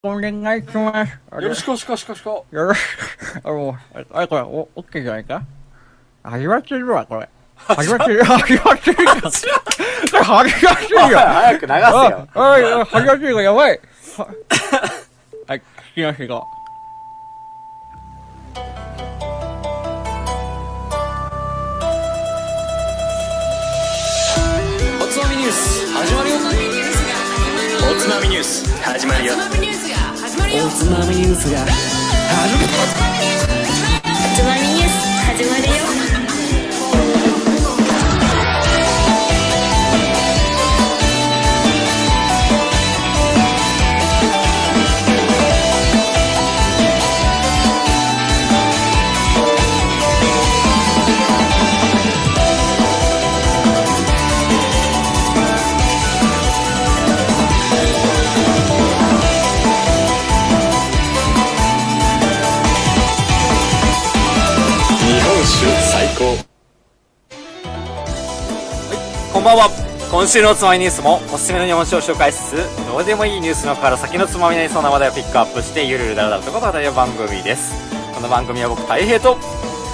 お願いします。 よろしくおしかしかしか。 よろしく、あれこれ、オッケーじゃないか。始まってるわ、これ。始まってるか。これ始まってるよ。 早く流せよ。 おい、始まってるよ、やばい。はい、聞きましたか。 おつまみニュース始まるよ。 おつまみニュース始まるよ。 おつまみニュースが始まるよ。おつまみニュース始まるよ。 最高。 こんばんは。今週のおつまみニュースもおすすめの日本酒を紹介しつつ、どうでもいいニュースのから先のつまみになりそうな話題をピックアップしてゆるゆるだらだらと語る番組です。この番組は僕たい平と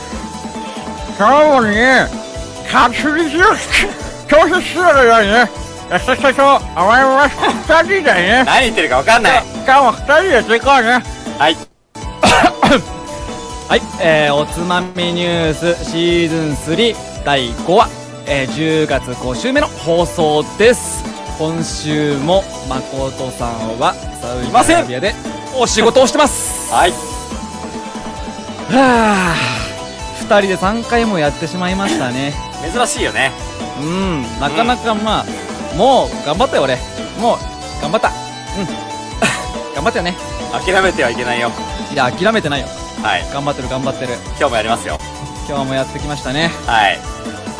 今日もね、確実を調節するようにね、優しさと甘いもの二人でね、 何言ってるか分かんない。 今日も二人でやっていこうね。 はい。 はい、おつまみニュースシーズン3第5話、10月5週目の放送です。今週も誠さんはサウジアラビアでお仕事をしてます。 はい。 はぁ、2人で3回もやってしまいましたね。 珍しいよね。 なかなかまあ、もう頑張ったよ俺。もう頑張った。頑張ったよね。 諦めてはいけないよ。 いや諦めてないよ。 はい。 頑張ってる頑張ってる。 今日もやりますよ。 今日もやってきましたね。 はい。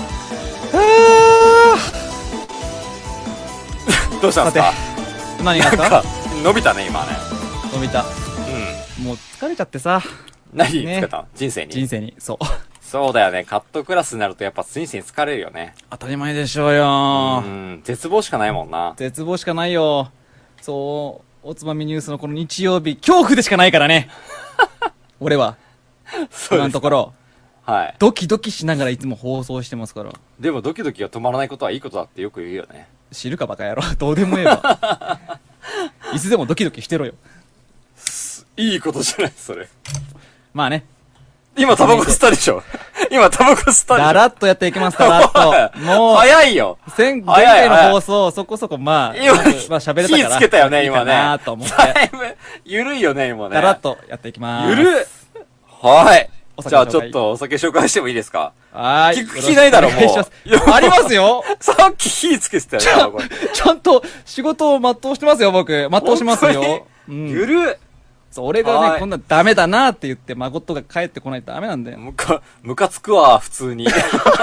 どうしたんですか？ 何がですか？ なんか伸びたね今ね。 伸びた。 うん。 もう疲れちゃってさ。 何に疲れたの？人生に。 人生に。そう。 そうだよね。カットクラスになるとやっぱ人生に疲れるよね。 当たり前でしょうよ。 絶望しかないもんな。 絶望しかないよ。そう、おつまみニュースのこの日曜日、恐怖でしかないからね。俺は。 そうです。 今のところ。 はい。 ドキドキしながらいつも放送してますから。 でもドキドキが止まらないことはいいことだってよく言うよね。 知るかバカ野郎。どうでもええわ。いつでもドキドキしてろよ。 いいことじゃない、それ。 まあね。 今タバコ吸ったでしょ。今タバコ吸ったでしょ。 だらっとやっていきます、だらっと。もう、 早いよ。 前回の放送、そこそこまあ、 今、 まあ喋れたから。 火つけたよね、今ね。 いいかなと思って。 だいぶ、ゆるいよね、今ね。 だらっとやっていきまーす。 ゆるっ。はい。じゃあお酒紹介ちょっとお酒紹介してもいいですか？ はーい。 聞く気ないだろ、もう。 お願いしますありますよ。 さっき火つけてたよね、これ。 ちゃんと仕事を全うしてますよ、僕。全うしますよ。 ゆるっ。 そう、俺がね、 はいこんなダメだなって言って、誠が帰ってこないとダメなんだよ。 ムカつくわ、普通に。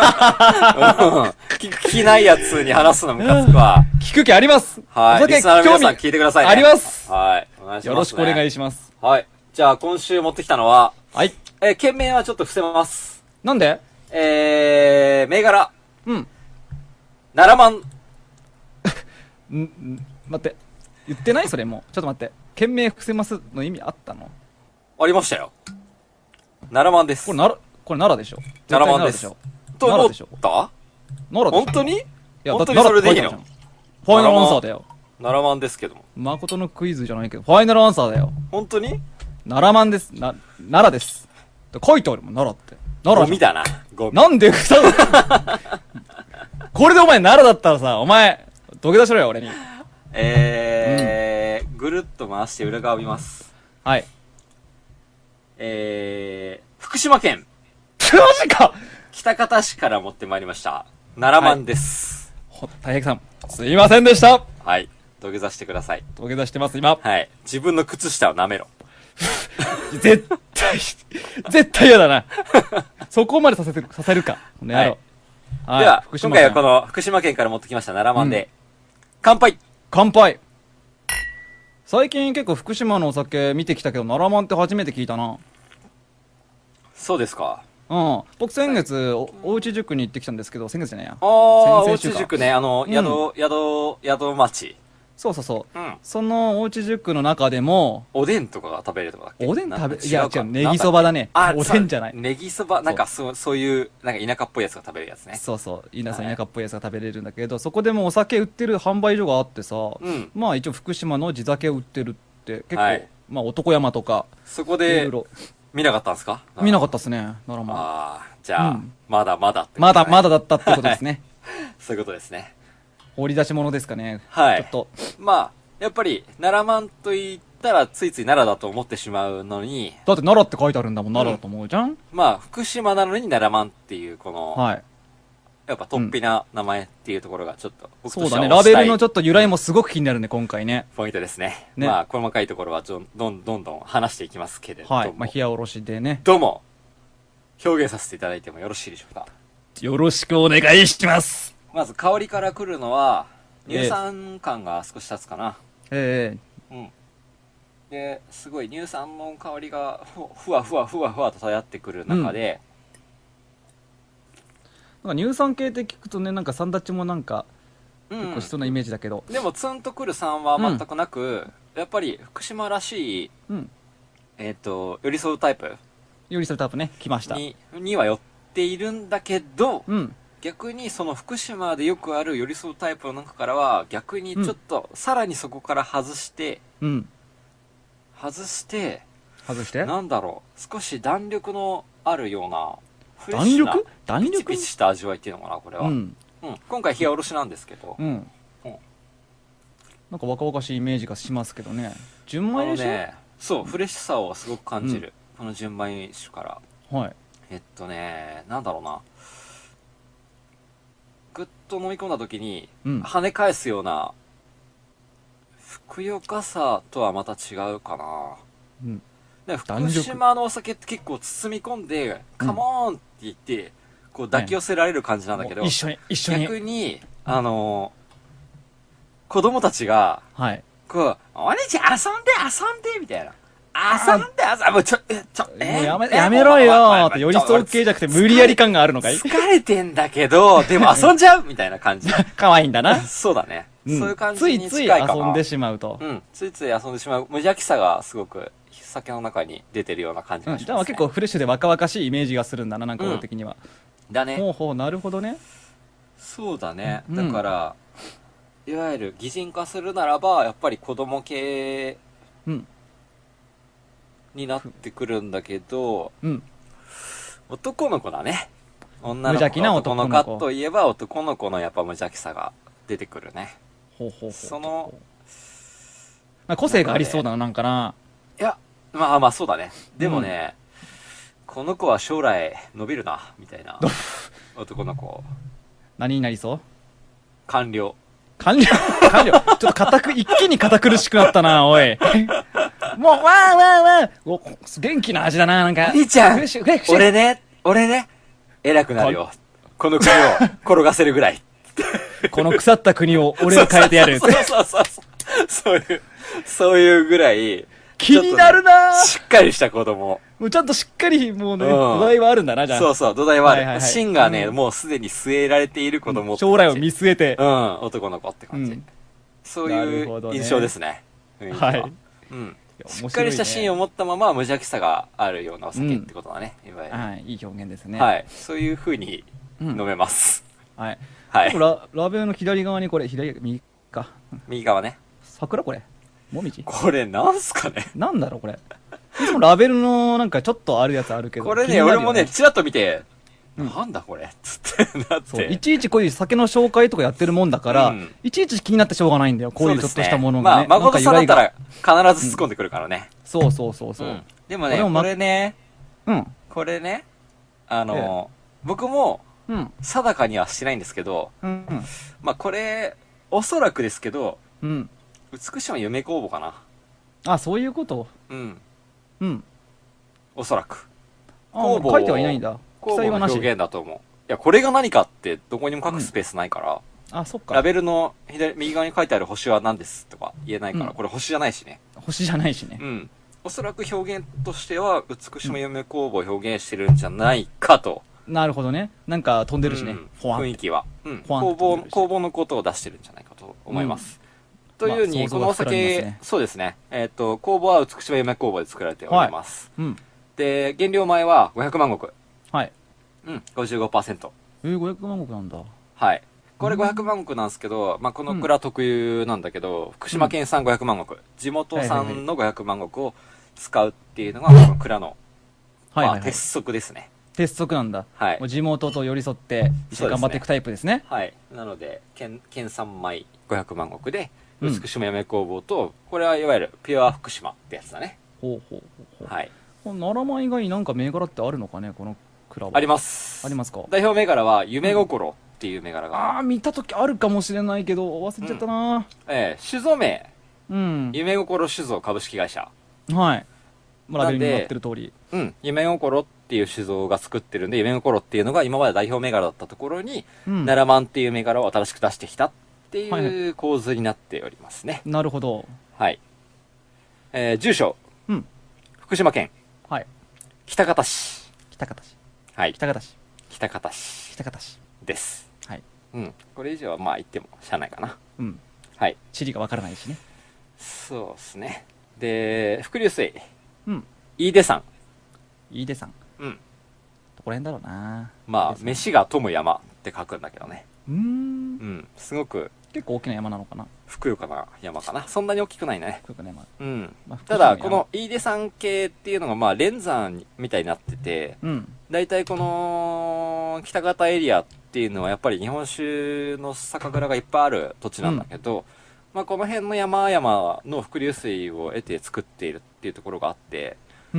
聞く気ないやつに話すのムカつくわ。 聞く気あります。 はい。リスナーの皆さん聞いてくださいね。 あります。 はい。お願いします、ね。 よろしくお願いします。 はい。じゃあ今週持ってきたのは、 はい。 件名はちょっと伏せます。 なんで？ 銘柄。 うん。 奈良満。 待って。言ってないそれもう。ちょっと待って。件名伏せますの意味あったの？ ありましたよ。奈良満です。 これ奈良でしょ。 奈良満です。と思った奈良でしょ。 本当に？ いや、 本当にそれでいいの？ ファイナルアンサーだよ。 奈良満ですけども。 誠のクイズじゃないけど、ファイナルアンサーだよ。 本当に？ 奈良満です。奈良です。書いてあるもん、奈良って。奈良ゴミだな。ゴミ。 なんでこれでお前奈良だったらさ、お前、土下座しろよ、俺に。 ぐるっと回して裏側を見ます。 はい。 福島県。 マジか北方市から持ってまいりました。奈良満です。 大平さん、すいませんでした。 はい。土下座してください。 土下座してます、今。 はい。自分の靴下を舐めろ。 絶対嫌だな。そこまでさせるか。ね、やろう。 はい。では、今回はこの福島県から持ってきました奈良満で、乾杯。 乾杯。最近結構福島のお酒見てきたけど、奈良満って初めて聞いたな。 そうですか。 僕先月、おうち塾に行ってきたんですけど、先月じゃないや。 おう先々週かち塾ね、宿町。 そうそうそう。 うん。 そのおうち塾の中でも、 おでんとかが食べれるとかだっけ？ おでん食べ、 なんかいや違う、 かネギそばだね。 あ、 おでんじゃない。 ネギそば、なんかそういう、なんか田舎っぽいやつが食べれるやつね。 そうそう。田舎はい田舎っぽいやつが食べれるんだけど、そこでもお酒売ってる販売所があってさ、 うん。 まあ一応福島の地酒を売ってるって、結構、 はいまあ男山とか、 そこでいろいろ見なかったんですか？ 見なかったっすね、奈良も。 ああ、じゃあ、 うんまだまだってことねまだまだだったってことですね。 そういうことですね。 掘り出し物ですかね。 はいちょっと、 まあ、やっぱり、奈良マンと言ったら、ついつい奈良だと思ってしまうのに、 だって奈良って書いてあるんだもん、奈良だと思うじゃん、 まあ、福島なのに奈良マンっていう、この、 はい。 やっぱ、とっぴな名前っていうところが、ちょっと、僕としてそうだね。ラは推したいベルのちょっと由来もすごく気になるね、今回ね。 ポイントですね。 ねまあ、細かいところはどんどん話していきますけれども。 はい。まあ、冷やおろしでね。 どうも、表現させていただいてもよろしいでしょうか。 よろしくお願いします。 まず、香りから来るのは、乳酸感が少し立つかな。 えうん。で、すごい乳酸の香りがふわふわふわふわと漂ってくる中で、 なんか乳酸系って聞くとね、なんかサンダッチもなんか、 うん、 結構しそうなイメージだけど。 でもツンとくる酸は全くなく、やっぱり福島らしい、 うん。 寄り添うタイプよりそれタイプね、来ました。 には寄っているんだけど、 うん。 逆にその福島でよくある寄り添うタイプの中からは逆にちょっとさらにそこから外して、 うん。 外して外して。 なんだろう少し弾力のあるようなフレッシュな弾力弾力ピチピチした味わいっていうのかなこれは、 うん。 今回冷やおろしなんですけど、 うんうん。 なんか若々しいイメージがしますけどね。純米でしょ、 そうフレッシュさをすごく感じる、この純米酒からはい。 なんだろうなぐっと飲み込んだ時に、 うん跳ね返すようなふくよかさとはまた違うかな。 うん。 で弾力福島のお酒って結構包み込んで、カモーンって言ってこう抱き寄せられる感じなんだけど、 一緒に、一緒に。 逆に子供たちがはい。 こうお兄ちゃん遊んでみたいな遊んでもうもうやめろよーって寄り添う系じゃなくて無理やり感があるのかい疲れてんだけどでも遊んじゃうみたいな感じ可愛いんだな。 そうだね、 うんそういう感じについつい近いかな。 遊んでしまうと。 ついつい遊んでしまう無邪気さがすごく酒の中に出てるような感じがします、ねじゃあ結構フレッシュで若々しいイメージがするんだな、なんか俺的には。 だね。 ほうほう、なるほどね。 そうだね、 うんだからいわゆる擬人化するならばやっぱり子供系うん。 になってくるんだけどうん。 男の子だね。女の子無邪気なが男の子男の子かといえば男の子のやっぱ無邪気さが出てくるね。 ほうほうほう。 そのまあ個性がありそうだな、なんかな。 いやまあまあそうだね。でもね、この子は将来伸びるなみたいな男の子何になりそう官僚完了完了ちょっと一気に堅苦しくなったな、おい。もう、わーわーわーお元気な味だな、なんか。 お兄ちゃんフレッシュフレッシュ俺ね偉くなるよこの国を転がせるぐらいこの腐った国を俺が変えてやる。 そういうぐらい気になるなーしっかりした子供。 もうちゃんとしっかり、もうね、 うん土台はあるんだな、じゃあ。 そうそう、土台はある。 はいはいはい芯がね、 うんもうすでに据えられている子供って感じ将来を見据えて。 男の子って感じ。 うんそうなるいうほどね印象ですね。雰囲気はい。 うん。し面白いねっかりした芯を持ったまま無邪気さがあるようなお酒ってことだね。いわゆる。 はい、いい表現ですね。 はい。そういう風にうん飲めます。 はい。 はい。 ラベルの左側にこれ、右か。 右側ね。 桜これもみじこれなんすかねなんだろうこれ。いつもラベルのなんかちょっとあるやつあるけど。 これね、 気になるよ俺もね、チラッと見て、 うんなんだこれつってなっそう、いて。 ちいちこういう酒の紹介とかやってるもんだから、 うんいちいち気になってしょうがないんだよ。こういうちょっとしたものがね。 そうですまあ、誠さんだったなんか由ら必ず突っ込んでくるからね。 そうそうそうそう。 でもね、 俺もこれね、 うん。 これね、僕もうん。 定かにはしてないんですけど、 うん。 まあこれ、おそらくですけど、 うん。 美しいは夢工房かな。 あ、そういうことうん。 うん。 おそらく。 あ工房書いてはいないんだ。記工房の載はなし。 表現だと思う。いや、これが何かってどこにも書くスペースないから、 あ、そっか。 ラベルの右側に書いてある星は何ですとか言えないから、 うんこれ星じゃないしね。 星じゃないしねう。ん。おそらく表現としては、美しも夢工房を表現してるんじゃないかと。 なるほどね。なんか飛んでるしねうん。 ほわん雰囲気は。うん。 ほわんと飛んでるし工房のことを出してるんじゃないかと思います。 というに、このお酒、そうですね。酵母は美島夢工房で作られております。 うん。 で、原料米は500万石。 はい。 うん、55%。 500万石なんだ。 はい。これ500万石なんですけど、まあ、この蔵特有なんだけど、福島県産500万石、地元産の500万石を使うっていうのが、この蔵の、まあ、鉄則ですね。 鉄則なんだ。 はい。 もう地元と寄り添って、一緒に頑張っていくタイプですね。 はい。なので、県産米500万石で、福島やめ工房と、これはいわゆるピュア福島ってやつだね。 ほうほうほうほう。 はい。 この奈良米以外になんか銘柄ってあるのかね、この蔵は。 あります。 ありますか。 代表銘柄は、夢心っていう銘柄が。 ああ、見たときあるかもしれないけど、忘れちゃったな。 酒造名。 うん。 夢心酒造株式会社。 はい。ラベルになってる通り。 うん。夢心っていう酒造が作ってるんで、夢心っていうのが今まで代表銘柄だったところに、奈良満っていう銘柄を新しく出してきたっていう構図になっておりますね。 なるほど。 はい。住所。 うん。 福島県。 はい。 喜多方市。 喜多方市。 はい。 喜多方市。 喜多方市。 喜多方市。 です。 はい。 うん。これ以上はまあ言ってもしゃあないかな。 うん。 はい。 地理がわからないしね。 そうですね。で、伏流水。 うん。 飯出山。 飯出山。 うん。 どこら辺だろうな。 まあ、飯が富む山って書くんだけどね。うん。すごく。 結構大きな山なのかな。 ふくよかな山かな。そんなに大きくないね。 ふくよかな山。 うん。ただ、この飯出山系っていうのが、まあ、連山みたいになってて、 うん。 大体この、北方エリアっていうのは、やっぱり日本酒の酒蔵がいっぱいある土地なんだけど、まあ、この辺の山々の伏流水を得て作っているっていうところがあって、うん。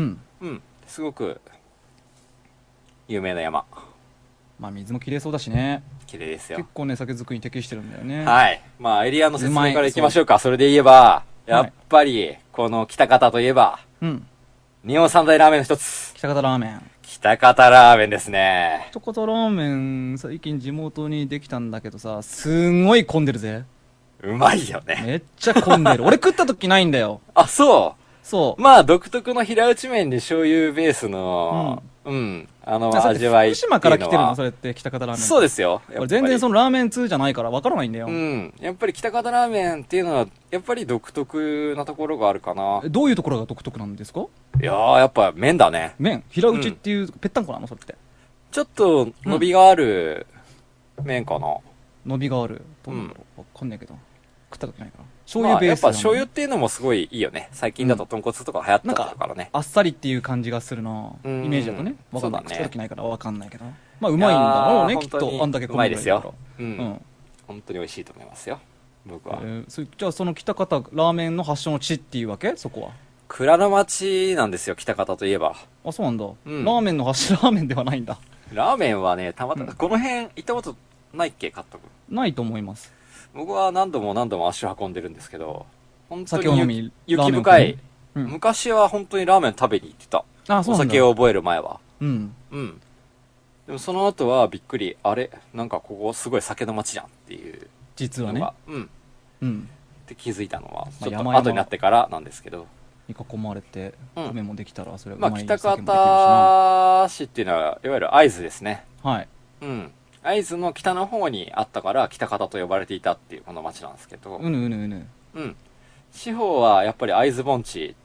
すごく、有名な山。 まあ、水も綺麗そうだしね。 綺麗ですよ。 結構ね、酒造りに適してるんだよね。 はい。まあ、エリアの説明からいきましょうか。それで言えば、やっぱり、この北方といえば、日本三大ラーメンの一つ。 北方ラーメン。 北方ラーメンですね。 北方ラーメン、最近地元にできたんだけどさ、すんごい混んでるぜ。 うまいよね。 めっちゃ混んでる。俺食った時ないんだよ。 あ、そうそう。 まあ、独特の平打ち麺に醤油ベースの、味わい。 福島から来てるのそれって北方ラーメン。 そうですよ。 俺全然そのラーメン通じゃないから分からないんだよ。 やっぱり北方ラーメンっていうのは、やっぱり独特なところがあるかな。 どういうところが独特なんですか？ いやー、やっぱ麺だね。 麺平打ちっていう、ぺったんこなのそれって。 ちょっと伸びがある麺かな。 伸びがある。どうなんだろう。わかんないけど。食ったことないから。醤油ベース。 やっぱ醤油っていうのもすごいいいよね。最近だと豚骨とか流行ってるからね。 あっさりっていう感じがするなイメージだとね。わかんない。食ったことないからわかんないけど。まあ、うまいんだろうね、きっと。あんだけうまいですよ。本当に美味しいと思いますよ。僕は。 じゃあその北方ラーメンの発祥の地っていうわけそこは。 蔵の町なんですよ、北方といえば。 あ、そうなんだ。ラーメンの発祥ラーメンではないんだ。 ラーメンはね、たまたま、この辺行ったことないっけ、カット君。 ないと思います。 僕は何度も何度も足を運んでるんですけど、本当に雪深い。昔は本当にラーメン食べに行ってた。 あ、そうなんだ。 お酒を覚える前は。 うん。 でもその後はびっくり、あれなんかここすごい酒の街じゃんっていう。 実はね。 って気づいたのは、ちょっと後になってからなんですけど。 に囲まれて、米もできたら、それはうまい酒もできるしな。北方市っていうのは、いわゆる会津ですね。 はい。 会津の北の方にあったから北方と呼ばれていたっていうこの町なんですけど。地方はやっぱり会津盆地。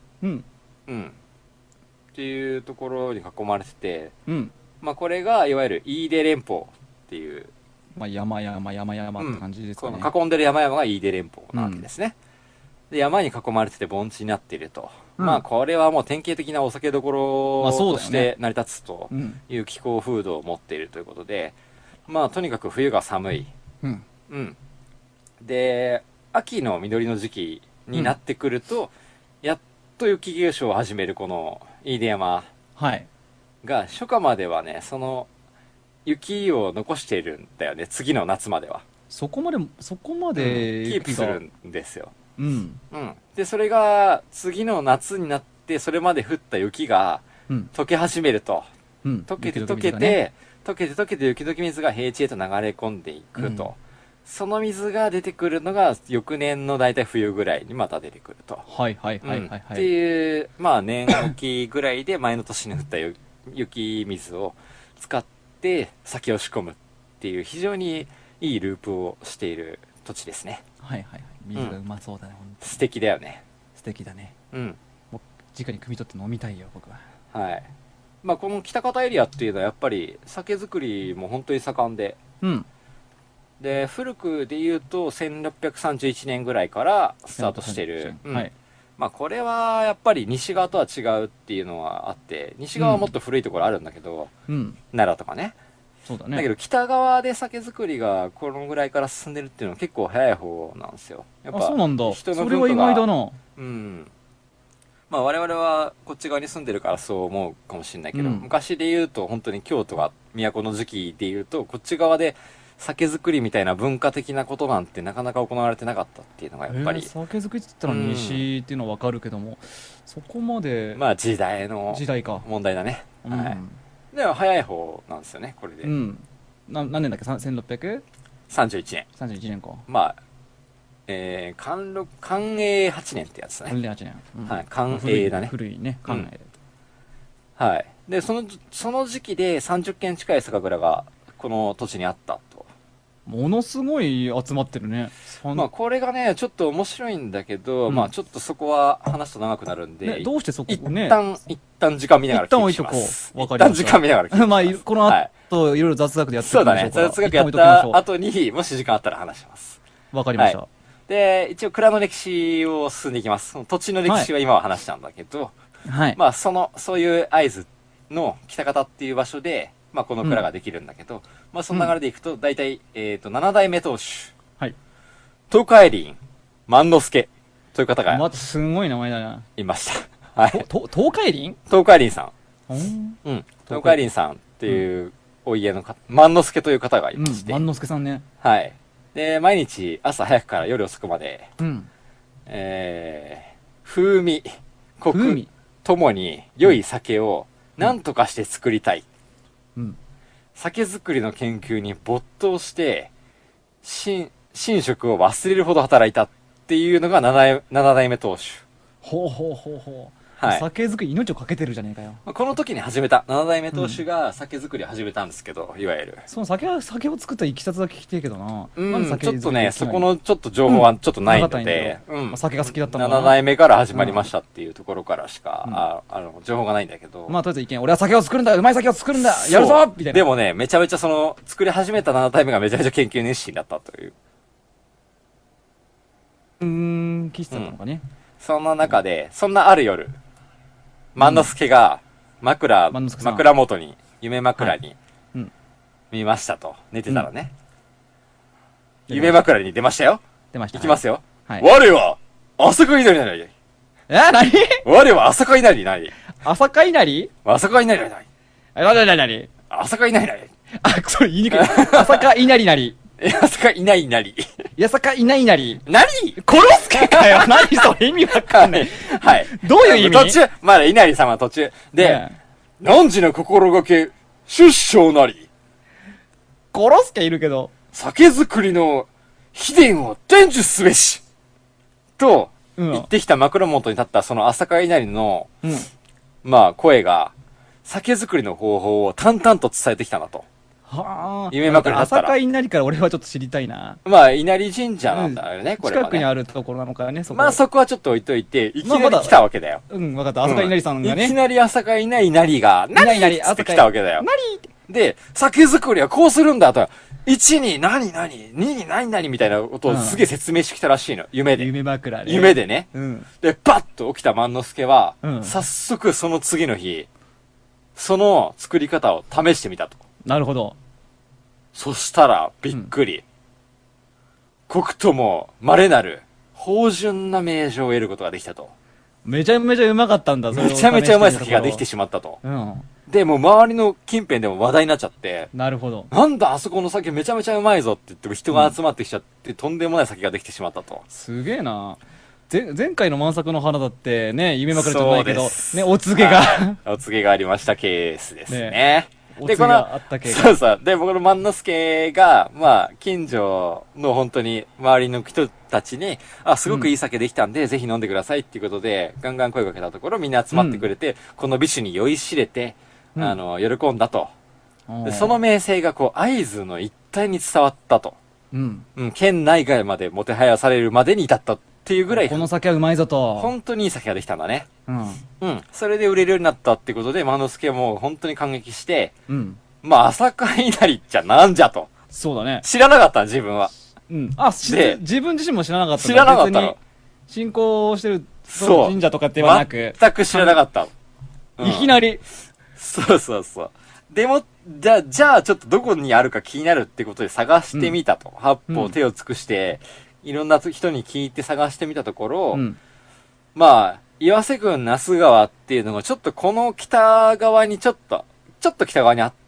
っていうところに囲まれてて、まあこれがいわゆる飯豊連峰っていう。 まあ山って感じですかね。 囲んでる山々が飯豊連峰なわけですね。で、山に囲まれてて盆地になっていると。まあこれはもう典型的なお酒どころとして成り立つという気候風土を持っているということで、まあとにかく冬が寒い。で、秋の実りの時期になってくると、やっと雪化粧を始めるこの飯豊山が、初夏まではね、その雪を残しているんだよね、次の夏までは。 そこまで、 キープするんですよ。で、それが次の夏になって、それまで降った雪が溶け始めると。溶けて雪解け水が平地へと流れ込んでいくと。その水が出てくるのが翌年の大体冬ぐらいにまた出てくると。っていう、まあ年おきぐらいで前の年に降った雪水を使って酒を仕込むっていう非常にいいループをしている土地ですね。 水がうまそうだね、ほんと素敵だよね。 素敵だね。 うん。 直に汲み取って飲みたいよ、僕は。 はい。まあ、この北方エリアっていうのはやっぱり酒造りも本当に盛んで、 うん。 で、古くで言うと1631年ぐらいからスタートしてる。うん、 はい。 まあ、これはやっぱり西側とは違うっていうのはあって、西側はもっと古いところあるんだけど、 うん。 奈良とかね。 そうだね。 だけど北側で酒造りがこのぐらいから進んでるっていうのは結構早い方なんですよ。やっぱあ、そうなんだ。 人のそれは意外だな。 うん。まあ我々はこっち側に住んでるからそう思うかもしれないけど、 うん昔で言うと本当に京都が都の時期で言うとこっち側で酒造りみたいな文化的なことなんてなかなか行われてなかったっていうのがやっぱり、 酒造りって言ったら西っていうのはわかるけども、そこまで、 まあ時代の時代か。 問題だね。 うん。 はい。では早い方なんですよね、これで。 うん。何年だっけ ?1631 31年。 年か。 まあ、寛永8年ってやつだね。 8年。うんはい、寛永だね。 古いね。寛永。 はい。で、その時期で30軒近い酒蔵がこの土地にあったと。 ものすごい集まってるね。 まあこれがね、ちょっと面白いんだけど、 うんまあちょっとそこは話すと長くなるんで、 ね、どうしてそこ一ね。 旦時間見ながら一旦聞置いとこきます。 う。わかりました。 一旦時間見ながら聞きます。 まあ、このはい後、いろいろ雑学でやってそうだね。 いくんでしょうから雑学やっ一旦置いときましょた後に、もし時間あったら話します。 う。わかりました。 で、一応蔵の歴史を進んでいきます。その土地の歴史は今は話したんだけど、 はい。 まあそういう会津の北方っていう場所で、まあこの蔵ができるんだけど、まあその流れでいくと、大体、7代目当主。 はい。 東海林万之助という方がまたすごい名前だな。 いました。はい。 東海林東海林さうん。 ん。うん。東海林さんっていうお家の万之助という方がいまして。 万之助さんね。 はい。で、毎日朝早くから夜遅くまで、 うん。 風味、コク風味ともに良い酒を何とかして作りたい。 うん。 酒造りの研究に没頭して、寝食を忘れるほど働いたっていうのが7代目当主。 ほうほうほうほう。 はい酒造り命をかけてるじゃねえかよ。 この時に始めた、7代目当主が酒造りを始めたんですけど、いわゆる。 その酒を作ったいきさつが聞きてえけどな。 うん、 なんで酒ちょっとね、そこの、 のちょっと情報はちょっとないのなかったんで、 だけどまあ酒が好きだったのか 7 な。 代目から始まりましたっていうところからしか、情報がないんだけど。 まあとりあえず意見、俺は酒を作るんだ、うまい酒を作るんだ、 そうやるぞみたいな。 でもね、めちゃめちゃ作り始めた7代目がめちゃめちゃ研究熱心だったという。 喫茶なのかね。 そんな中で、そんなある夜、万之助が万之助さん枕元に、夢枕にうん。 見ましたと。寝てたらね。夢枕に出ましたよ。 出ました。 いきますよ。 はい。 我は、朝霞稲荷なり。 何我は朝霞稲荷なり。 朝霞稲荷朝霞稲荷なり。 何朝霞稲荷なり。 あ、それ言いにくい。朝霞稲荷なり。 朝霞稲荷なり。 八坂稲荷なり。 何殺すかかよ何それ意味わかんない。 はい。 どういう意味途中、まだ稲荷様は途中。で、 ね汝の心がけ、出生なり。 殺すかいるけど。 酒造りの秘伝を伝授すべし。と、 うん言ってきた枕元に立ったその朝霞稲荷の、 うん。 まあ声が、酒造りの方法を淡々と伝えてきたなと。 はあ。 夢枕だったら朝霞稲荷から俺はちょっと知りたいな。 まあ、稲荷神社なんだよね、これは、ね。 近くにあるところなのかね、そこ。 まあそこはちょっと置いといて、いきなまあまだり来たわけだよ。 うん、わかった。朝霞稲荷さんがね。 いきなり朝霞稲荷が、 稲荷何って来たわけだよ。で、酒造りはこうするんだと。1に何々、2に何々みたいなことをすげえ説明してきたらしいの。夢で。 夢枕ね。 夢でね。 うん。 で、パッと起きた万之助は、 うん早速その次の日、その作り方を試してみたと。 なるほど。 そしたら、びっくり。国とも稀なる、芳醇な名称を得ることができたと。 めちゃめちゃうまかったんだ、それをめちゃめちゃうまい試して酒ができてみしまったと。 たところうん。 で、もう周りの近辺でも話題になっちゃって、 なるほど。 なんだあそこの酒めちゃめちゃうまいぞって言っても人が集まってきちゃって、とんでもない酒ができてしまったと。 すげえな。前回の満作の花だってね、夢枕じゃないけどそうで、すね、お告げが。 お告げがありましたケースですね。 ねお告げがあったけど。 そうそう。で、僕の万之助が、まあ、近所の本当に周りの人たちに、あ、すごくいい酒できたんで、ぜひ飲んでくださいっていうことで、ガンガン声かけたところ、みんな集まってくれて、この美酒に酔いしれて、 うん喜んだと。 うんでその名声がこう、合図の一体に伝わったと。 うん。 県内外までもてはやされるまでに至ったっていうぐらい、 この酒はうまいぞと。 本当にいい酒ができたんだね。 うん。 それで売れるようになったってことで、馬之助も本当に感激して、 うん。 朝香稲荷じゃなんじゃと。 そうだね。 知らなかった自分は。 うん。 で自分自身も知らなかったんだ。 知らなかったの。 別に信仰してるそう神社とかではなく。 全く知らなかったの。 いきなり。 そうそうそう。でも、じゃあちょっとどこにあるか気になるってことで探してみたと。八方手を尽くして、いろんな人に聞いて探してみたところ、岩瀬郡那須川っていうのがちょっとこの北側にちょっと北側にあって、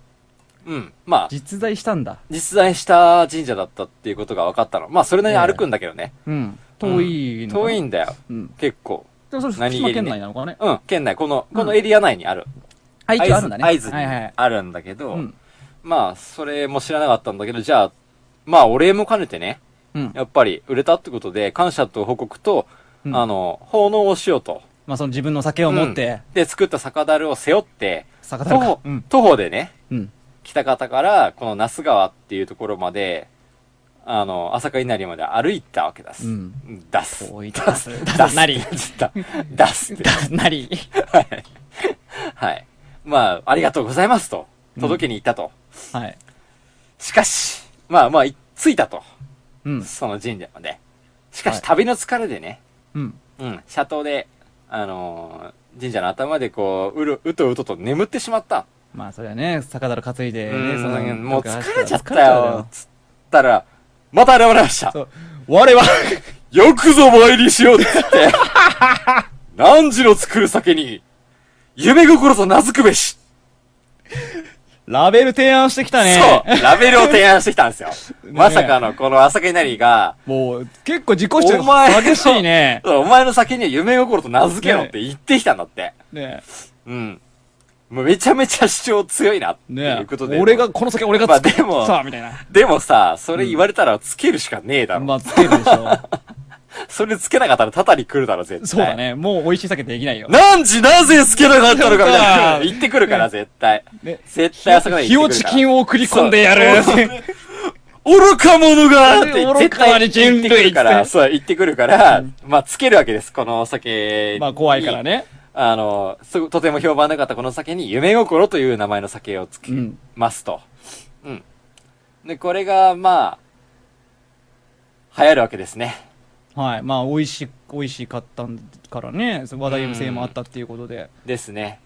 実在したんだ。 実在した神社だったっていうことが分かったの。それなりに歩くんだけどね。 遠いのかな。 遠いんだよ。結構。 でもそれ福島県内なのかね。 県内。このエリア内にある。 一応あるんだね。 合図にあるんだけど、それも知らなかったんだけど、じゃあ、お礼も兼ねてね、やっぱり売れたってことで、感謝と報告と、奉納をしようと。 その自分の酒を持って。 で、作った酒樽を背負って、 徒歩でね、北方からこの那須川っていうところまで、朝香稲荷まで歩いたわけです。出す。 出す。なり。 出す。 なり。 はい。ありがとうございますと。届けに行ったと。 はい。 しかし、着いたと。その神社まで。しかし、旅の疲れでね。車頭で、神社の頭でこう、うとうとと眠ってしまった。 それはね、酒樽担いでね、 もう疲れちゃったよ。つったら、また現れました。 我は、 よくぞ参りしようっつって、汝の作る酒に、夢心と名付くべし。 ラベル提案してきたね。 そう、ラベルを提案してきたんですよ。まさかのこの朝香稲荷が、 もう、結構自己主張激しいね。 お前の酒には夢心と名付けろって言ってきたんだって。 ねもうめちゃめちゃ主張強いなっていうことで。 この酒俺が作ったさ、みたいな。 でもさ、それ言われたらつけるしかねえだろ。 つけるでしょ。 それつけなかったらたたり来るだろ、絶対。 そうだね。もう美味しい酒できないよ。 なぜつけなかったのかみたいな。言ってくるから、絶対。絶対朝から言ってくるから。 火落ち金を送り込んでやる。 愚か者がって絶対に人類からそう、言ってくるから、つけるわけです、このお酒に。 怖いからね。 とても評判なかったこの酒に、夢心という名前の酒をつけますと。で、これが、流行るわけですね。 はい。美味しかったからね、話題性もあったっていうことで。 ですね。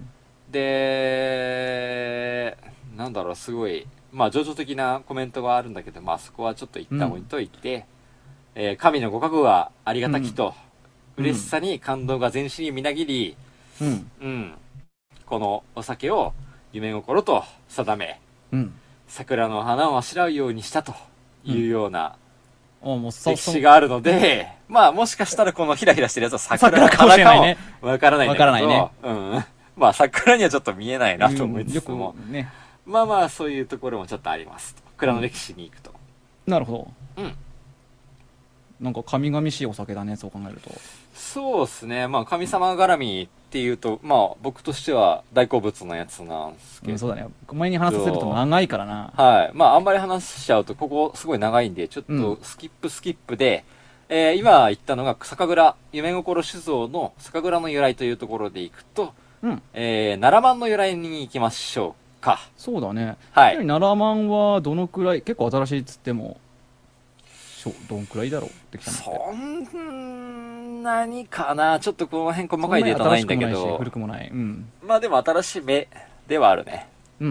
で、すごい、情緒的なコメントがあるんだけど、そこはちょっと一旦置いといて、神のご加護がありがたきと、嬉しさに感動が全身にみなぎり、このお酒を夢心と定め、桜の花をあしらうようにしたというような、歴史があるので、もしかしたらこのヒラヒラしてるやつは桜の花かもわからないんだけど、桜にはちょっと見えないなと思いつつも、そういうところもちょっとありますと。蔵の歴史に行くと。 なるほど。なんか神々しいお酒だね、そう考えると。 そうですね。神様絡みっていうと、僕としては大好物のやつなんですけど。 そうだね。前に話させると長いからな。 はい。あんまり話しちゃうと、ここすごい長いんで、ちょっとスキップで、今言ったのが酒蔵、夢心酒造の酒蔵の由来というところでいくと、奈良万の由来に行きましょうか。 そうだね。 はい。 奈良万はどのくらい、結構新しいっつっても、どんくらいだろうってきたのって。 そんなにかな。ちょっとこの辺細かいデータないんだけど。 古くもない。 でも新しい目ではあるね。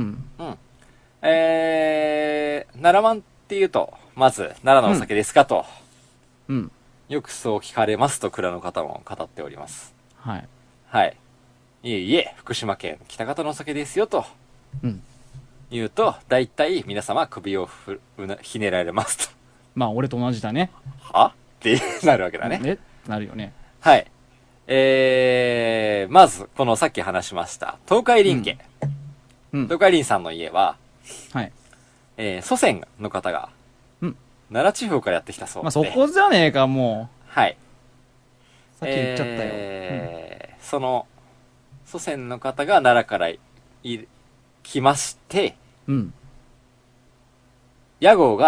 奈良万っていうと、まず、奈良のお酒ですかと。よくそう聞かれますと、蔵の方も語っております。 はい。 はい。いえ、福島県北方のお酒ですよと。言うと、だいたい皆様首をひねられますと。 俺と同じだね。 はってなるわけだね。 なるよね。 はい。まず、このさっき話しました、東海林家。東海林さんの家は、 はい。 祖先の方が、奈良地方からやってきたそうで。 そこじゃねえか、もう。 はい。 さっき言っちゃったよ。 その、祖先の方が奈良から来まして、屋号が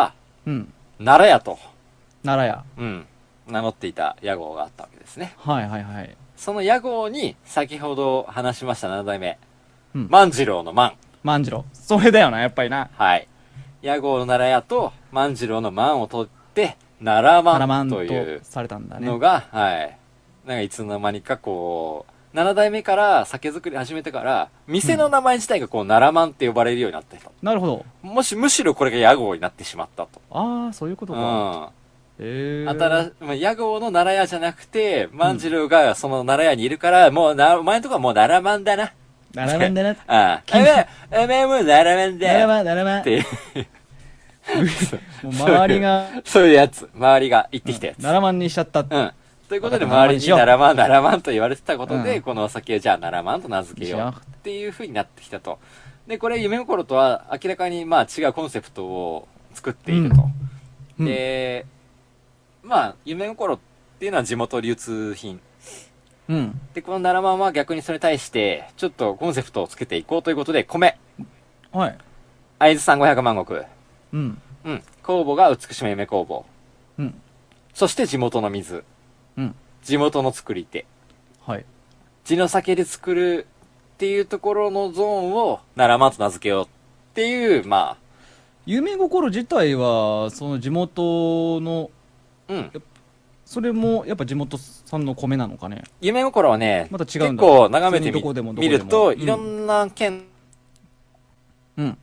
うん。 奈良屋と、 奈良屋。 うん、名乗っていた屋号があったわけですね。 はいはいはい。 その屋号に、先ほど話しました7代目、 うん万次郎の万。 万次郎。それだよな、やっぱりな。 はい。屋号の奈良屋と万次郎の万を取って、奈良奈良万万というとされたんだね。 のが、はい。なんかいつの間にかこう、7代目から酒造り始めてから、店の名前自体がこう、奈良万って呼ばれるようになった人。 なるほど。 むしろこれが屋号になってしまったと。 ああ、そういうことか。 うん。 へえ。 屋号の奈良屋じゃなくて、万次郎がその奈良屋にいるから、もうお前んとこはもう奈良万だな。 奈良万だな。 ああ。お前もう奈良万だよ。 奈良万、奈良万。 っていう。 もう周りが、 そういうやつ。周りが言ってきたやつ。 奈良万にしちゃった。 うん。ということで、 わかった周りに奈良万と言われてたことで、 うんこのお酒をじゃあ奈良万と名付けようっていう風になってきたと。で、これ夢心とは明らかにまあ違うコンセプトを作っていると。 うんで、まあ、夢心っていうのは地元流通品。 うん。 で、この奈良万は逆にそれに対して、ちょっとコンセプトをつけていこうということで、米。 はい。 会津産500万石。 うん。 うん。酵母が美島夢工房。 うん。 そして地元の水。 うん。 地元の作り手。 はい。 地の酒で作るっていうところのゾーンを奈良万と名付けようっていう、ま夢心自体は、その地元の、 あ、うん。 それもやっぱ地元産の米なのかね。 夢心はね、 また違うんだ結構眺めて普通にどこでも見ると、 うんいろんな県、 うん。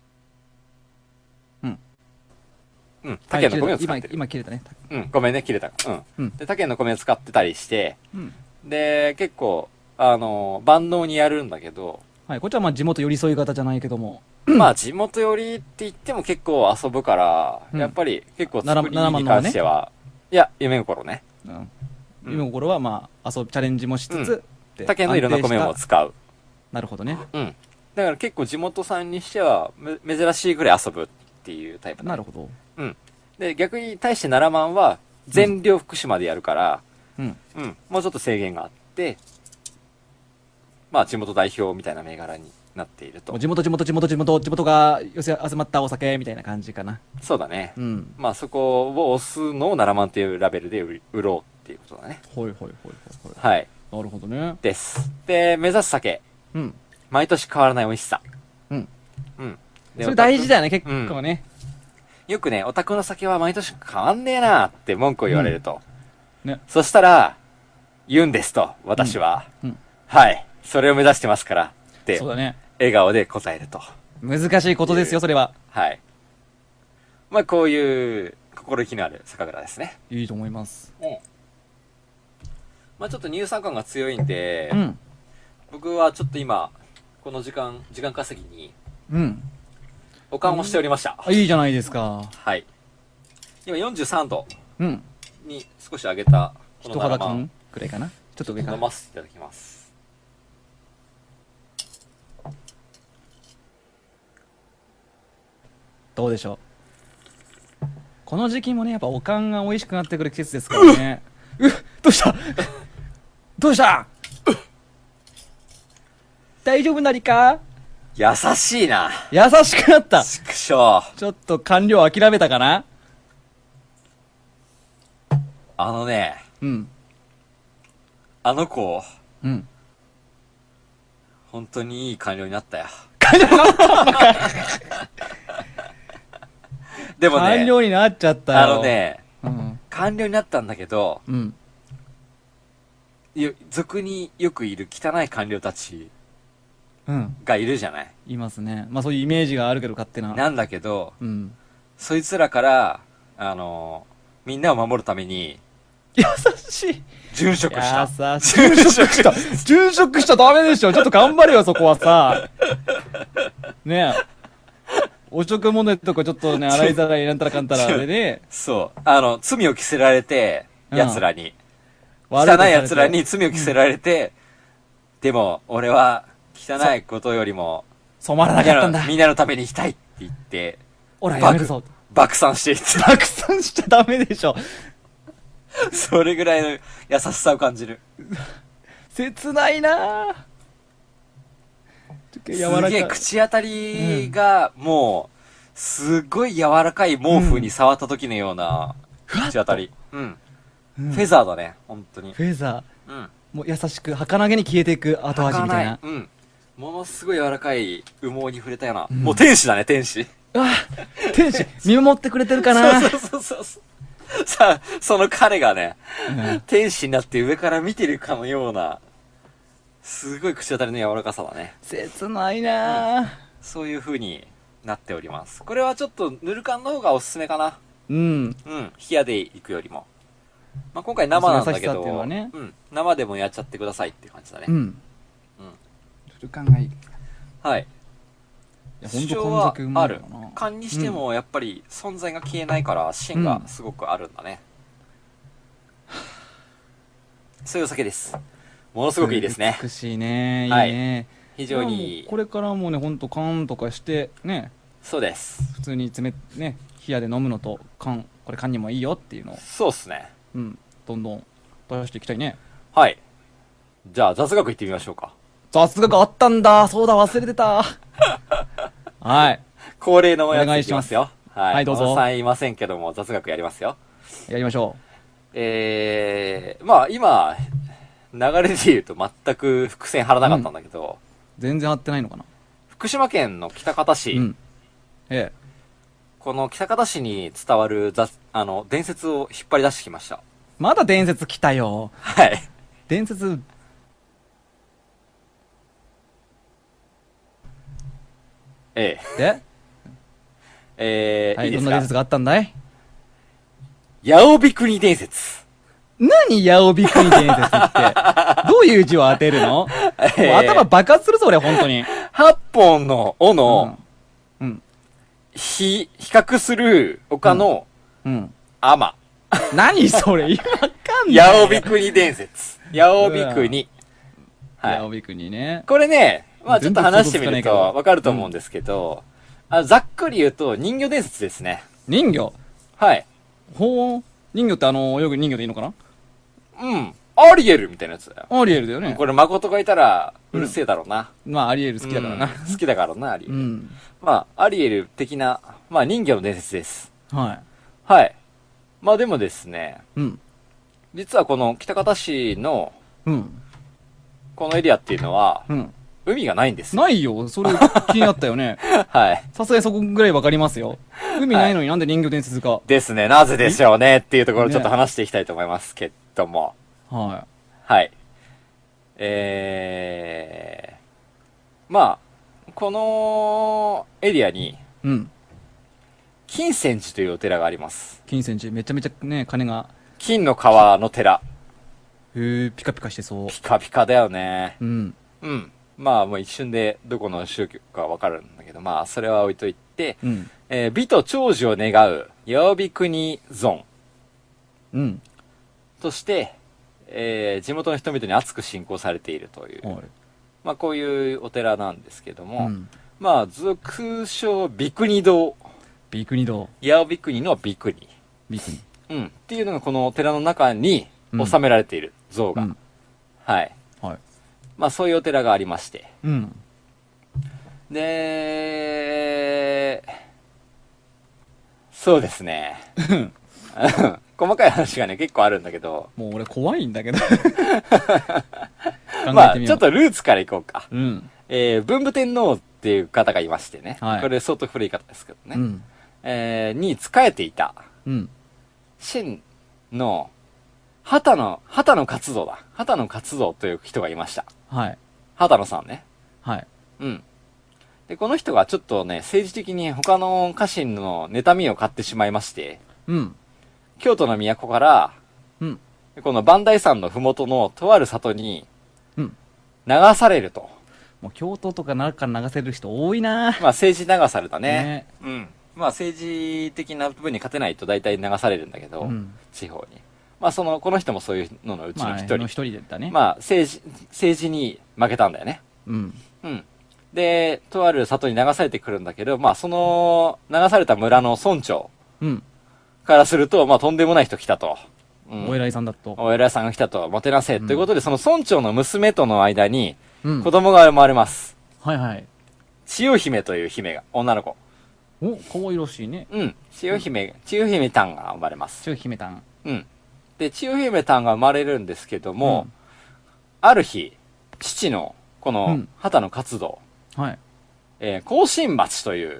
うん、他県の米を使ってる。 今切れたね。 うん、ごめんね、切れた。うん。 うんで、他県の米を使ってたりして、 うん。 で、結構、万能にやるんだけど、 はい。こっちはまあ地元寄り添い型じゃないけども。 まあ、地元寄りって言っても結構遊ぶから、 うんやっぱり結構奈良作りに関しては、いや、夢心ね。 うん。 うん夢心はまあ、チャレンジもしつつ、で他県のいろんな米も安定した使う。 なるほどね。 うん。だから結構地元さんにしては、珍しいぐらい遊ぶっていうタイプだねなるほど。 うん。で、逆に対して奈良マンは、全量福島でやるから、 うん。 うん、もうちょっと制限があって、まあ地元代表みたいな銘柄になっていると。 もう地元が寄せ集まったお酒みたいな感じかな。 そうだね。 うん。 まあそこを押すのを奈良マンっていうラベルで売ろうっていうことだね。 ほいほいほいほいほい。 はい。 なるほどね。 です。で、目指す酒。 うん。 毎年変わらない美味しさ。 うん。 うん。でそれ大事だよね、結構ね。 よくね、オタクの酒は毎年変わんねえなって文句を言われると。 ね。 そしたら、言うんですと、私は。 うん。 はい。それを目指してますから。ってそう、だね。 笑顔で答えると。 難しいことですよ、それは。 はい。まあ、こういう心意気のある酒蔵ですね。 いいと思います。 うん。まあ、ちょっと乳酸感が強いんで、 うん。 僕はちょっと今、この時間稼ぎに、 うん。 保管をしておりました。 あ、いいじゃないですか。 はい。今43度うん。 に少し上げた、この人肌 7万感くらいかな。ちょっと上か飲ませていただきます。 どうでしょう。この時期もね、やっぱおかんが美味しくなってくる季節ですからね。どうしたどうした大丈夫なりか優しいな。 優しくなった。 畜生。 ちょっと完了諦めたかな。 あのね、 うん。 あの子、 うん。 本当にいい官僚になったよ。でもね、 完了になっちゃったよ。 あの。ね、 うん。 官僚になったんだけど、 うん。 俗によくいる汚い官僚たちうん。 がいるじゃない。 いますね。まあそういうイメージがあるけど、勝手な。 なんだけど、 うん。 そいつらから、みんなを守るために、 優しい。 殉職した。 優しい。殉職した。殉職しちゃダメでしょ。ちょっと頑張れよ、そこはさ。ねえ。汚職問題とかちょっとね、洗いざらいなんたらかんたらでね。 そう。罪を着せられて、奴らに。 悪汚い奴らに罪を着せられて、でも、俺は、汚いことよりも、 染まらなかったんだ。 みんなのために生きたいって言って、 俺はやめるぞ。 爆散していって、 爆散しちゃダメでしょ。 それぐらいの優しさを感じる。 切ないなぁ。 すげえ口当たりが、もう、 すっごい柔らかい毛布に触った時のような、口当たり。うん。フェザーだね、本当に。 フェザー。うん。 もう優しく、儚げに消えていく後味みたいな。 うん。ものすごい柔らかい羽毛に触れたような。もう天使だね、天使。 天使、見守ってくれてるかな。 そう。さあ、その彼がね、天使になって上から見てるかのような、すごい口当たりの柔らかさだね。 切ないな、 そういう風になっております。これはちょっとぬる感の方がおすすめかな。 うん。 冷やで行くよりも。まあ、今回生なんだけど、 ね、 生でもやっちゃってくださいっていう感じだね。 ぬる感がいい。 はい。 主張はある。缶にしてもやっぱり存在が消えないから芯がすごくあるんだね。そういうお酒です。ものすごくいいですね。 美しいね。いいね。 非常にいい。 これからもね、ほんと缶とかしてね。 そうです。 普通に冷やで飲むのと缶にもいいよっていうのを。 そうっすね。 どんどん出していきたいね。 はい。じゃあ雑学いってみましょうか。 雑学あったんだ。そうだ、忘れてた。はい。 恒例のやついきますよ。 はい、どうぞ。 小野さんいませんけども、雑学やりますよ。 やりましょう。まあ今、流れで言うと全く伏線張らなかったんだけど。 全然張ってないのかな。 福島県の喜多方市。この喜多方市に伝わる伝説を引っ張り出してきました。 まだ伝説来たよ。 はい。 伝説、 で、 はい、 いいですか。 どんな伝説があったんだい？ 八尾ビクニ伝説。 何八尾ビクニ伝説って。どういう字を当てるの？もう頭爆発するぞ、俺、本当に。 8本の尾の、比較する丘の、天。 何それ？今わかんない。 八尾ビクニ伝説。八尾ビクニ。 はい。八尾ビクニね。 これね、まあちょっと話してみるとわかると思うんですけど、ざっくり言うと人魚伝説ですね。 人魚？ はい。 ほー。人魚って泳ぐ人魚でいいのかな？ アリエルみたいなやつだよ。 アリエルだよね。 これ誠がいたらうるせえだろうな。 まあアリエル好きだからな。 好きだからな、アリエル。まあアリエル的な、まあ人魚の伝説です。 はい。 はい。まあでもですね、実はこの喜多方市の、このエリアっていうのは、海がないんです。 ないよ。それ気になったよね。 はい。 さすがにそこぐらいわかりますよ。海ないのになんで人魚伝説か。 ですね。なぜでしょうねっていうところをちょっと話していきたいと思いますけども。 はい。 はい。まあ、このエリアに、金泉寺というお寺があります。 金泉寺。めちゃめちゃね、金が。 金の川の寺。 へえ、ピカピカしてそう。 ピカピカだよね。まあもう一瞬でどこの宗教かわかるんだけど、まあそれは置いといて、美と長寿を願う八尾ビクニ尊。として、地元の人々に熱く信仰されているという、まあこういうお寺なんですけども、まあ俗称ビクニ堂。 ビクニ堂。 八尾ビクニのビクニ。 ビクニ。 っていうのがこの寺の中に収められている像が。はい。まあそういうお寺がありまして。で、そうですね。細かい話がね、結構あるんだけど。 もう俺怖いんだけど。 まあ、ちょっとルーツからいこうか。 文武天皇っていう方がいましてね。これ相当古い方ですけどね。に仕えていた。秦の、畑野活動だ。畑野活動という人がいました。畑野さんね。で、この人がちょっとね、政治的に他の家臣の妬みを買ってしまいまして、京都の都から、この磐梯山のふもとのとある里に、流されると。 もう京都とか中から流せる人多いな。 まあ政治流されたね。まあ政治的な部分に勝てないと大体流されるんだけど、地方に。まあこの人もそういうののうちの一人。 一人だね。 まあ政治に負けたんだよね。で、とある里に流されてくるんだけど、まあその流された村の村長からすると、まあとんでもない人来たと。 お偉いさんだと。 お偉いさんが来たと、もてなせ。ということで、その村長の娘との間に、子供が生まれます。 はいはい。 千代姫という姫が、女の子。 お、可愛らしいね。 うん。千代姫たんが生まれます。 ちょ姫たん。 うん。で、千代姫たんが生まれるんですけども、ある日、父の、この、旗の活動、 はい。 甲信町という、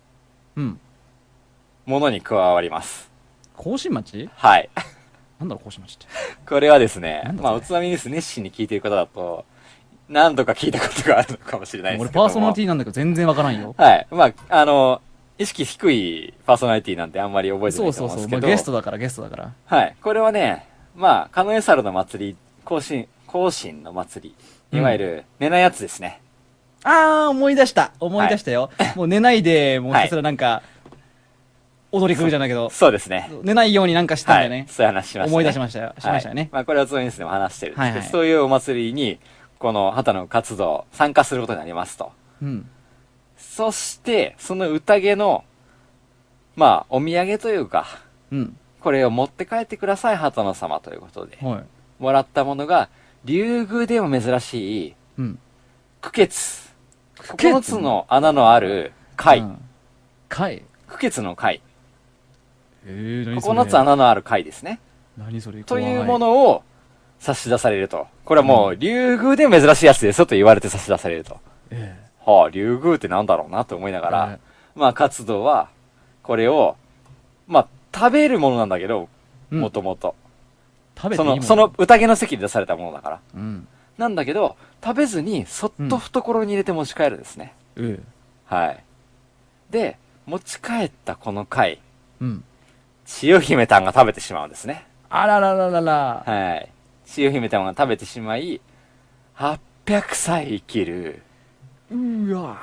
ものに加わります。 甲信町？ はい。 なんだろう、甲信町って。 これはですね、 まあ、 おつまみニュース熱心に聞いている方だと、何度か聞いたことがあるのかもしれないですけども。 俺パーソナリティなんだけど全然わからんよ。 はい。まあ、意識低いパーソナリティなんてあんまり覚えてないと思うんですけど。 ゲストだから。 はい。これはね、まあ、カノエサルの祭り、甲信の祭り、いわゆる、寝ないやつですね。 思い出したよ。もう寝ないで、もうひたすらなんか、踊り狂うじゃないけど。 そうですね。 寝ないようになんかしたんだよね。 そういう話しましたね。 思い出しましたよね。 まあ、これはおつまみニュースでも話してるんですけど、そういうお祭りに、この旗の活動、参加することになりますと。そして、その宴の、まあ、お土産というか、これを持って帰ってください、旗の様ということで。もらったものが、竜宮でも珍しい、九穴。9つの穴のある貝。 貝？ 九穴の貝。 何 9つ穴のある貝ですね。 何それ？ というものを差し出されると。これはもう、竜宮でも珍しいやつですよと言われて差し出されると。はあ、竜宮ってなんだろうなと思いながら、まあ活動は、これを、まあ食べるものなんだけど、もともと。 食べていいもの？ その宴の席で出されたものだから。なんだけど、食べずにそっと懐に入れて持ち帰るんですね。はい。で、持ち帰ったこの貝、千代姫たんが食べてしまうんですね。 あららららら。 はい。千代姫たんが食べてしまい、800歳生きる。 うわ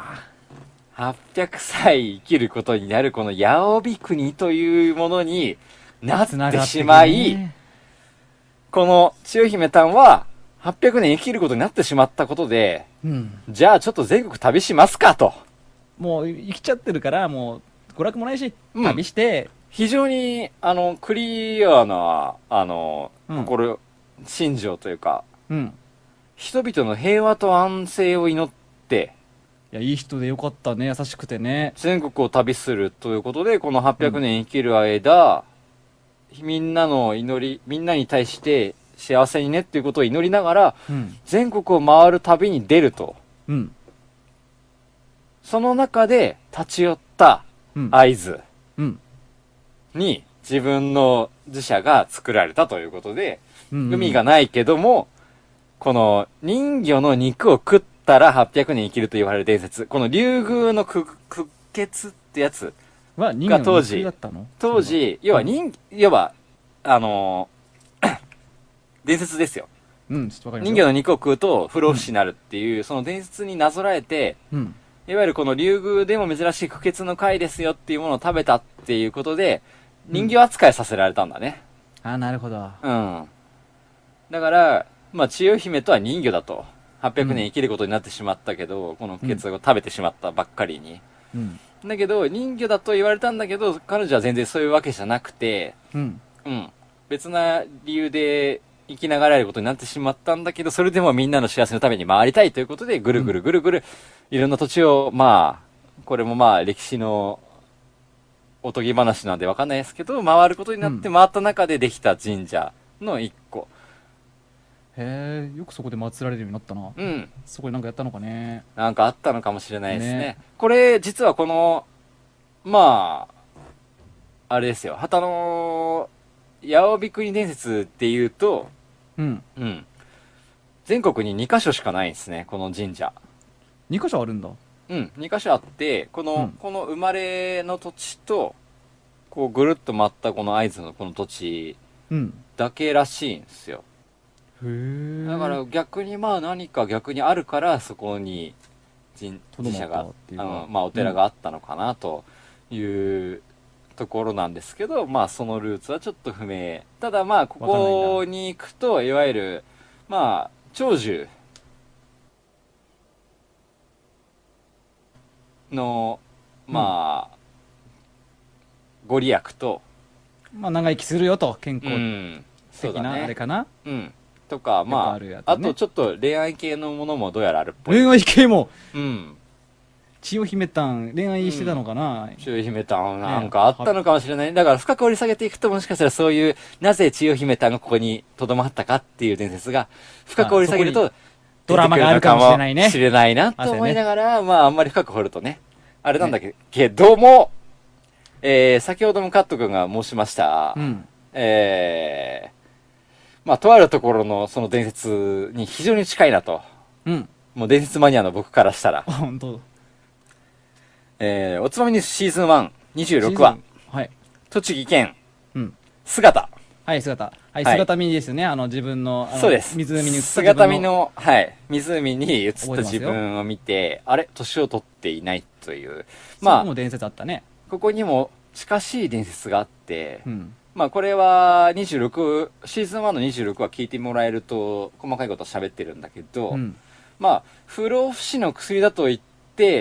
800歳生きることになるこの八帯国というものになってしまい、この千代姫たんは800年生きることになってしまったことで、じゃあちょっと全国旅しますかと。 もう生きちゃってるから、もう娯楽もないし、旅して。 非常に、クリアな、これ、心情というか、人々の平和と安静を祈って、 いや、いい人でよかったね、優しくてね。 全国を旅するということで、この800年生きる間、みんなに対して幸せにねっていうことを祈りながら、全国を回る旅に出ると。その中で立ち寄った会津に自分の寺社が作られたということで、海がないけども、この人魚の肉を食ったら800年生きると言われる伝説。この竜宮の屈血ってやつが当時、要は伝説ですよ。人魚の肉を食うと不老不死になるっていう、その伝説になぞらえて、いわゆるこの竜宮でも珍しい苦血の貝ですよっていうものを食べたっていうことで、人魚扱いさせられたんだね。 なるほど。 だから、まあ、千代姫とは人魚だと。800年生きることになってしまったけど、この苦血を食べてしまったばっかりに。だけど、人魚だと言われたんだけど、彼女は全然そういうわけじゃなくて、別な理由で生きながらえることになってしまったんだけど、それでもみんなの幸せのために回りたいということで、ぐるぐる、いろんな土地を、まあ、これもまあ、歴史のおとぎ話なんでわかんないですけど、回ることになって回った中でできた神社の一個。 へえ、よくそこで祀られるようになったな。そこでなんかやったのかね。 なんかあったのかもしれないですね。これ、実はこの、まあ、あれですよ、旗の、八帯国伝説っていうと、全国に2カ所しかないんですね、この神社。 2カ所あるんだ。 2カ所あって、この生まれの土地と、こうぐるっと回ったこの会津のこの土地だけらしいんですよ。だから逆にまあ何か逆にあるからそこに寺社が、まあお寺があったのかなというところなんですけど、まあそのルーツはちょっと不明。ただまあここに行くと、いわゆる、まあ長寿の、まあ、ご利益と、 まあ長生きするよと、健康的なあれかな。 とか、まあ、あとちょっと恋愛系のものもどうやらあるっぽい。 恋愛系も千代姫たん恋愛してたのかな、 千代姫たんなんかあったのかもしれない。だから深く掘り下げていくと、もしかしたらそういう、なぜ千代姫たんがここに留まったかっていう伝説が、深く掘り下げると、 ドラマがあるかもしれないね。 知れないなと思いながら、まああんまり深く掘るとね、あれなんだけども、先ほどもカット君が申しました、 うん。 まあとあるところのその伝説に非常に近いなと。 うん。 もう伝説マニアの僕からしたら。 あ、本当。 おつまみニュースシーズン1、26話。 はい。 栃木県、 うん。 姿。 はい、姿。はい、 はい姿見ですよね。自分の、 そうです。 湖に映った姿見の、はい。湖に映った覚えてますよ自分を見て、あれ年を取っていないという。まあ、 まあもう伝説あったね。 ここにも近しい伝説があって、 うん。 まあこれは26、シーズン1の26話聞いてもらえると細かいこと喋ってるんだけど、 うん。 まあ、不老不死の薬だと言って、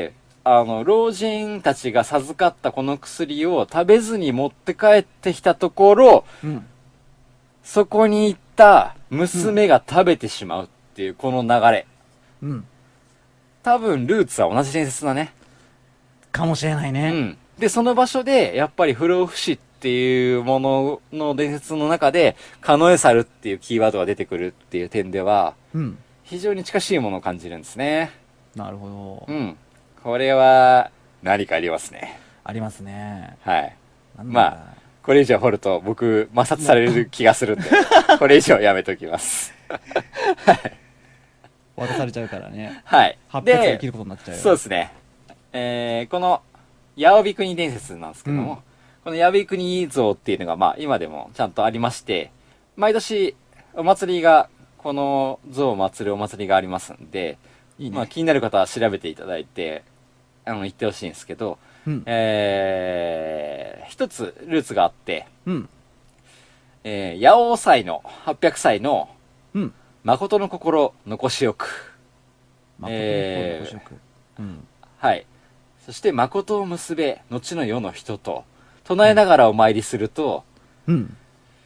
老人たちが授かったこの薬を食べずに持って帰ってきたところ、 うん。 そこに行った娘が食べてしまうっていうこの流れ。 うん。 多分ルーツは同じ伝説だね。 かもしれないうね。 ん。で、その場所で、やっぱり不老不死っていうものの伝説の中で、カノエサルっていうキーワードが出てくるっていう点では、 うん。 非常に近しいものを感じるんですね。 なるほど。 うん。これは、何かありますね。 ありますね。 はい。 なんだまあ、これ以上掘ると僕、摩擦される気がするんで、これ以上やめときます。 渡されちゃうからね。 はい。 800で生きることになっちゃうよ。 そうですね。この、八尾国伝説なんですけども、 うんこの八尾国像っていうのが、まあ、今でもちゃんとありまして、毎年、お祭りが、この像を祀るお祭りがありますんで、 いいね。 まあ、気になる方は調べていただいて、行ってほしいんですけど、 うん。 一つルーツがあって、 うん。 八尾祭の800歳のうん。 誠の心残しおく。 まことのご食。うん。 はい。そして誠を結べ、後の世の人と、唱えながらお参りすると、 うん。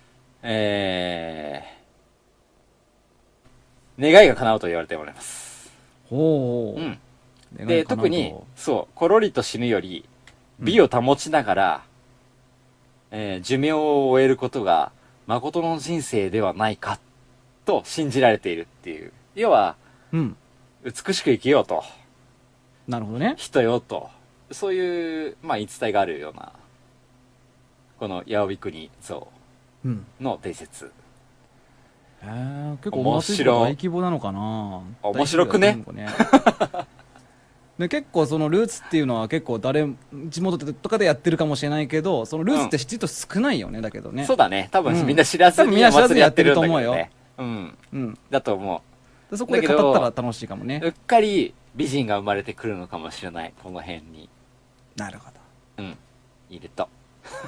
願いが叶うと言われております。 ほう。 うん。 願で、 い叶うと特に、そう、ころりと死ぬより、美を保ちながら、寿命を終えることが、誠の人生ではないか、と信じられているっていう。要は、 うん。 美しく生きようと、 なるほどね。 人よと、そういう、まあ、言い伝えがあるような、この八尾国像うん。 の伝説。 結構お祭りとか大規模なのかな。 面白くね大規模でやってるのかねで結構そのルーツっていうのは結構地元とかでやってるかもしれないけど、そのルーツってきちっと少ないよね、だけどね。 そうだね。多分うんみんな知らず多分みんなにお知らずにやってて祭りやっるると思うよんだけどね。うん。 うん。 だと思でそこで語ったら楽しいかもねう。う。っかり美人が生まれてくるのかもしれない。この辺に。 なるほど。 うん。いると。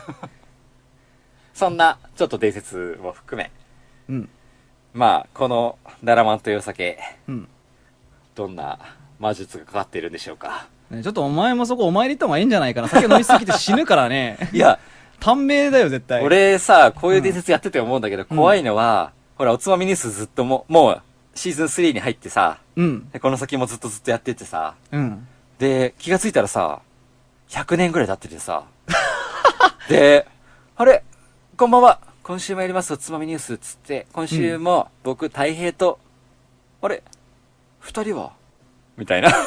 そんな、ちょっと伝説も含め。 うん。 まあ、このダラマンというお酒、 うん。 どんな魔術がかかっているんでしょうか。 ね、ちょっとお前もそこお参り行った方がいいんじゃないかな。酒飲みすぎて死ぬからね。 いや、 短命だよ、絶対。 俺さ、こういう伝説やってて思うんだけど、怖いのは、ほら、おつまみニュースずっともう、シーズン3に入ってさ、 うん。 でこの先もずっとやっててさ、 うん。 で、気がついたらさ、100年ぐらい経っててさ、で、あれ、こんばんは、今週もやりますおつまみニュース、つって、今週も僕、太平と、あれ、2人はみたいな。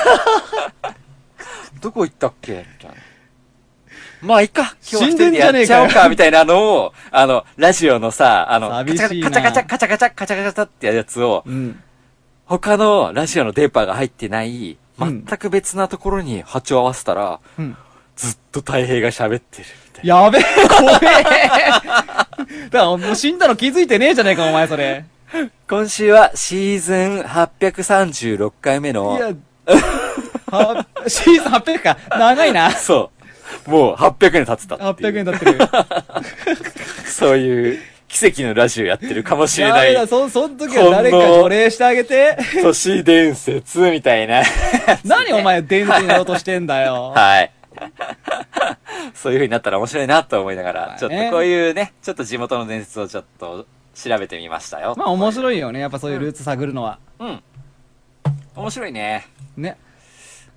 どこ行ったっけみたいな。まあ、いっか。今日は一人でやっちゃおうか、みたいなのを、ラジオのさ、カチ寂しいなャカチャカチャカチャカチャカチャカチャってやるやつを、 うん。 他のラジオの電波が入ってない、 うん全く別なところに波長を合わせたら、 うん。 ずっと太平が喋ってるみたいな。 やべえ、怖え。だからもう死んだの気づいてねえじゃねえか、お前それ。 今週はシーズン836回目のい、や、シーズン800か。長いな。 そう。もう800年経ってたっていう。 800円経ってる。 そういう奇跡のラジオやってるかもしれない。 やべえな、その時は誰かにお礼してあげて。 都市伝説みたいな。 何お前伝説になろうとしてんだよ。 はい。そういう風になったら面白いなと思いながら、 まあねちょっとこういうね、ちょっと地元の伝説をちょっと調べてみましたよ。 まあ面白いよね、やっぱそういうルーツ探るのは。 うん。面白いね。 ね。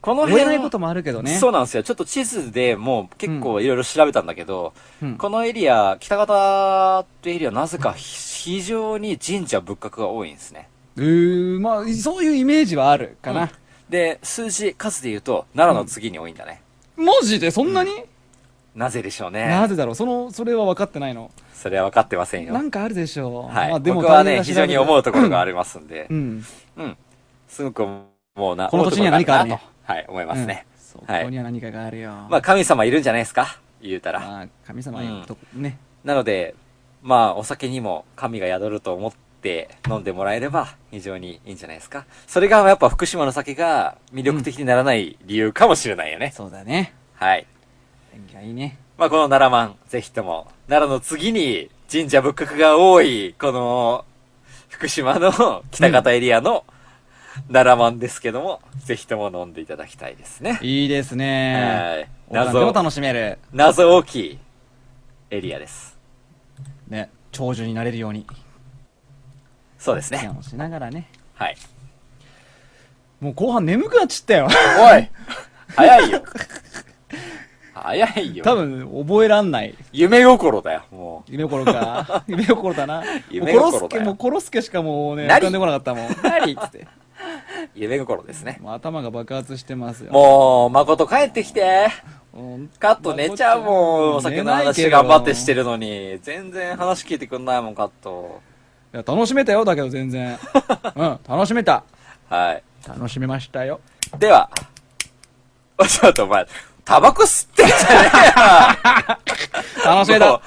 この追えないこともあるけどね。 そうなんですよ。ちょっと地図でもう結構いろいろ調べたんだけど、このエリア、北方ってエリアなぜか非常に神社仏閣が多いんですね。 まあ、そういうイメージはあるかな。 で、数字、数で言うと、奈良の次に多いんだね。 マジでそんなに、 なぜでしょうね。 なぜだろう、それは分かってないの。 それは分かってませんよ。 なんかあるでしょう。 はい。 まあ、でも僕はね、非常に思うところがありますんで。すごくもうこの土地には何かあるね。 はい、思いますね。 そこには何かがあるよ。 まあ、神様いるんじゃないですか、言うたら。 まあ、神様いるとね。 なので、まあ、お酒にも神が宿ると思って飲んでもらえれば非常にいいんじゃないですか。それがやっぱ福島の酒が魅力的にならない理由かもしれないよね。 そうだね。 はい。 縁起がいいね。 まあ、この奈良マン、ぜひとも、奈良の次に神社仏閣が多い、この、福島の北方エリアの奈良マンですけども、ぜひとも飲んでいただきたいですね。 いいですね。 はい。 謎を楽しめる。 謎大きいエリアです。 ね、長寿になれるように。 そうですね。 ケアをしながらね。 はい。 もう後半眠くなっちったよ。 おい早いよ。早いよ。 多分、覚えらんない。 夢心だよ、も夢心か。夢心だな。 夢心だよ。 もうコロスケしかもうね、浮かんでこなかったもん。何っつって。 夢心ですね。 もう頭が爆発してますよ。 もう、誠帰ってきて。カット寝ちゃうもん。お酒の話頑張ってしてるのに。全然話聞いてくんないもん、カット。 いや、楽しめたよ、だけど全然。楽しめた。 はい。 楽しめましたよ。 では、ちょっとお前、タバコ吸ってんじゃねえよ。楽しめた。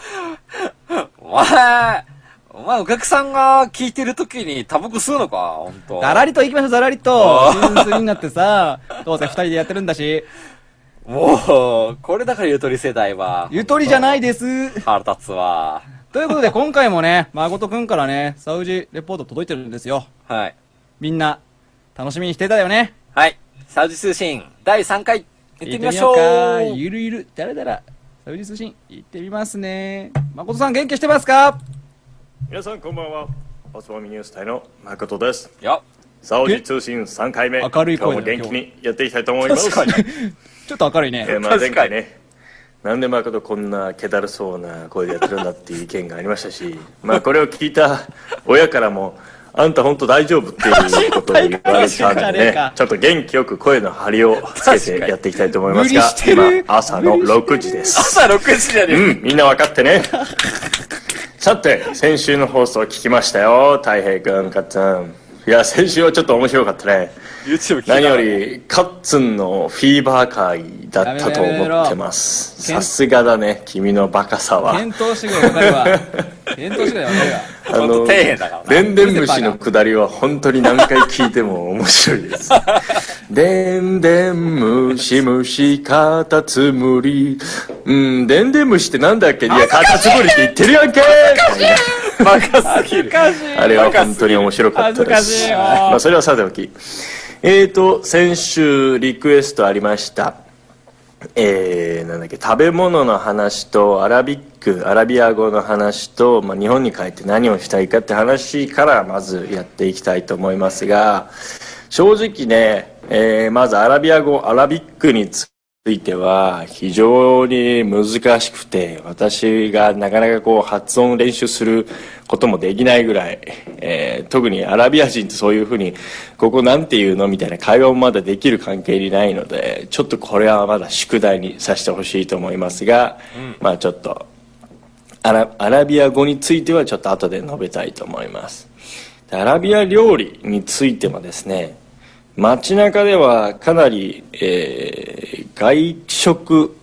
お前お客さんが聞いてる時にタバコ吸うのかほんと。 だらりと行きましょう、だらりと。シーズン3になってさ、どうせ2人でやってるんだし。 もう、これだからゆとり世代は。 ゆとりじゃないです。 腹立つわ。 ということで今回もね、誠くんからね、サウジレポート届いてるんですよ。 はい。 みんな、楽しみにしてたよね。 はい。サウジ通信、第3回、行ってみましょう。 ゆるゆる、だらだら、サウジ通信、行ってみますね。誠さん元気してますか？ 皆さんこんばんは。おつまみニュース隊の誠です。 よサウジ通信3回目。 明るい声今日も元気にやっていきたいと思います。 確かに。ちょっと明るいね。 まあ前回ね、なんで誠こんな気だるそうな声でやってるんだっていう意見がありましたし、まあこれを聞いた親からも、あんた本当大丈夫っていうことを言われたんでね、ちょっと元気よく声の張りをつけてやっていきたいと思いますが、今朝の6時です。 朝6時じゃねみんな分かってね。さて、先週の放送聞きましたよ、太平君、カッツン。いや、先週はちょっと面白かったね。何より、カッツンのフィーバー会だったと思ってます。さすがだね、君のバカさは。 検討してくれ、わかるわ。検討してくれ、わかるわ。 底辺だからな。 でんでん虫のくだりは本当に何回聞いても面白いです。でんでん虫虫カタツムリ。でんでん虫ってなんだっけ？いや、カタツムリって言ってるやんけバカすぎる。 あれは本当に面白かったです。 恥ずかしいよ。 まあそれはさておき。先週リクエストありました。なんだっけ、食べ物の話とアラビア語の話と、まあ、日本に帰って何をしたいかって話からまずやっていきたいと思いますが、正直ね、まずアラビックについては非常に難しくて、私がなかなかこう発音練習することもできないぐらい、特にアラビア人ってそういうふうにここなんて言うのみたいな会話もまだできる関係にないので、ちょっとこれはまだ宿題にさせてほしいと思いますが、まあちょっとアラビア語についてはちょっと後で述べたいと思います。アラビア料理についてもですね、街中ではかなり、外食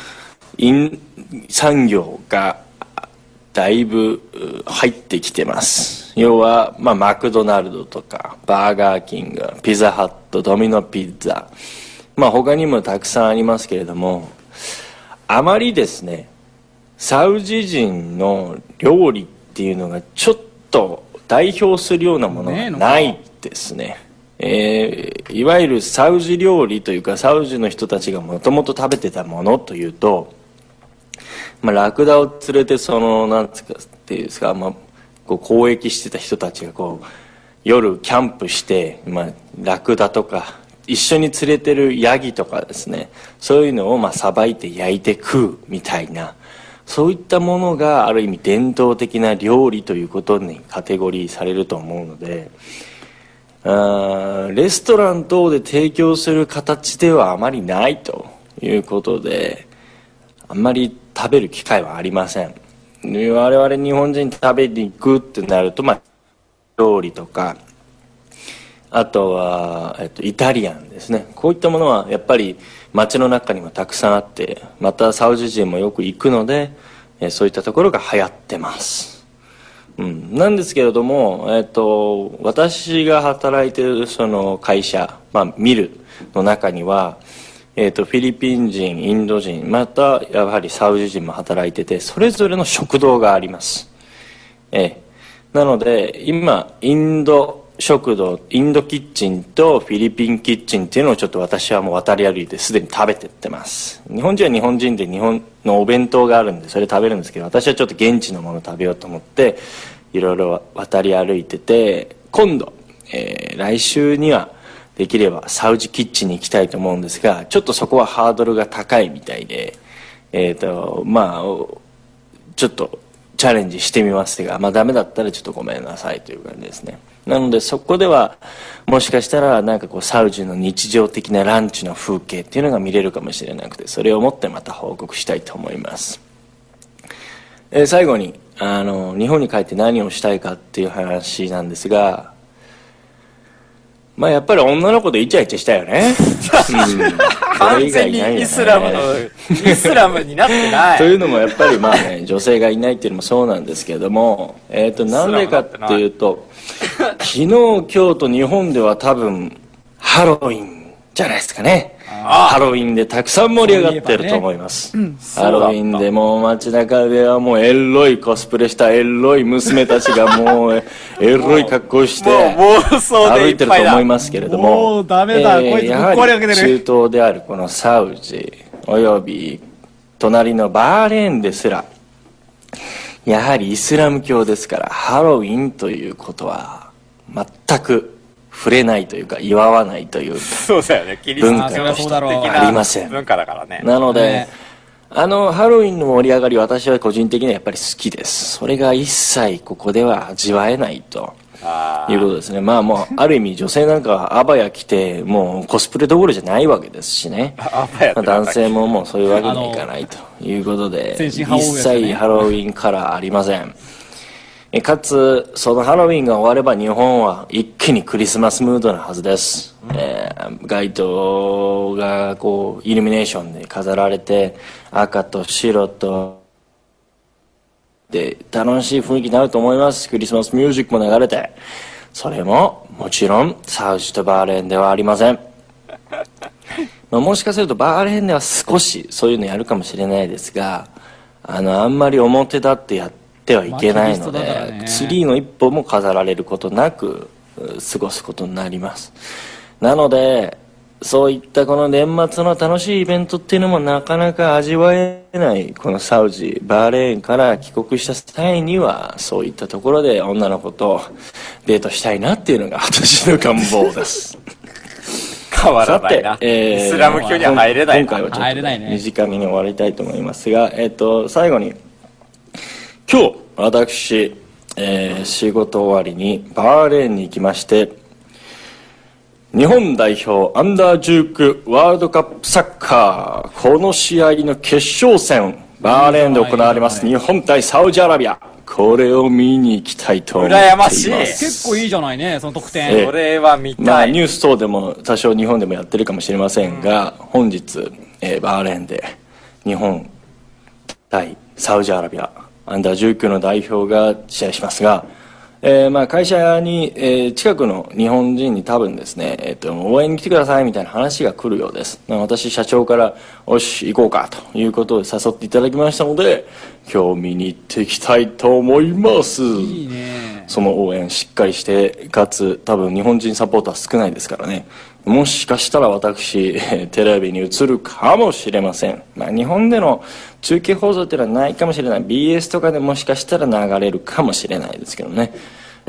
産業がだいぶ入ってきてます。要は、まあ、マクドナルドとかバーガーキング、ピザハット、ドミノピッツァ、まあ他にもたくさんありますけれども、あまりですねサウジ人の料理っていうのがちょっと代表するようなものがないですね。いわゆるサウジ料理というか、サウジの人たちがもともと食べてたものというと、まあ、ラクダを連れてなんつうかっていうんですか、まあ、こう交易してた人たちがこう夜キャンプして、まあ、ラクダとか一緒に連れてるヤギとかですね、そういうのをさばいて焼いて食うみたいな、そういったものがある意味伝統的な料理ということにカテゴリーされると思うので、レストラン等で提供する形ではあまりないということで、あんまり食べる機会はありません。我々日本人食べに行くってなると、料理とか、あとは、イタリアンですね。こういったものはやっぱり街の中にもたくさんあって、またサウジ人もよく行くので、そういったところが流行ってます。なんですけれども、私が働いているその会社、ミルの中には、フィリピン人、インド人、またやはりサウジ人も働いてて、それぞれの食堂があります。なので今インド食堂、インドキッチンとフィリピンキッチンっていうのをちょっと私はもう渡り歩いてすでに食べてってます。日本人は日本人で日本のお弁当があるんでそれ食べるんですけど、私はちょっと現地のものを食べようと思っていろいろ渡り歩いてて、今度、来週にはできればサウジキッチンに行きたいと思うんですが、ちょっとそこはハードルが高いみたいで、ちょっとチャレンジしてみますが、ダメだったらちょっとごめんなさいという感じですね。なのでそこではもしかしたらサウジの日常的なランチの風景っていうのが見れるかもしれなくて、それをもってまた報告したいと思います。最後に日本に帰って何をしたいかっていう話なんですが、やっぱり女の子でイチャイチャしたよね。 完全にイスラムになってないというのもやっぱり女性がいないっていうのもそうなんですけれども、なんでかっていうと、昨日今日と日本では多分ハロウィンじゃないですかね。ハロウィンでたくさん盛り上がってると思います。ハロウィンでもう街中ではもうエロいコスプレしたエロい娘たちがもうエロい格好して歩いてると思いますけれども、 もうダメだ、こいつぶっ壊れかけてる。 中東であるこのサウジおよび隣のバーレーンですらやはりイスラム教ですから、ハロウィンということは全く触れないというか祝わないというそうだよね、キリスト文化としてありません。 文化だからね。 なので、ハロウィンの盛り上がり、私は個人的にはやっぱり好きです。それが一切ここでは味わえないということですね。もうある意味女性なんかはアバヤ着てもうコスプレどころじゃないわけですしね。男性ももうそういうわけにはいかないということで、一切ハロウィンカラーありません。かつそのハロウィンが終われば日本は一気にクリスマスムードなはずです。街灯がイルミネーションで飾られて、赤と白とで楽しい雰囲気になると思います。クリスマスミュージックも流れて、それももちろんサウジとバーレーンではありません。もしかするとバーレーンでは少しそういうのやるかもしれないですが、あんまり表立ってやってはいけないので、ツリーの一歩も飾られることなく過ごすことになります。なのでそういったこの年末の楽しいイベントっていうのもなかなか味わえないこのサウジバーレーンから帰国した際には、そういったところで女の子とデートしたいなっていうのが私の願望です。 変わらないな。イスラム教には入れないな。 今回はちょっと短めに終わりたいと思いますが、最後に今日私、仕事終わりにバーレーンに行きまして、日本代表アンダー19ワールドカップサッカー、この試合の決勝戦、バーレーンで行われます日本対サウジアラビア、これを見に行きたいと思っています。 羨ましい。 結構いいじゃないね、その得点。 これは見たい。 ニュース等でも多少日本でもやってるかもしれませんが、本日、バーレーンで日本対サウジアラビアアンダー19の代表が試合しますが、会社に、近くの日本人に多分ですね、応援に来てくださいみたいな話が来るようです。私社長からよし行こうかということで誘っていただきましたので、今日見に行っていきたいと思います。 いいね。 その応援しっかりして、かつ多分日本人サポーター少ないですからね、もしかしたら私テレビに映るかもしれません。日本での中継放送っていうのはないかもしれない。 BS とかでもしかしたら流れるかもしれないですけどね。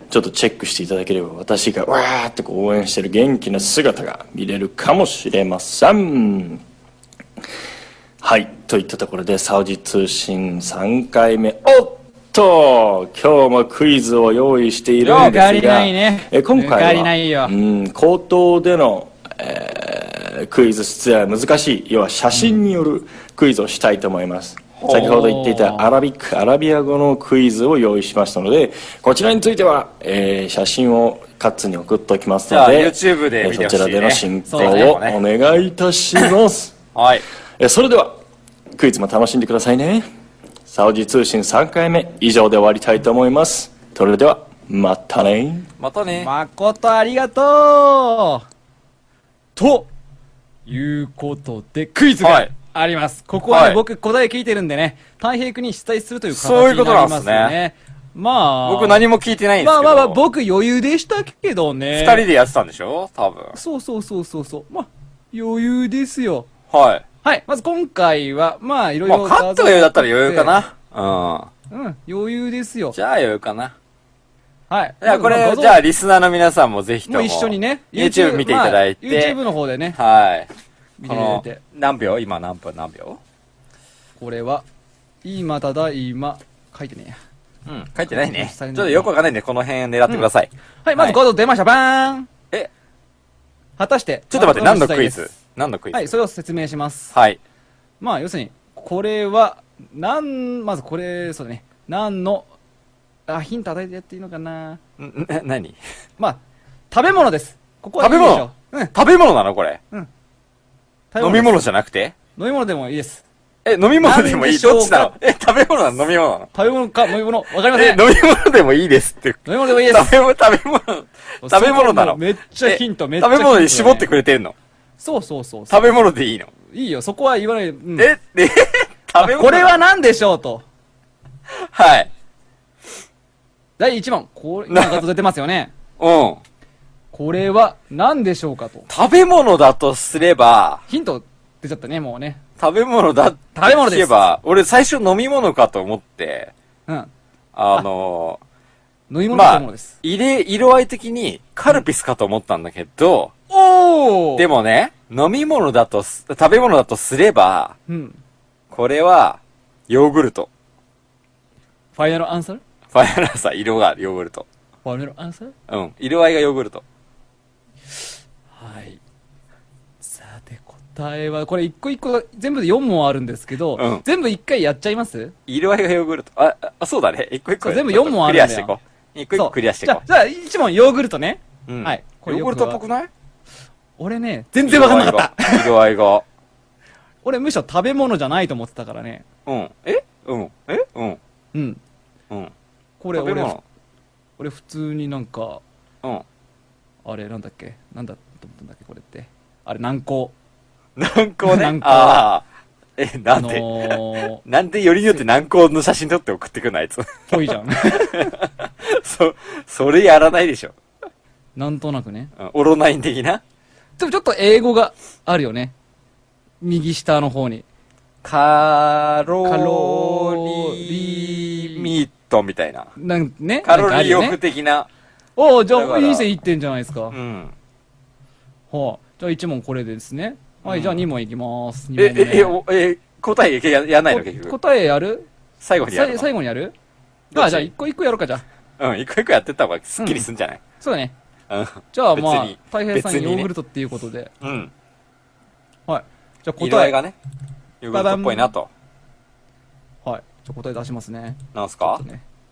ちょっとチェックしていただければ、私がわーってこう応援してる元気な姿が見れるかもしれません。はい、といったところでサウジ通信3回目、おっと今日もクイズを用意しているんですが、 抜かりないね。 今回は抜かりないよ。 口頭での、クイズ出題は難しい、要は写真によるクイズをしたいと思います。先ほど言っていたアラビア語のクイズを用意しましたので、こちらについては、写真をカッツに送っておきますので、 じゃあ YouTube で見てほしいね。 そちらでの進行をお願いいたします。 はい。 それではクイズも楽しんでくださいね。サウジ通信3回目以上で終わりたいと思います。それではまたね。 またね。 誠ありがとうということでクイズがあります。ここはね、 はい、 僕答え聞いてるんでね、太平君に出題するという形になりますね。 そういうことなんですね。 まあ僕何も聞いてないんですけど。 まあ僕余裕でしたけどね。 二人でやってたんでしょ多分。 そうまあ余裕ですよ。 はい。 はい。まず今回は、まあ、いろいろ。 まあ、カットが余裕だったら余裕かな。 余裕ですよ。 じゃあ余裕かな。 はい。 じゃあこれ、じゃあリスナーの皆さんもぜひとも。 一緒にね。 YouTube 見ていただいて。 YouTube の方でね。 はい。 見ていただいて。 何秒今何分何秒これは、今、ただ今、書いてねえや。書いてないね。ちょっとよくわかんないんで、この辺狙ってください。 はい、まずコード出ました。バーン。果たして。 ちょっと待って、何のクイズはい、それを説明します。 はい。 まあ、要するに、これは、まずこれ、そうだね。何の、ヒント与えてやっていいのかな。 何まあ、食べ物です。ここはいいでしょ。食べ物なのこれ。飲み物じゃなくて飲み物でもいいです。 飲み物でもいい？どっちなの？食べ物なの？飲み物なの？ 食べ物か飲み物わかりません。 飲み物でもいいですって。 飲み物でもいいです。 食べ物なの？ めっちゃヒント、 食べ物に絞ってくれてんの？ そう。 食べ物でいいの？ いいよ、そこは言わない。 食べ物？ これは何でしょうと。 はい。 第1問。今画像出てますよね。これは何でしょうかと。 食べ物だとすれば。 ヒント出ちゃったね、もうね。 食べ物だって言えば、俺最初飲み物かと思って、飲み物というものです。 色合い的にカルピスかと思ったんだけど、でもね、食べ物だとすれば、これは、ヨーグルト。 ファイナルアンサー？ ファイナルアンサー、色がヨーグルト。 ファイナルアンサー？ 色合いがヨーグルト。 はい。さて、答えは、これ一個一個、全部で4問あるんですけど、全部1回やっちゃいます？ 色合いがヨーグルト。そうだね。一個一個。 全部4問あるんだよ。 クリアしていこう。一個一個クリアしていこう。 じゃあ、1問ヨーグルトね。はい。 ヨーグルトっぽくない？ 俺ね、全然わかんなかった。 色合いが。 俺むしろ食べ物じゃないと思ってたからね。これ俺普通になんか、あれなんだっけ、なんだと思ったんだっけこれって。あれ軟膏。 軟膏ね。ああ。なんでよりによって軟膏の写真撮って送ってくんのあいつ。 ぽいじゃん。 それやらないでしょ。 なんとなくね。 オロナイン的な？ でもちょっと英語があるよね。右下の方に。 カロリーミートみたいな。 ね。 カロリーオフ的な。 じゃあいい線いってんじゃないですか。はあ。じゃあ1問これですね。はい、じゃあ2問いきます。 答えやんないの結局。 答えやる？ 最後にやる。 最後にやる？じゃあ一個一個やろうか、じゃあ。 一個一個やってった方がスッキリすんじゃない？ そうだね。じゃあまあ、太平さんヨーグルトっていうことで。はい。じゃあ答え。 色合いがね、ヨーグルトっぽいなと。 はい。じゃあ答え出しますね。 なんすか？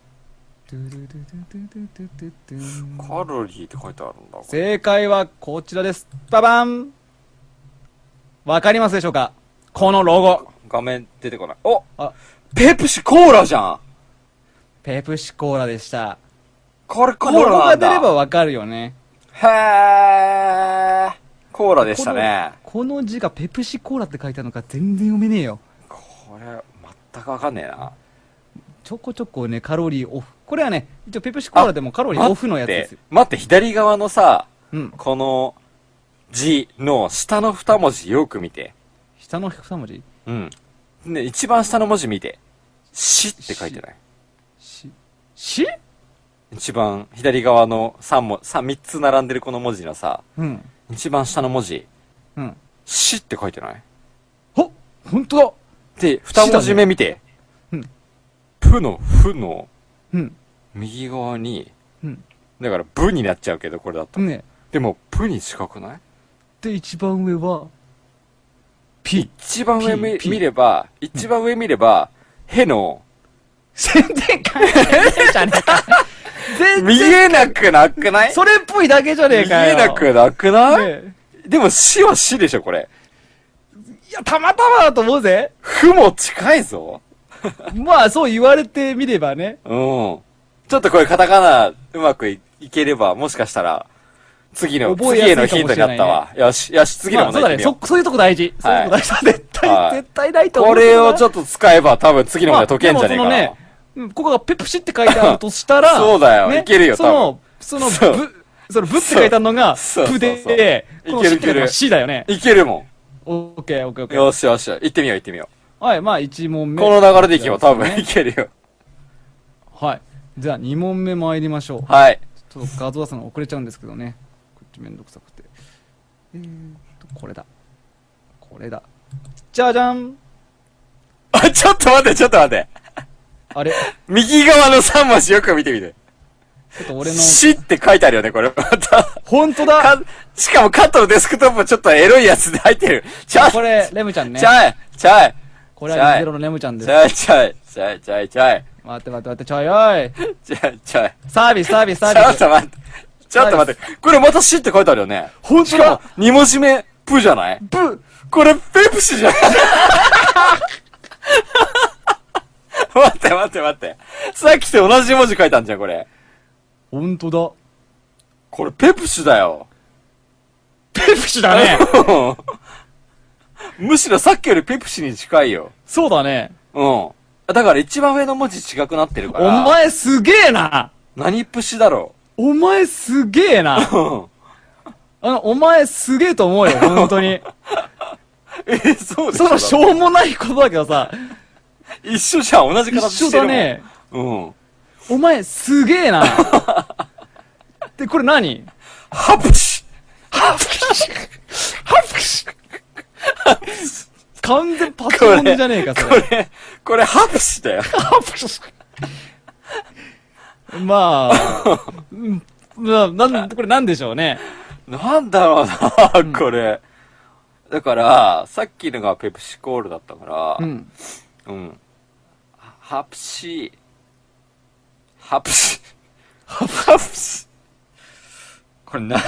カロリーって書いてあるんだ。 正解はこちらです。ババン！わかりますでしょうか？このロゴ。 画面出てこない。ペプシコーラじゃん！ ペプシコーラでした。 これコーラなんだ。 ロゴが出ればわかるよね。 へー。コーラでしたね。 この字がペプシコーラって書いてあるのか全然読めねえよ。 これ、全くわかんねえな。 ちょこちょこね、カロリーオフ。これはね、一応ペプシコーラでもカロリーオフのやつですよ。 待って、左側のさ、この字の下の2文字よく見て。 下の2文字？ ね、一番下の文字見て。しって書いてない？ し一番左側の3つ並んでるこの文字のさ、 うん。 一番下の文字、 うん。 しって書いてない？ ほんとだ。 で、二文字目見て。 うん。 ふの、ふの、 うん。 右側に、 うん。 だから、ぶになっちゃうけど、これだと。 ね。 でも、ぷに近くない？ で、一番上は、P。 一番上 P 見れば、への、 宣伝関係ねえじゃねえか。 見えなくなくない？ それっぽいだけじゃねえ見かよ。 えなくなくない？ ねでも、しはしでしょ、これ。 いや、たまたまだと思うぜ。 ふも近いぞ。 まあ、そう言われてみればね。 うん。ちょっとこれカタカナうまくいければ、もしかしたら、次へのヒントになったわ。よし、次の問題行ってみよう。 そうだね。そういうとこ大事。そういうとこ大事。絶対ないと思う。 これをちょっと使えば多分次の問題解けんじゃねえかな。 でもそのね、ここがペプシって書いてあるとしたら、 そうだよ、いけるよ、多分。 そのブって書いてあるのが、プで、このシって書いてあるのが C だよね。 いけるもん。 オッケー。 よし。行ってみよう。 はい、まあ1問目。 この流れでいけば多分いけるよ。 はい。じゃあ2問目参りましょう。 はい。 ちょっと画像出すの遅れちゃうんですけどね。こっちめんどくさくて。これだ。じゃじゃん。 あ、ちょっと待って。 あれ右側の3文字よく見てみて。 ちょっと俺の。 しって書いてあるよね、これ。また。 ほんとだ。 しかもカットのデスクトップちょっとエロいやつで入ってる。 これ、レムちゃんね。 ちゃい。 これはゼロのレムちゃんです。 ちゃい。 待って、ちょいおい。 ちゃい。 サービス。 ちょっと待って。これまたしって書いてあるよね。 ほんとだ。 2文字目、プじゃない？ プ。 これ、ペプシじゃない？待って。さっきと同じ文字書いたんじゃん、これ。 ほんとだ。 これ、ペプシだよ。 ペプシだね。 むしろさっきよりペプシに近いよ。 そうだね。 うん。だから一番上の文字違くなってるから。 お前すげえな。 何プシだろお前すげえな。 う。 お前すげえと思うよ、本当に。 そうでしょ。 そのしょうもないことだけどさ。 一緒じゃん、同じ形してるもん。 一緒だね。 うん。 お前すげえな。で、これ何？ ハプシ。 完全パチモンじゃねえか、それ。 これハプシだよ。 まあ、これなんでしょうね。 なんだろうな、これ。だから、さっきのがペプシコールだったから、うん。ハプシ。これ何？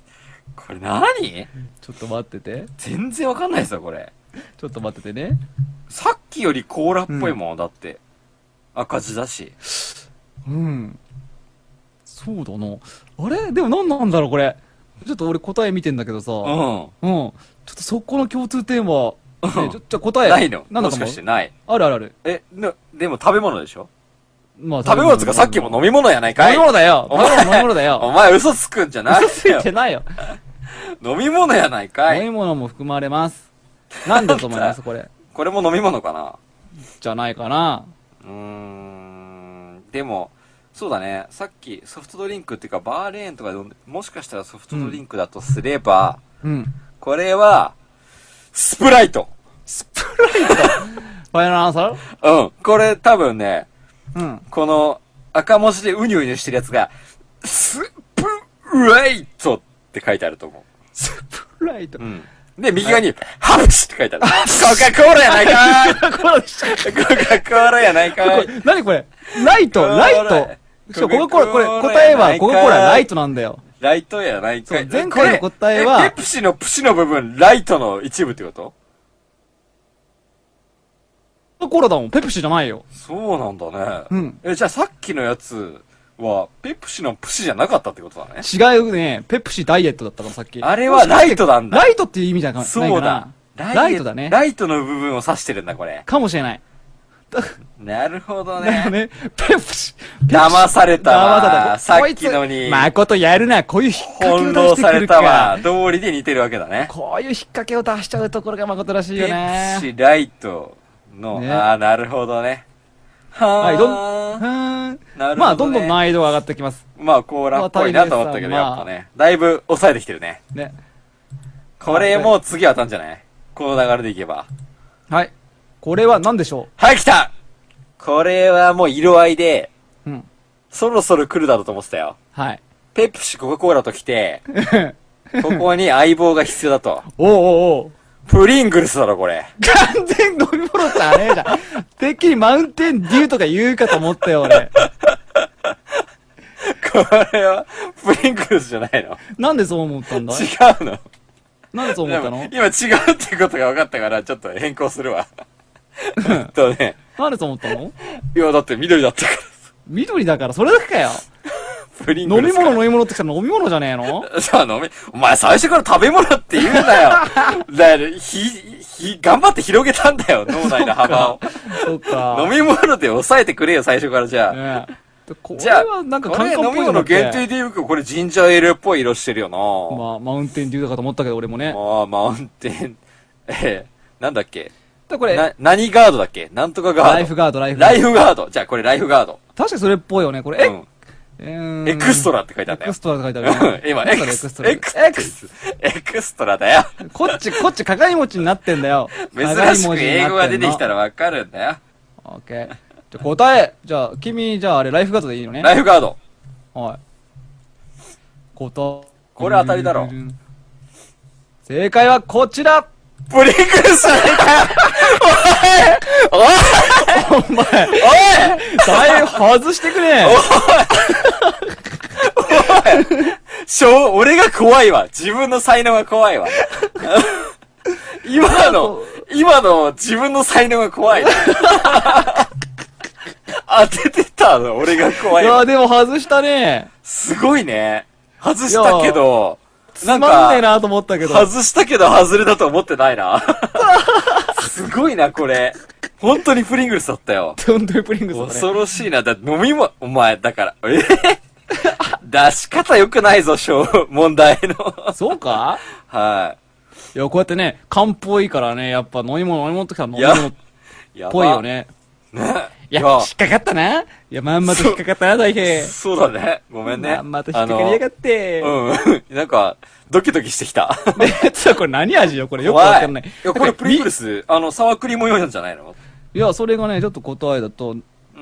ちょっと待ってて。 全然わかんないぞ、これ。 ちょっと待っててね。 さっきよりコーラっぽいもん、だって。赤字だし。 うん。そうだな。あれでも何なんだろう、これ。ちょっと俺答え見てんだけどさ。うん。ちょっとそこの共通点は、ね、じゃ答え。 ないの？ なんだと思う？ もしかしてない。 ある。 でも食べ物でしょ？ まあ食べ物つかさっきも飲み物やないかい？ 飲み物だよ。飲み物だよ。 お前嘘つくんじゃないよ。 嘘ついてないよ。 飲み物やないかい？ 飲み物も含まれます。なんだと思いますこれ。 これも飲み物かな？ じゃないかな。 でも、そうだね。さっきソフトドリンクっていうかバーレーンとかでもしかしたらソフトドリンクだとすれば、これは、スプライト。 ファイナルアンサー？ これ多分ね、 うん。 この赤文字でうにゅうにゅしてるやつが、スプライトって書いてあると思う。 スプライト。 で、右側に、ハプシって書いてある。コカ・コーラやないかーい。コカ・コーラやないかーい。 何これ？ライト。コカ・コーラ、これ答えはコカ・コーラライトなんだよ。 ライトやないかい。 前回の答えは、 ペプシのプシの部分、ライトの一部ってこと？ コカ・コーラだもん。ペプシじゃないよ。 そうなんだね。じゃあさっきのやつは、ペプシのプシじゃなかったってことだね。 違うね。ペプシダイエットだったからさっき。 あれはライトなんだ。 ライトっていう意味じゃないかな。 そうだ。 ライトだね。 ライトの部分を指してるんだ、これ。 かもしれない。 なるほどね。 ペプシ。 騙されたわ。さっきのに。 誠やるな。こういう引っ掛けを出してくるか。 翻弄されたわ。道理で似てるわけだね。 こういう引っ掛けを出しちゃうところが誠らしいよね。 ペプシライトの、なるほどね。 はい、 なるほどね。 まあ、どんどん難易度が上がってきます。 まあ、コーラっぽいなと思ったけど、やっぱね。だいぶ抑えてきてるね。 ね。 これもう次は当たんじゃない？この流れでいけば。 はい。これは何でしょはい、来た！これはもう色合いで、 う？うん。 そろそろ来るだろうと思ってたよ。 はい。 ペプシ、コカ・コーラと来て、ここに相棒が必要だと。 おうおうおう。 プリングルスだろ、これ。 完全飲み物じゃねえじゃん。てっきりマウンテンデューとか言うかと思ったよ、俺。 これは、プリングルスじゃないの？ なんでそう思ったんだ？ 違うの？ なんでそう思ったの？ 今違うってことが分かったから、ちょっと変更するわ。ね。 なんでそう思ったの？ いや、だって緑だったから。 緑だからそれだけかよ。 プリングルスか。 飲み物飲み物ってきたら飲み物じゃねえの？ じゃあお前最初から食べ物って言うんだよ。だから頑張って広げたんだよ、脳内の幅を。 そっか。 飲み物で抑えてくれよ、最初からじゃあ。 ねえ。これじゃあ、 はなんかこれカンカンっ飲み物ぽいのって限定で言うけど、これジンジャーエールっぽい色してるよな。 まあ、マウンテンデューだかと思ったけど、俺もね。 まあ、マウンテン、なんだっけ？ これ、 何ガードだっけ？なんとかガード。 ライフガード、ライフライフガード。じゃあこれライフガード。 確かにそれっぽいよね、これ。 うん。エクストラって書いてあったよ。 エクストラって書いてあるね。 今、 なんだろうエエクストラだよ。 こっち鏡餅になってんだよ。 珍しく英語が出てきたらわかるんだよ。 オッケー。じゃあ答え。じゃあ、君、じゃああれ、ライフガードでいいのね。 ライフガード。 はい。 これ当たりだろ。 正解はこちら。 プリングルスじゃないかよ。 お前、だいぶ外してくれ。 俺が怖いわ。自分の才能が怖いわ。今の自分の才能が怖い。当ててたの、俺が怖いわ。 いや、でも外したね。 すごいね。外したけど、 つまんねえなと思ったけど。 外したけど外れだと思ってないな。すごいな、これ。本当にプリングルスだったよ。 本当にプリングルスだね。 恐ろしいな。だって飲み物、お前、だから、出し方良くないぞ、問題の。 そうか？ はい。 いや、こうやってね、漢っぽいからね、やっぱ飲み物ってきたら飲み物っぽいよね。いや、引っかかったな。いや、まんまと引っかかったな、大平。 そうだね。ごめんね。 まんまと引っかかりやがって。 うん。なんか、ドキドキしてきた。 これ何味よ、これよくわかんない。 いや、これプリングルス、サワークリーム模様なんじゃないの？ いや、それがね、ちょっと答えだと、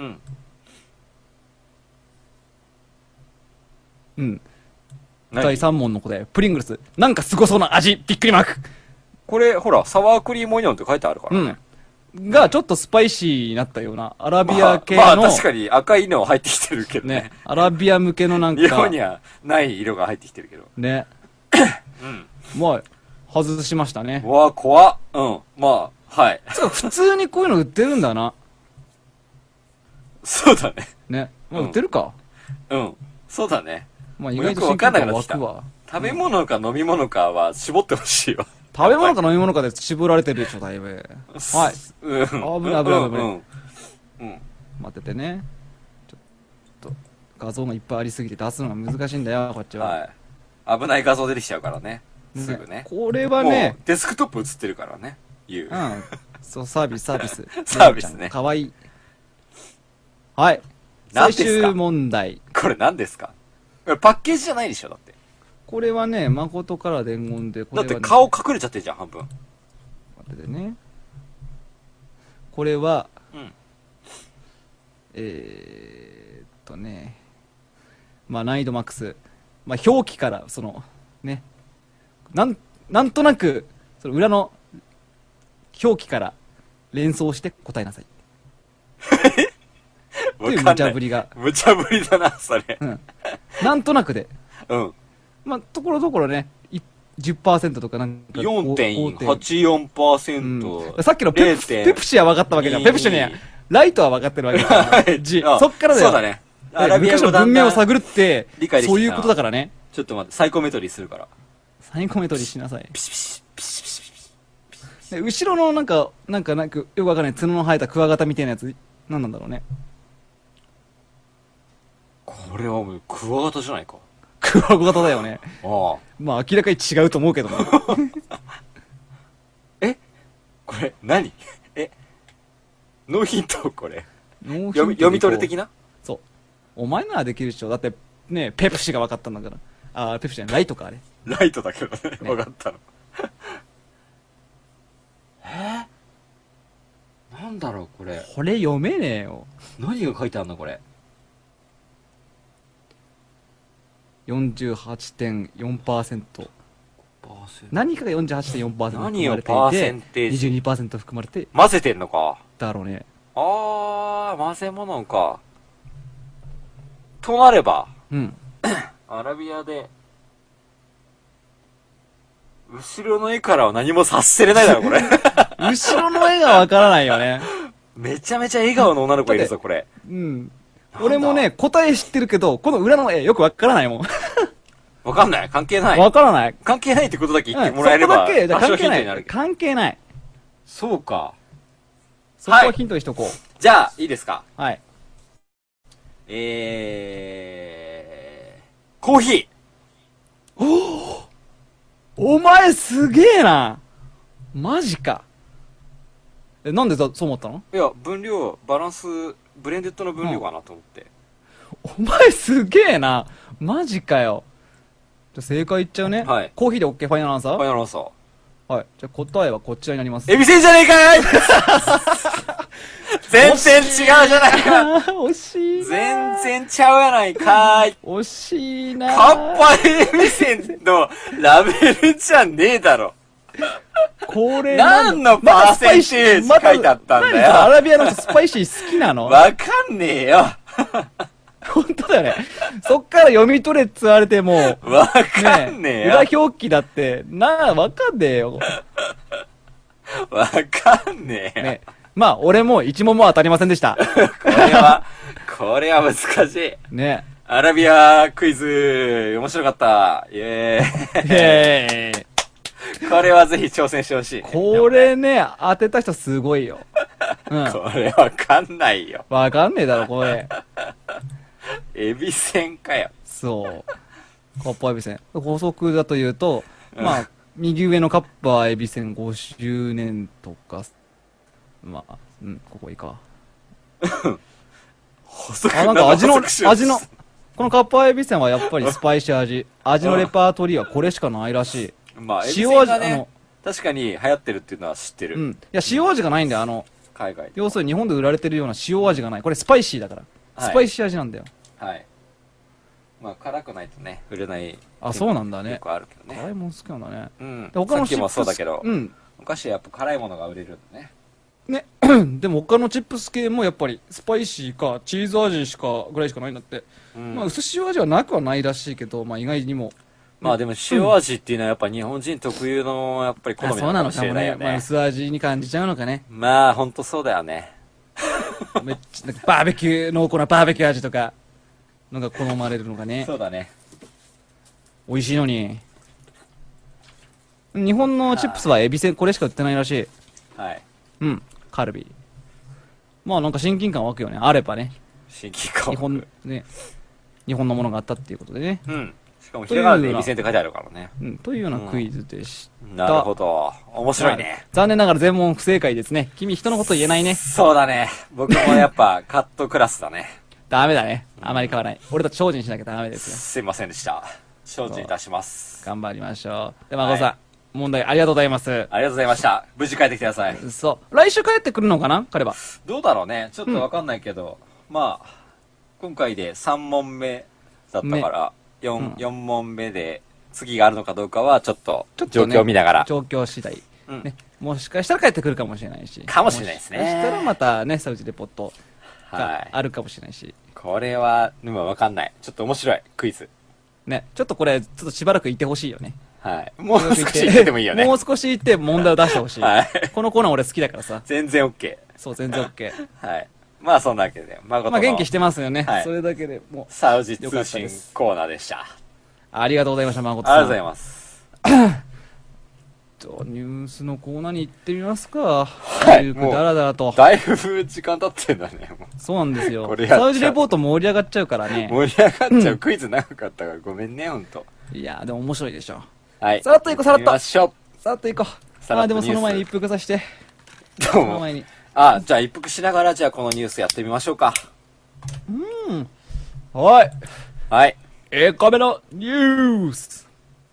うん。第3問の答え、プリングルス。なんかすごそうな味びっくりマーク。 これ、ほら、サワークリームオニオンって書いてあるからね。 が、ちょっとスパイシーになったような、アラビア系の。 まあ確かに赤いの入ってきてるけどね。 アラビア向けのなんか。 日本にはない色が入ってきてるけど。 ね。まあ、外しましたね。 うわ、怖っ。まあ、はい。 普通にこういうの売ってるんだな。 そうだね。 ね。まあ、売ってるか。 そうだね。 まあ意外とわかんなくなってきた。 湧くわ。 食べ物か飲み物かは絞ってほしいわ。 食べ物か飲み物かで絞られてるでしょ、だいぶ。はい。危ない危ない危ない。待っててね。ちょっと、画像がいっぱいありすぎて出すのが難しいんだよ、こっちは。 はい。危ない画像出てきちゃうからね。すぐね。 これはね。 デスクトップ映ってるからね。 そう、サービス。サービスね。 かわいい。はい。最終問題。 これ何ですか？パッケージじゃないでしょ、だって。 これはね、誠から伝言で、 だって顔隠れちゃってるじゃん、半分。 待っててね。これは、まあ難易度マックス。まあ表記から、ね。なんとなく、その裏の表記から連想して答えなさい。っていう無茶ぶりが。 無茶ぶりだな、それ。 なんとなくで。まあ、ところどころね、10% とかなんか。 4.84%。 さっきのペプシは分かったわけじゃん。ペプシねや。ライトは分かってるわけじゃん。そっからだよ。 そうだね。 昔の文明を探るって、そういうことだからね。 ちょっと待って、サイコメトリーするから。 サイコメトリーしなさい。 ピシピシ、ピシピシピシ。後ろのなんか、よくわかんない角の生えたクワガタみたいなやつ、何なんだろうね。 これはもうクワガタじゃないか。 クワガタだよね。まあ明らかに違うと思うけどね。 これ何？ノーヒントこれ。読み取る的な？ そう。 お前ならできるでしょ。だって、ね、ペプシが分かったんだから。ペプシじゃない、ライトか、あれ。 ライトだけどね、分かったの。なんだろう、これ。 これ読めねえよ。 何が書いてあるの、これ。 48.4%。何かが 48.4% 含まれていて、 何をパーセンテージ 22% 含まれて、 混ぜてんのか。 だろうね。 混ぜ物か。となれば、 うん。 アラビアで、後ろの絵からは何も察せれないだろ、これ。 後ろの絵がわからないよね。 めちゃめちゃ笑顔の女の子いるぞ、これ。 うん。俺もね、答え知ってるけど、この裏の絵よくわからないもん。 わかんない。関係ない。 わからない。 関係ないってことだけ言ってもらえれば、 そこだけ、じゃあ関係な多少ヒントになるい。関係ない。 そうか。 そこはヒントにしとこう。 じゃあ、いいですか。 はい。 コーヒお前すげえな。マジか。なんでそう思ったの？ ー。いや、分量、バランス、ブレンデッドの分量かなと思って。 お前すげえな。マジかよ。じゃあ正解いっちゃうね。 はい。 コーヒーで OK、ファイナルアンサー？ ファイナルアンサー。 はい。じゃあ答えはこちらになります。 エビせんじゃねえかい全然違うじゃないか。 惜しいな。 全然ちゃうやないかーい。 惜しいな。 カッパエビせんのラベルじゃねえだろ。 これ何のパーセンテージ書いてあったんだよ。 何それアラビアの人スパイシー好きなの？ わかんねえよ。 本当だよね。そっから読み取れって言われても、 わかんねえよ。 裏表記だって、わかんねえよ。 わかんねえよ。 ね。まあ、俺も一問も当たりませんでした。 これは難しい。 ね。 アラビアクイズ、面白かった。イェーイ。 イェーイ。 これはぜひ挑戦してほしい、ね。 これね、当てた人すごいよ。うん。 これわかんないよ。 わかんねえだろ、これ。 エビせんかよ。 そう。カッパエビせん。補足だと言うと、まあ、右上のカッパエビせん5周年とか、まあ、うん、ここいいか。 補足なんか味の、 補足しようこのカッパエビせんはやっぱりスパイシー味のレパートリーはこれしかないらしい。 まあ、エビせ塩味、 んがね、確かに流行ってるっていうのは知ってる。 うん。いや、塩味がないんだよ、 海外で。 要するに日本で売られてるような塩味がない。これスパイシーだから。 はいスパイシー味なんだよ。 はい。まあ、辛くないとね、売れない。 あ、そうなんだねよくあるけどね。 辛いもん好きなんだね。 うん。 で他のさっきもそうだけど、 うん。 お菓子はやっぱ辛いものが売れるんだね。 ね。でも他のチップス系もやっぱりスパイシーかチーズ味ぐらいしかないんだって。 うん。 まあ薄塩味はなくはないらしいけど、まあ意外にも。 まあでも塩味っていうのはやっぱ日本人特有のやっぱり好みなのかもしれないよまあね。 薄味に感じちゃうのかね。 まあほんとそうだよね。 めっちゃ、なんかバーベキュー、濃厚なバーベキュー味とか、のが好まれるのがね。 そうだね。 美味しいのに。日本のチップスはエビせんこれしか売ってないらしい。 はい。 うん。カルビー。まあなんか親近感湧くよね。あればね。 新規感。 日本、ね。日本のものがあったっていうことでね。 うん。しかもひらがなでエビせんって書いてあるからね。 うん。というようなクイズでした。 なるほど。面白いね。 残念ながら全問不正解ですね。君人のこと言えないね。 そうだね。僕もやっぱカットクラスだね。 ダメだね。あまり変わらない。俺たち精進しなきゃダメですよ。 すいませんでした。精進いたします。 頑張りましょう。で、孫さん、問題ありがとうございます。 ありがとうございました。無事帰ってきてください。 そう。来週帰ってくるのかな彼は。 どうだろうね。ちょっとわかんないけど、まあ、今回で3問目だったから、4問目で次があるのかどうかはちょっと状況を見ながら。 状況次第。 うんね。もしかしたら帰ってくるかもしれないし。 かもしれないですねもしかしたらまたね、サウジレポートはがい。 あるかもしれないし。 これは、でもわかんない。ちょっと面白い。クイズ。 ね。ちょっとこれ、ちょっとしばらくいてほしいよね。 はい。もう少し言ってもいいよね。 もう少し言って問題を出してほしい。 はいこのコーナー俺好きだからさ。 全然 OK。 そう、全然 OK。 はい。まあそんなわけで、誠のまあ元気してますよね。 はいそれだけでもう。 サウジよか通信ったですコーナーでした。 ありがとうございました、誠さん。 ありがとうございます。 じゃあニュースのコーナーに行ってみますか。 いゆるくだらだらと。 だいぶ時間経ってんだね。もうそうなんですよこれ。やっちゃうサウジレポート盛り上がっちゃうからね。 盛り上がっちゃう。クイズ長かったからごめんね、ほんと。 いやー、でも面白いでしょ。 はい。 さらっと行こうさらっと行きましょさっと行こう。 さらっとでもその前にニュー一服させて。 う。どそうも。 の前に。 あ、じゃあ一服しながら、じゃあこのニュースやってみましょうか。 うん。 はい。 はい。 カメのニュース。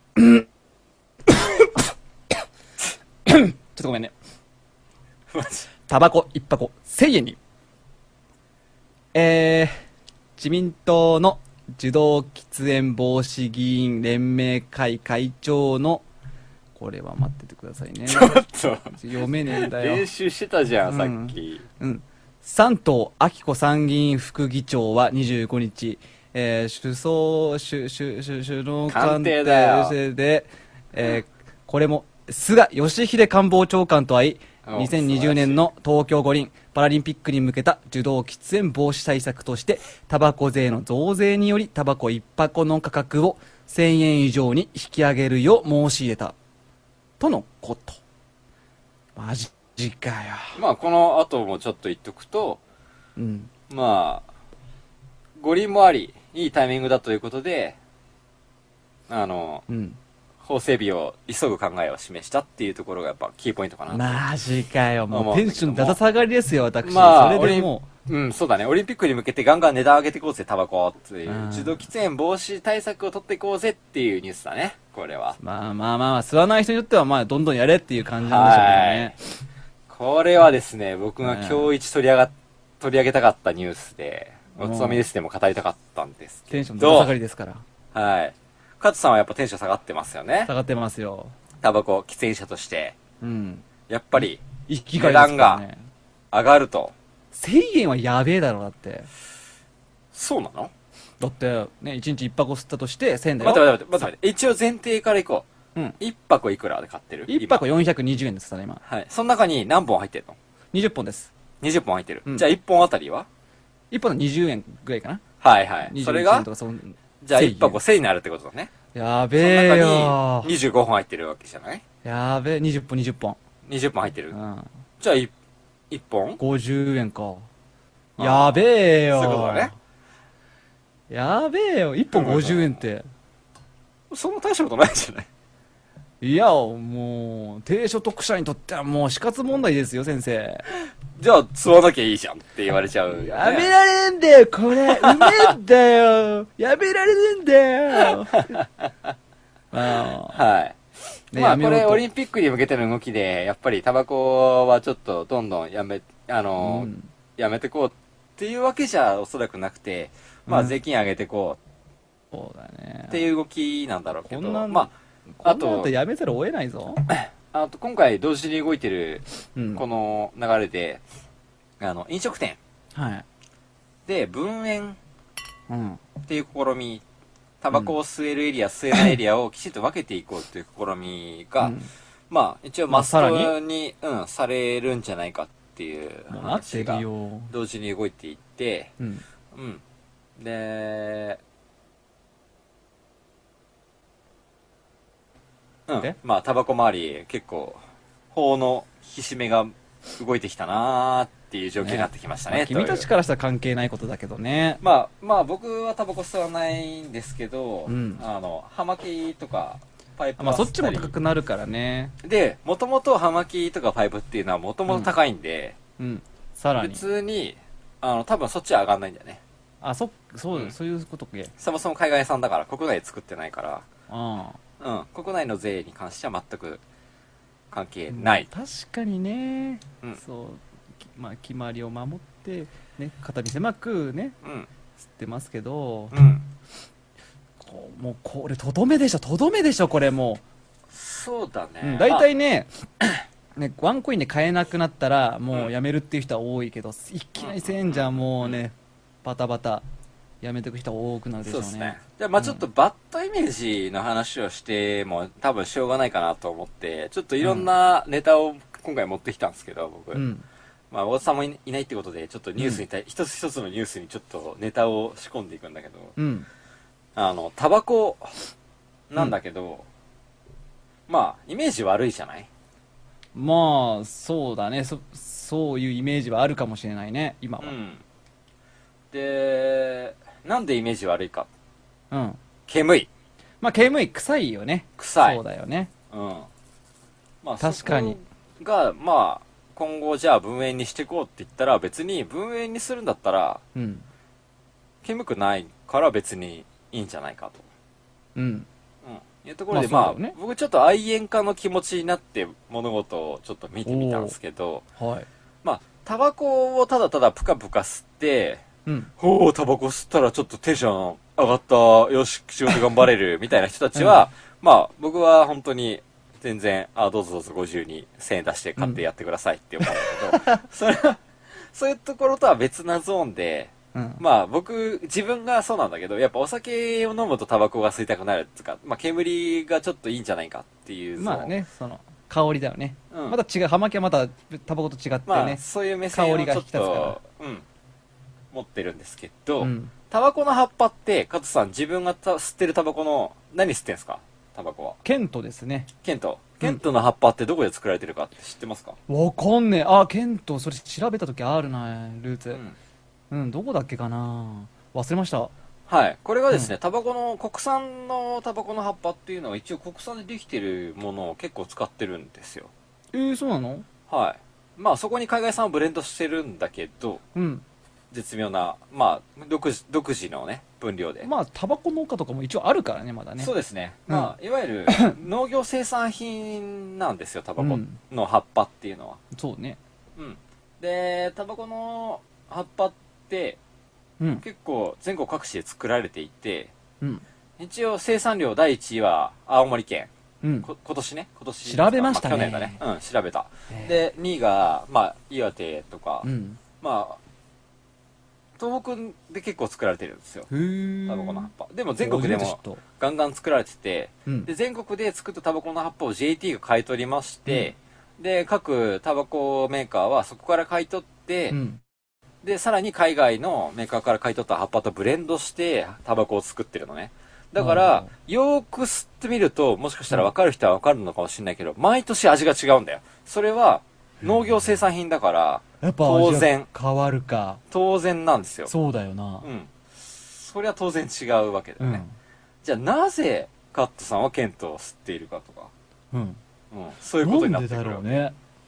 ちょっとごめんね。タバコ1箱1000円に。自民党の受動喫煙防止議員連盟会会長の、これは待っててくださいね。 ちょっと、 読めねえんだよ。 練習してたじゃん、さっき。 山東明子参議院副議長は25日、首脳官邸で、これも、菅義偉官房長官と会い、2020年の東京五輪パラリンピックに向けた受動喫煙防止対策として、タバコ税の増税により、タバコ1箱の価格を1000円以上に引き上げるよう申し入れた。とのこと。マジかよ。 まあ、この後もちょっと言っとくと、まあ、五輪もあり、いいタイミングだということで、法整備を急ぐ考えを示したっていうところがやっぱキーポイントかな。 マジかよ。もうテンションだだ下がりですよ、私。 まあ、 それでもそうだね。オリンピックに向けてガンガン値段上げていこうぜ、タバコっていう。受動喫煙防止対策を取っていこうぜっていうニュースだね、これは。 まあ、吸わない人によっては、まあ、どんどんやれっていう感じなんでしょうけどね。 これはですね、僕が今日一取り上げたかったニュースで、おつまみニュースでも語りたかったんですけど。 テンションだだ下がりですから。 はい。カツさんはやっぱテンション下がってますよね。 下がってますよ。 タバコ喫煙者として。やっぱり、値段が上がると。 1000円はやべえだろ、だって。 そうなの？ だって、ね、1日1箱吸ったとして1000円だよ。 待って。一応前提からいこう。1箱いくらで買ってる ？1箱420円ですから、今。 はい。その中に何本入ってるの？ 20 本です。 20本入ってる。じゃあ1本あたりは？ 1本で20円ぐらいかな。 はいはい。それが？じゃあ1箱1000円になるってことだね。 やべえよ。 その中に25本入ってるわけじゃない？ やべえ、20本。 20本入ってる。じゃあ1本 50円か。やべえよ。 そういうことだね。 やべえよ。1本50円って。 そんな大したことないんじゃない？ いや、もう、低所得者にとってはもう死活問題ですよ、先生。 じゃあ、吸わなきゃいいじゃんって言われちゃうよね。 やめられんだよ、これ。うめえんだよ。やめられねえんだよ。 はい。まあ、これ、オリンピックに向けての動きで、やっぱりタバコはちょっとどんどんやめてこうっていうわけじゃおそらくなくて、まあ、税金上げてこう。 そうだね。 っていう動きなんだろうけど、 まあ、あと、やめざるを得ないぞ。 あと、今回同時に動いてる、この流れで、飲食店。で、分煙っていう試み、タバコを吸えるエリア、吸えないエリアをきちんと分けていこうという試みが、まあ、一応マストに、されるんじゃないかっていう話が、同時に動いていって、で、まあ、タバコ周り、結構、法の引き締めが動いてきたなーっていう状況になってきましたね。 まあ、君たちからしたら関係ないことだけどね。 まあ、僕はタバコ吸わないんですけど、葉巻とか、パイプはまあ、そっちも高くなるからね。 で、もともと葉巻とかパイプっていうのはもともと高いんで、 さらに。 普通に、多分そっちは上がんないんだよね。 そういうことか。 そもそも海外産だから、国内で作ってないから、国内の税に関しては全く関係ない。 確かにね、そう、まあ、決まりを守って、ね、肩身狭くね、吸ってますけど、もうこれ、とどめでしょ、これもう。そうだね。 大体ね、ワンコインで買えなくなったら、もうやめるっていう人は多いけど、いきなり1000円じゃもうね、バタバタ。やめていく人は多くなるでしょうね。そうですね。 じゃあ、まあちょっとバッドイメージの話をしても多分しょうがないかなと思って、ちょっといろんなネタを今回持ってきたんですけど、僕。まあ、大津さんもいないってことで、ちょっとニュースに一つ一つのニュースにちょっとネタを仕込んでいくんだけど、タバコなんだけど、まあ、イメージ悪いじゃない？ まあ、そうだね。そういうイメージはあるかもしれないね、今は。 で、なんでイメージ悪いか。煙い。 まあ、煙い、臭いよね。 臭い。 そうだよね。 まあ、 確かに。 が、まあ、今後じゃあ分煙にしていこうって言ったら、別に分煙にするんだったら、煙くないから別にいいんじゃないかと。 うん。 いうところで、 まあそうだよね僕ちょっと愛煙家の気持ちになって物事をちょっと見てみたんですけど、 はい。 タバコをただただプカプカ吸って、 うん。 おー、タバコ吸ったらちょっとテンション上がった、よし、仕事頑張れる、みたいな人たちは、僕は本当に全然、どうぞどうぞ50に1000円出して買ってやってくださいって思うんだけど、そういうところとは別なゾーンで、 うん。 自分がそうなんだけど、やっぱお酒を飲むとタバコが吸いたくなるっていうか、煙がちょっといいんじゃないかっていうゾーン。 まあね、香りだよね。 うんまた違う、葉巻はまたタバコと違ってね。 そういう目線を香りがちょっ引き立つからと、持ってるんですけど、 うん。 タバコの葉っぱって、カツさん自分が吸ってるタバコの、何吸ってんすかタバコは。 ケントですね。 ケントの葉っぱってどこで作られてるかって知ってますか？ わかんねえ。あ、ケント、それ調べた時あるな、ルーツ。 うんうん、どこだっけかな。忘れました。 はい。これがですね、タバコの、国産のタバコの葉っぱっていうのは一応国産でできてるものを結構使ってるんですよ。 そうなの？ はい。そこに海外産をブレンドしてるんだけど、 うん。 絶妙な、独自のね、分量で。 まあ、タバコ農家とかも一応あるからね、まだね。 そうですね。 うんいわゆる農業生産品なんですよ、タバコの葉っぱっていうのは。 そうね。 うん。で、タバコの葉っぱってうん。 結構全国各地で作られていて、 うん。 一応生産量第1位は青森県。 うん。 今年ね、今年。 調べましたね去年だね。うん、調べた。 えで、2位が、岩手とか、 うん。 東北で結構作られてるんですよ。 へー。 タバコの葉っぱ。でも全国でも初めて知ったガンガン作られてて、 うん。 で、全国で作ったタバコの葉っぱを JT が買い取りまして、で、各タバコメーカーはそこから買い取って、 うん。 で、さらに海外のメーカーから買い取った葉っぱとブレンドしてタバコを作ってるのね。だから、よーく吸ってみると、もしかしたら分かる人は分かるのかもしれないけど、毎年味が違うんだよ。それは農業生産品だから、 やっぱ当然変わるか。 当然なんですよ。 そうだよな。 うん。それは当然違うわけだよね。 うん。 じゃあなぜカットさんはケントを吸っているかとか、 うん。 そういうことになってくる。 なんでだろうね。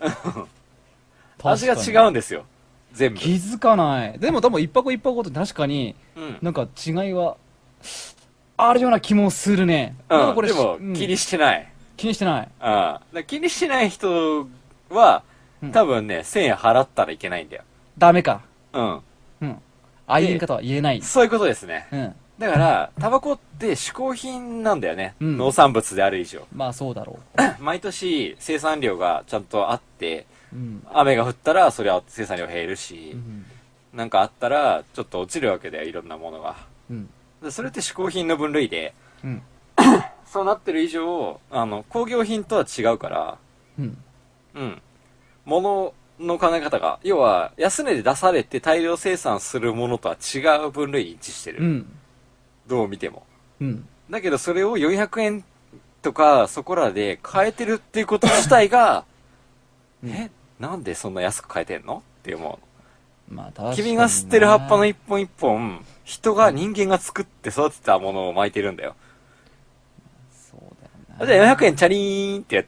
味が確かに違うんですよ。全部。 気づかない。でも多分一箱一箱ごとに確かにうん。 なんか違いはあるような気もするね。なんかこれでもうん気にしてない。 気にしてない。 だから気にしてない人は、 うん多分ね、1000円払ったらいけないんだよ。 ダメか。 うん。 うん。ああいう言い方は言えない。 そういうことですね。 うん。 だから、タバコって嗜好品なんだよね。 うん農産物である以上。 まあそうだろ毎年生産量がちゃんとあって、 う。うん。 雨が降ったらそれは生産量減るし、 うん。 なんかあったらちょっと落ちるわけだよ、いろんなものが。 うん。 でそれって嗜好品の分類で、 うん。 そうなってる以上、工業品とは違うから、 うん。 うん。物の考え方が、要は、安値で出されて大量生産するものとは違う分類に一致してる。 うん。 どう見ても。 うん。 だけどそれを400円とかそこらで買えてるっていうこと自体が、 うんなんでそんな安く買えてんのって思う。 まあ確かに。 君が吸ってる葉っぱの一本一本、人間が作って育てたものを巻いてるんだよ。 そうだよな。 じゃあ400円チャリーンってやって、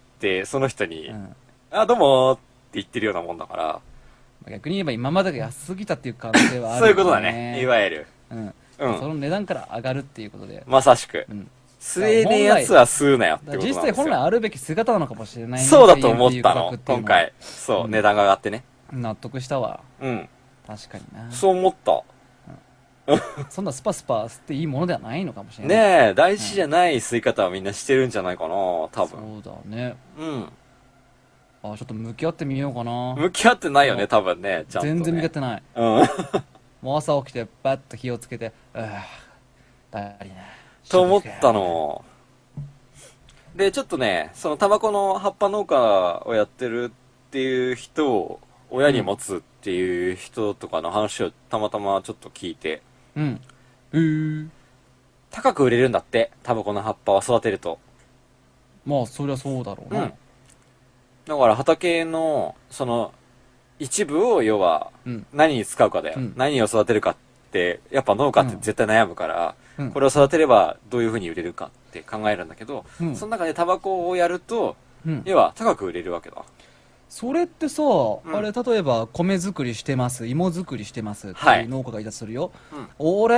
その人に、 うん。 どうもーって言ってるようなもんだから、 まあ逆に言えば今までが安すぎたっていう可能性はある、 そういうことだね。いわゆる。 うん。 うん。 その値段から上がるっていうことで。 まさしく。 うん。 吸えねえやつは吸うなよってことなんですよ。 実際本来あるべき姿なのかもしれないねそうだと思ったのっていう価格っ、ていう今回。そう、 うん値段が上がってね。 納得したわ。 うん。 確かにな。 そう思った。 そんなスパスパ吸っていいものではないのかもしれない。 ねえ、大事じゃない吸い方はみんなしてるんじゃないかな、多分。 そうだね。 うん。 あ、ちょっと向き合ってみようかな。 向き合ってないよね、多分ね、ちゃんと、ね。 全然向き合ってない。 うん。 もう朝起きて、バッと火をつけて、だりな。 と思ったの。で、ちょっとね、そのタバコの葉っぱ農家をやってるっていう人を親に持つっていう人とかの話をたまたまちょっと聞いて、 うん。 高く売れるんだって、タバコの葉っぱは育てると。 まあ、そりゃそうだろうな。 うん。だから畑の、その、一部を要はうん。 何に使うかだよ。 うん何を育てるかって、やっぱ農家って絶対悩むから、 うんこれを育てればどういう風に売れるかって考えるんだけど、 うんその中でタバコをやると、 うん。 要は高く売れるわけだ。 それってさ、 んあれ、例えば、米作りしてます、芋作りしてますってはいいう農家がいたとするよ。 うん俺、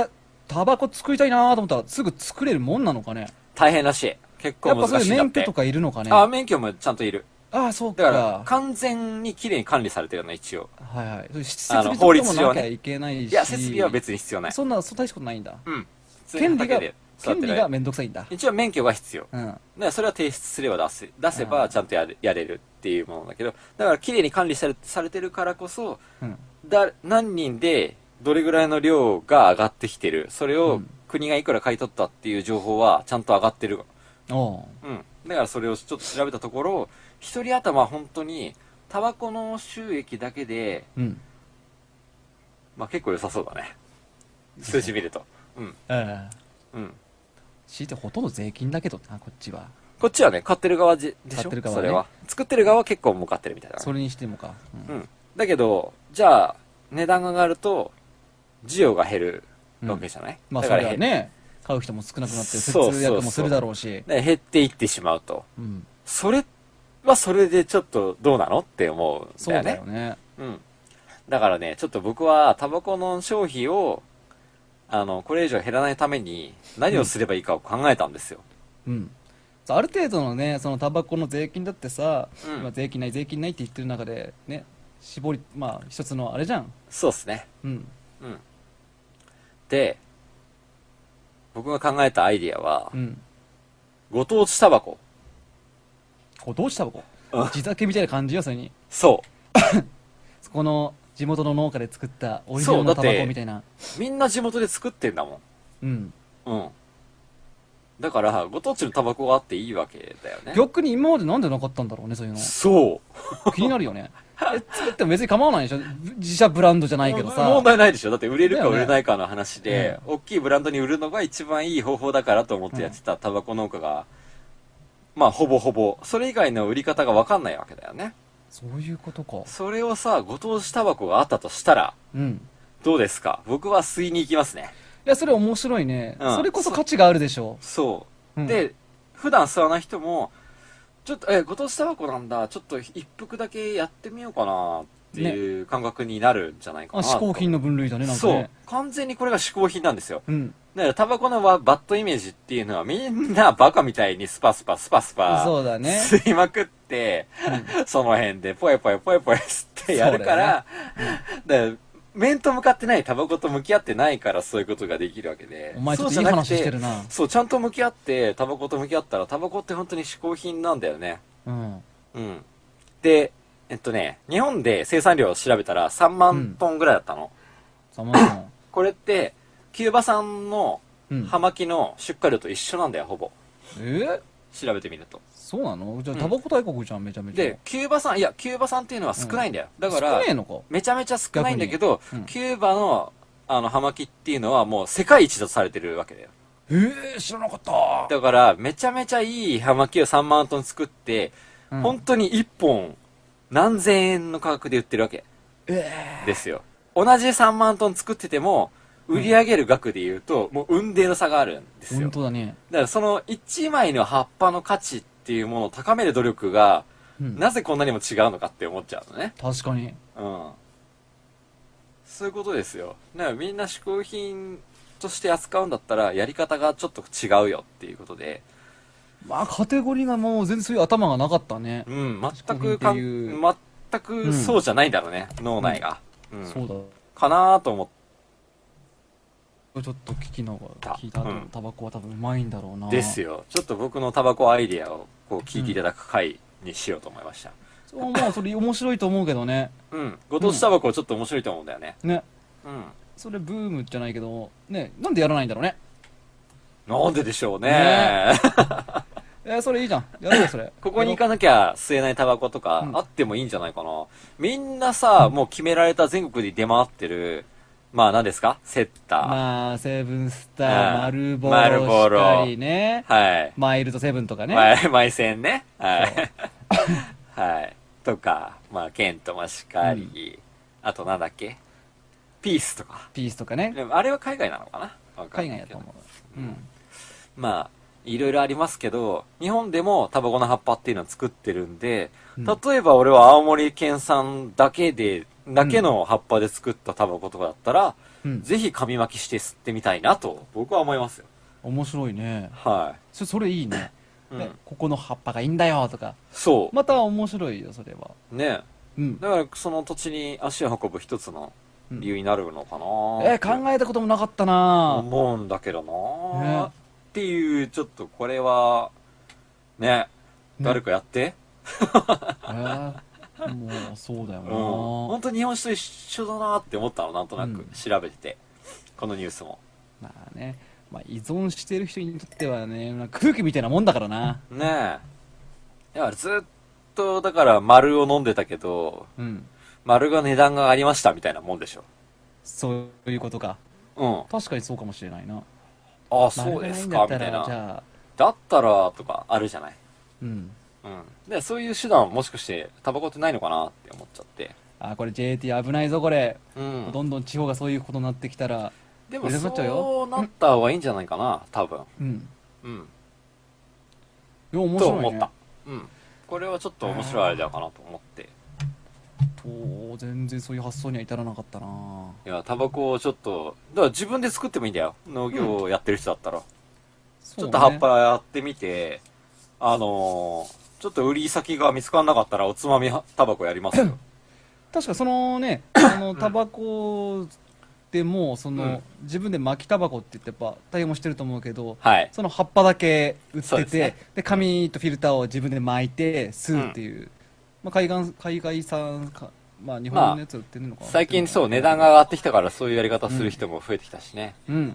タバコ作りたいなーと思ったらすぐ作れるもんなのかね。 大変らしい。結構やっぱそういう難しいんだって。 免許とかいるのかね。 あ、免許もちゃんといる。 ああ、そうか。 だから、完全に綺麗に管理されてるの、一応。 はいはい。そういう設あの備とかもなきゃいけないし。 いや、設備は別に必要ない。 そんな、そう大したことないんだ。 うん。 権利が、 普通に畑で育権てられる利がめんどくさいんだ。 一応免許が必要。 うん。 だからそれは提出すれば出せばちゃんとやれるっていうものだけど、だから綺麗に管理されてるからこそ、 うん。 何人でどれぐらいの量が上がってきてる。それをうん国がいくら買い取ったっていう情報はちゃんと上がってる。 おう。 うん。だからそれをちょっと調べたところ、一人頭本当に、タバコの収益だけで、 うん。 まあ結構良さそうだね。数字見ると。うん。 ええ。 うん。 強いてほとんど税金だけどな、こっちは。 こっちはね、買ってる側でしょ買ってる側ねそれは。作ってる側は結構儲かってるみたいだね。 それにしてもか。 うん。だけど、じゃあ、値段が上がると、需要が減るわけじゃない、 まあそだかられはね、買う人も少なくなって、 そうそうそう節約もするだろうし。 減っていってしまうと。 うん。 それはそれでちょっとどうなのって思うんそうだよね。 だよね。 うん。だからね、ちょっと僕はタバコの消費を、これ以上減らないために何をすればいいかを考えたんですよ。 うん。そうある程度のね、そのタバコの税金だってさ、 うん今税金ない税金ないって言ってる中で、ね、まあ一つのあれじゃん。 そうっすね。 うん。 うん。で、僕が考えたアイディアはう、ん。 ご当地タバコ。 こうどうしたタバコうん地酒みたいな感じよ、それに。 そそこの地元の農家で作ったオリジナルのタバコみたいな。 う。みんな地元で作ってんだもうん。 ん。うん。だから、ご当地のタバコがあっていいわけだよね。 逆に今までなんでなかったんだろうね、そういうの。 そう。 気になるよね。作っても別に構わないでしょ自社ブランドじゃないけどさ。 問題ないでしょだって売れるかだよね売れないかの話で、大きいブランドに売るのが一番いい方法だからと思ってやってたタバコ農家が、まあほぼほぼ、それ以外の売り方がわかんないわけだよね。 そういうことか。 それをさ、ご当地タバコがあったとしたら、 うん。 どうですか僕は吸いに行きますね。 いや、それ面白いね。 うんそれこそ価値があるでしょそう。 うんで、普段吸わない人も、ちょっと、ご当地タバコなんだ、ちょっと一服だけやってみようかなっていう感覚になるんじゃないかな。 嗜好品の分類だね、なんかそうね。。 完全にこれが嗜好品なんですよ。 うん。 だからタバコのバッドイメージっていうのはみんなバカみたいにスパスパそうだね吸いまくって、その辺でポエポエ吸ってやるから、だから面と向かってないタバコと向き合ってないからそういうことができるわけで。 お前ちょっといいそうじゃなく話してるな。 そう、ちゃんと向き合ってタバコと向き合ったらタバコって本当に嗜好品なんだよね。 うん。 うん。で、日本で生産量を調べたら3万トンぐらいだったの。 さまざこれって、キューバ産のうん葉巻の出荷量と一緒なんだよ、ほぼ。調べてみると。 そうなのじゃあタバコ大国じゃん、めちゃめちゃ。 で、キューバ産っていうのは少ないんだよ。だから少ねえ、のか。 めちゃめちゃ少ないんだけど、 逆にうんキューバの、葉巻っていうのはもう世界一とされてるわけだよ。 知らなかった。 だから、めちゃめちゃいい葉巻を3万トン作って、 うん本当に1本何千円の価格で売ってるわけですよ。同じ3万トン作ってても、売り上げる額で言うと、もう雲泥の差があるんですよ。 本当だね。 だからその1枚の葉っぱの価値っていうものを高める努力が、 うんなぜこんなにも違うのかって思っちゃうのね。 確かに。 うん。そういうことですよ。だからみんな嗜好品として扱うんだったら、やり方がちょっと違うよっていうことで、 まあ、カテゴリーがもう全然そういう頭がなかったね。 うん、 嗜好品っていう全くそうじゃないんだろうね、脳内が。うん。 そうだ。 かなと思っちょっと聞いた後うんタバコは多分うまいんだろうな。 ですよ。ちょっと僕のタバコアイディアをこう聞いていただく回にしようと思いました。 そうまあ、それ面白いと思うけどね。 うん。ご当地タバコちょっと面白いと思うんだよね。 ね。 うん。 それブームじゃないけど、ね、なんでやらないんだろうね。 なんででしょうね。 それいいじゃん。やるよ、それ。 ここに行かなきゃ吸えないタバコとかうんあってもいいんじゃないかな。みんなさ、もう決められた全国で出回ってる、まあ何ですかセッター。 まあ、セブンスター、 うん丸ボ丸ロボロしかりね。 はい。 マイルドセブンとかね。 マイセンね。はい。はい。とか、まあ、ケントもしかり、あとなんだっけピースとか。 ピースとかね。 でもあれは海外なのかなわかん海ないけど外やと思う。うん。 まあ、いろいろありますけど、日本でもタバコの葉っぱっていうのを作ってるんで、 うん例えば俺は青森県産だけでだけの葉っぱで作ったタバコとかだったら、 うんぜひ紙巻きして吸ってみたいなと僕は思いますよ。 面白いね。 はそれいいね。 い。うんね、ここの葉っぱがいいんだよとか。 そう。 また面白いよ、それは。 ね。 うん。 だからその土地に足を運ぶ一つの理由になるのかな、 考えたこともなかったな思うんだけどな、 ねっていう、ちょっとこれは、ね、誰かやって、 もう、そうだようん。 な、 本当日本酒と一緒だなって思ったの、なんとなく調べてて。このニュースも。 まあね。まあ依存してる人にとってはね、なんか空気みたいなもんだからな。 ねえ。だからずっと、だから丸を飲んでたけど、 うん。 丸が値段が上がりましたみたいなもんでしょ。 そういうことか。 うん。 確かにそうかもしれないな。 ああ、そうですか、みたいな。 じゃあ、 だったら、とかあるじゃない。 うん。 うん。で、そういう手段もしかして、タバコってないのかなって思っちゃって。 あ、これ JT 危ないぞ、これ。 うん。 どんどん地方がそういうことになってきたら、 でも売れなくなっちゃうよそうなった方がいいんじゃないかな、多分。 うん。 うん。 いや、面白い、ね。 と思った。うん。これはちょっと面白いアイデアかなと思って。 全然そういう発想には至らなかったないや、タバコをちょっと、だから自分で作ってもいいんだよ。農業をやってる人だったら。ちょっと葉っぱやってみて、ちょっと売り先が見つからなかったらおつまみタバコやりますよ。 確かそのね、タバコでも、自分で巻きタバコって言ってやっぱ対応もしてると思うけど、 はい。 その葉っぱだけ売ってて、 そうですねで、紙とフィルターを自分で巻いて吸うっていう、まあ、海外産か、まあ日本のやつ売ってるのかな、 最近そう、値段が上がってきたからそういうやり方する人も増えてきたしね。 うん。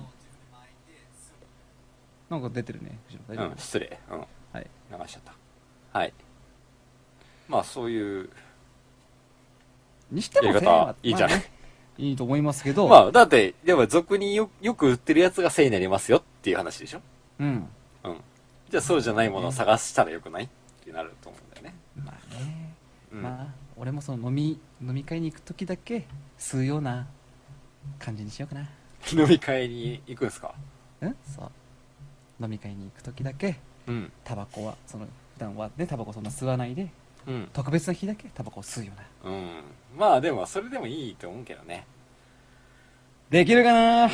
なんか出てるね、後ろ大丈夫、 失礼。うん。 はい。 流しちゃった。はい。まあそういうにしてもやり方いいんじゃない、 いいと思いますけど、 まあ、だって、でも俗によく売ってるやつが1000になりますよっていう話でしょ。 うん。 うん。じゃあそうじゃないものを探したらよくないってなると思うんだよね。 まあね。 うん。 まあ、俺もその飲み会に行くときだけ吸うような感じにしようかな。 飲み会に行くんすか？ そう。飲み会に行くときだけ、 うん。 タバコは、普段はね、タバコそんな吸わないで、 うん。 特別な日だけタバコを吸うような。 うん。まあでも、それでもいいと思うけどね。 できるかな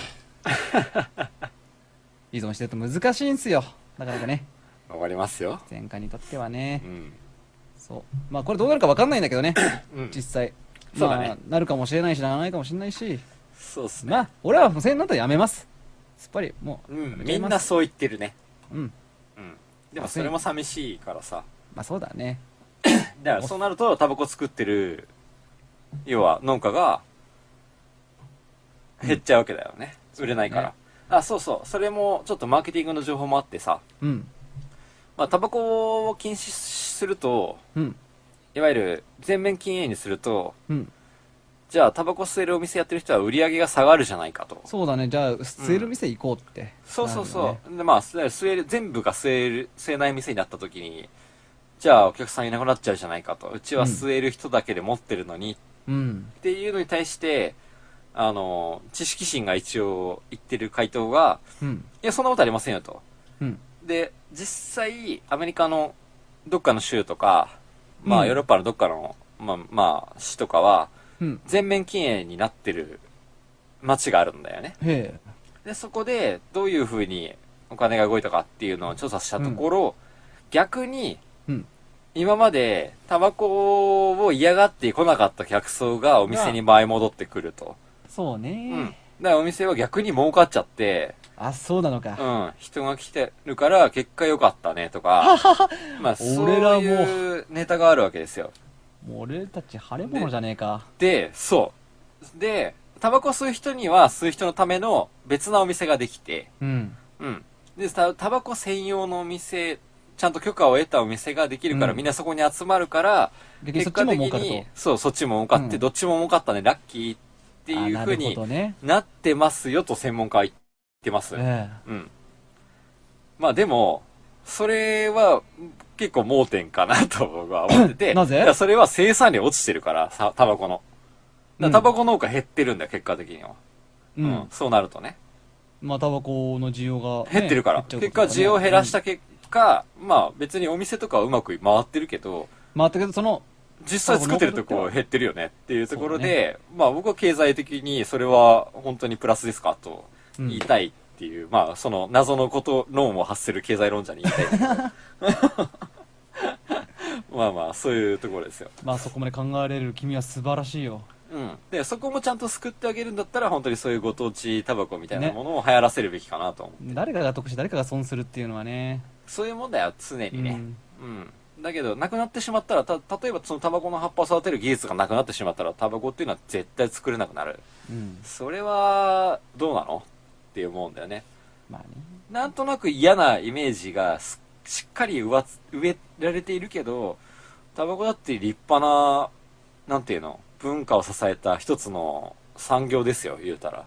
依存してると難しいんすよ。なかなかね。 わかりますよ。 前回にとってはねう。ん。 そう。まあこれどうなるかわかんないんだけどね。 うん。 実際。 そうだねまあ、なるかもしれないし、ならないかもしれないし。 そうっすね。 まあ、俺はもう1000円だったらやめます。すっぱり、もう。 うん。みんなそう言ってるね。 うん。 うん。でもそれも寂しいからさ。 まあそうだね。 だからそうなると、タバコ作ってる、要は農家が、減っちゃうわけだよね。売れないから。 ねあ、そうそう。それも、ちょっとマーケティングの情報もあってさ、 うん。 まあ、タバコを禁止すると、 うん。 いわゆる全面禁煙にすると、 うん。 じゃあタバコ吸えるお店やってる人は売り上げが下がるじゃないかと。 そうだね。じゃあ、吸える店行こうって。 そうそうそなるよねう。で、まあ、全部が吸えない店になった時に、じゃあお客さんいなくなっちゃうじゃないかと。うちは吸える人だけで持ってるのに、 うん。 っていうのに対して、知識人が一応言ってる回答が、 うん。 いや、そんなことありませんよと。 うん。 で、実際、アメリカのどっかの州とか、まあ、 うんヨーロッパのどっかの、まあ、市とかは、 うん。 全面禁煙になってる街があるんだよね。 へえ。 で、そこで、どういう風にお金が動いたかっていうのを調査したところ、逆に、 うん。 今までタバコを嫌がってこなかった客層がお店に舞い戻ってくると。 そううん。 ね。 だからお店は逆に儲かっちゃって、 あ、そうなのか。 うん、人が来てるから結果良かったねとか、まあそう俺らもいうネタがあるわけですよ。 もう俺たち腫れ物じゃねえか。 で、そう。で、タバコ吸う人には吸う人のための別なお店ができて、 うん。 うん。で、タバコ専用のお店、ちゃんと許可を得たお店ができるから、 うんみんなそこに集まるから、 逆にそっちも儲かると。 そう、そっちも儲かって、 うんどっちも儲かったね、ラッキーっていう風あ、なるにほどね。 なってますよと専門家は言ってます。 えうん。まあでも、それは結構盲点かなと僕は思ってて。 なぜいや、それは生産量落ちてるから、タバコの。だからタバコ農家減ってるんだよ、結果的には。 え。うん。 そうなるとね。 まあ、タバコの需要がね、 減ってるから。 減っちゃう結果、 こととかね需要を減らした結果、まあ別にお店とかはうまく回ってるけど、 まあ、だけど、 実際作ってるとこ減ってるよねっていうところで、まあ僕は経済的にそれは本当にプラスですかと言いたいっていう、まあその謎の論を発せる経済論者に言いたいんだけどまあまあそういうところですよ。 まあそこまで考えれる君は素晴らしいよ。 うん。で、そこもちゃんと救ってあげるんだったら本当にそういうご当地タバコみたいなものを流行らせるべきかなと思う。 誰かが得し誰かが損するっていうのはね。 そういうもんだよ、常にね。だけど、なくなってしまったら、例えばそのタバコの葉っぱを育てる技術がなくなってしまったら、タバコっていうのは絶対作れなくなる。それは、どうなのって思うんだよね。 まあね。 なんとなく嫌なイメージがしっかり植えられているけど、タバコだって立派な、なんていうの、文化を支えた一つの産業ですよ、言うたら。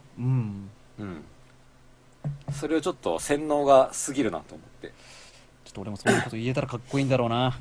それをちょっと洗脳が過ぎるなと思って。 ちょっと俺もそういうこと言えたらかっこいいんだろうな。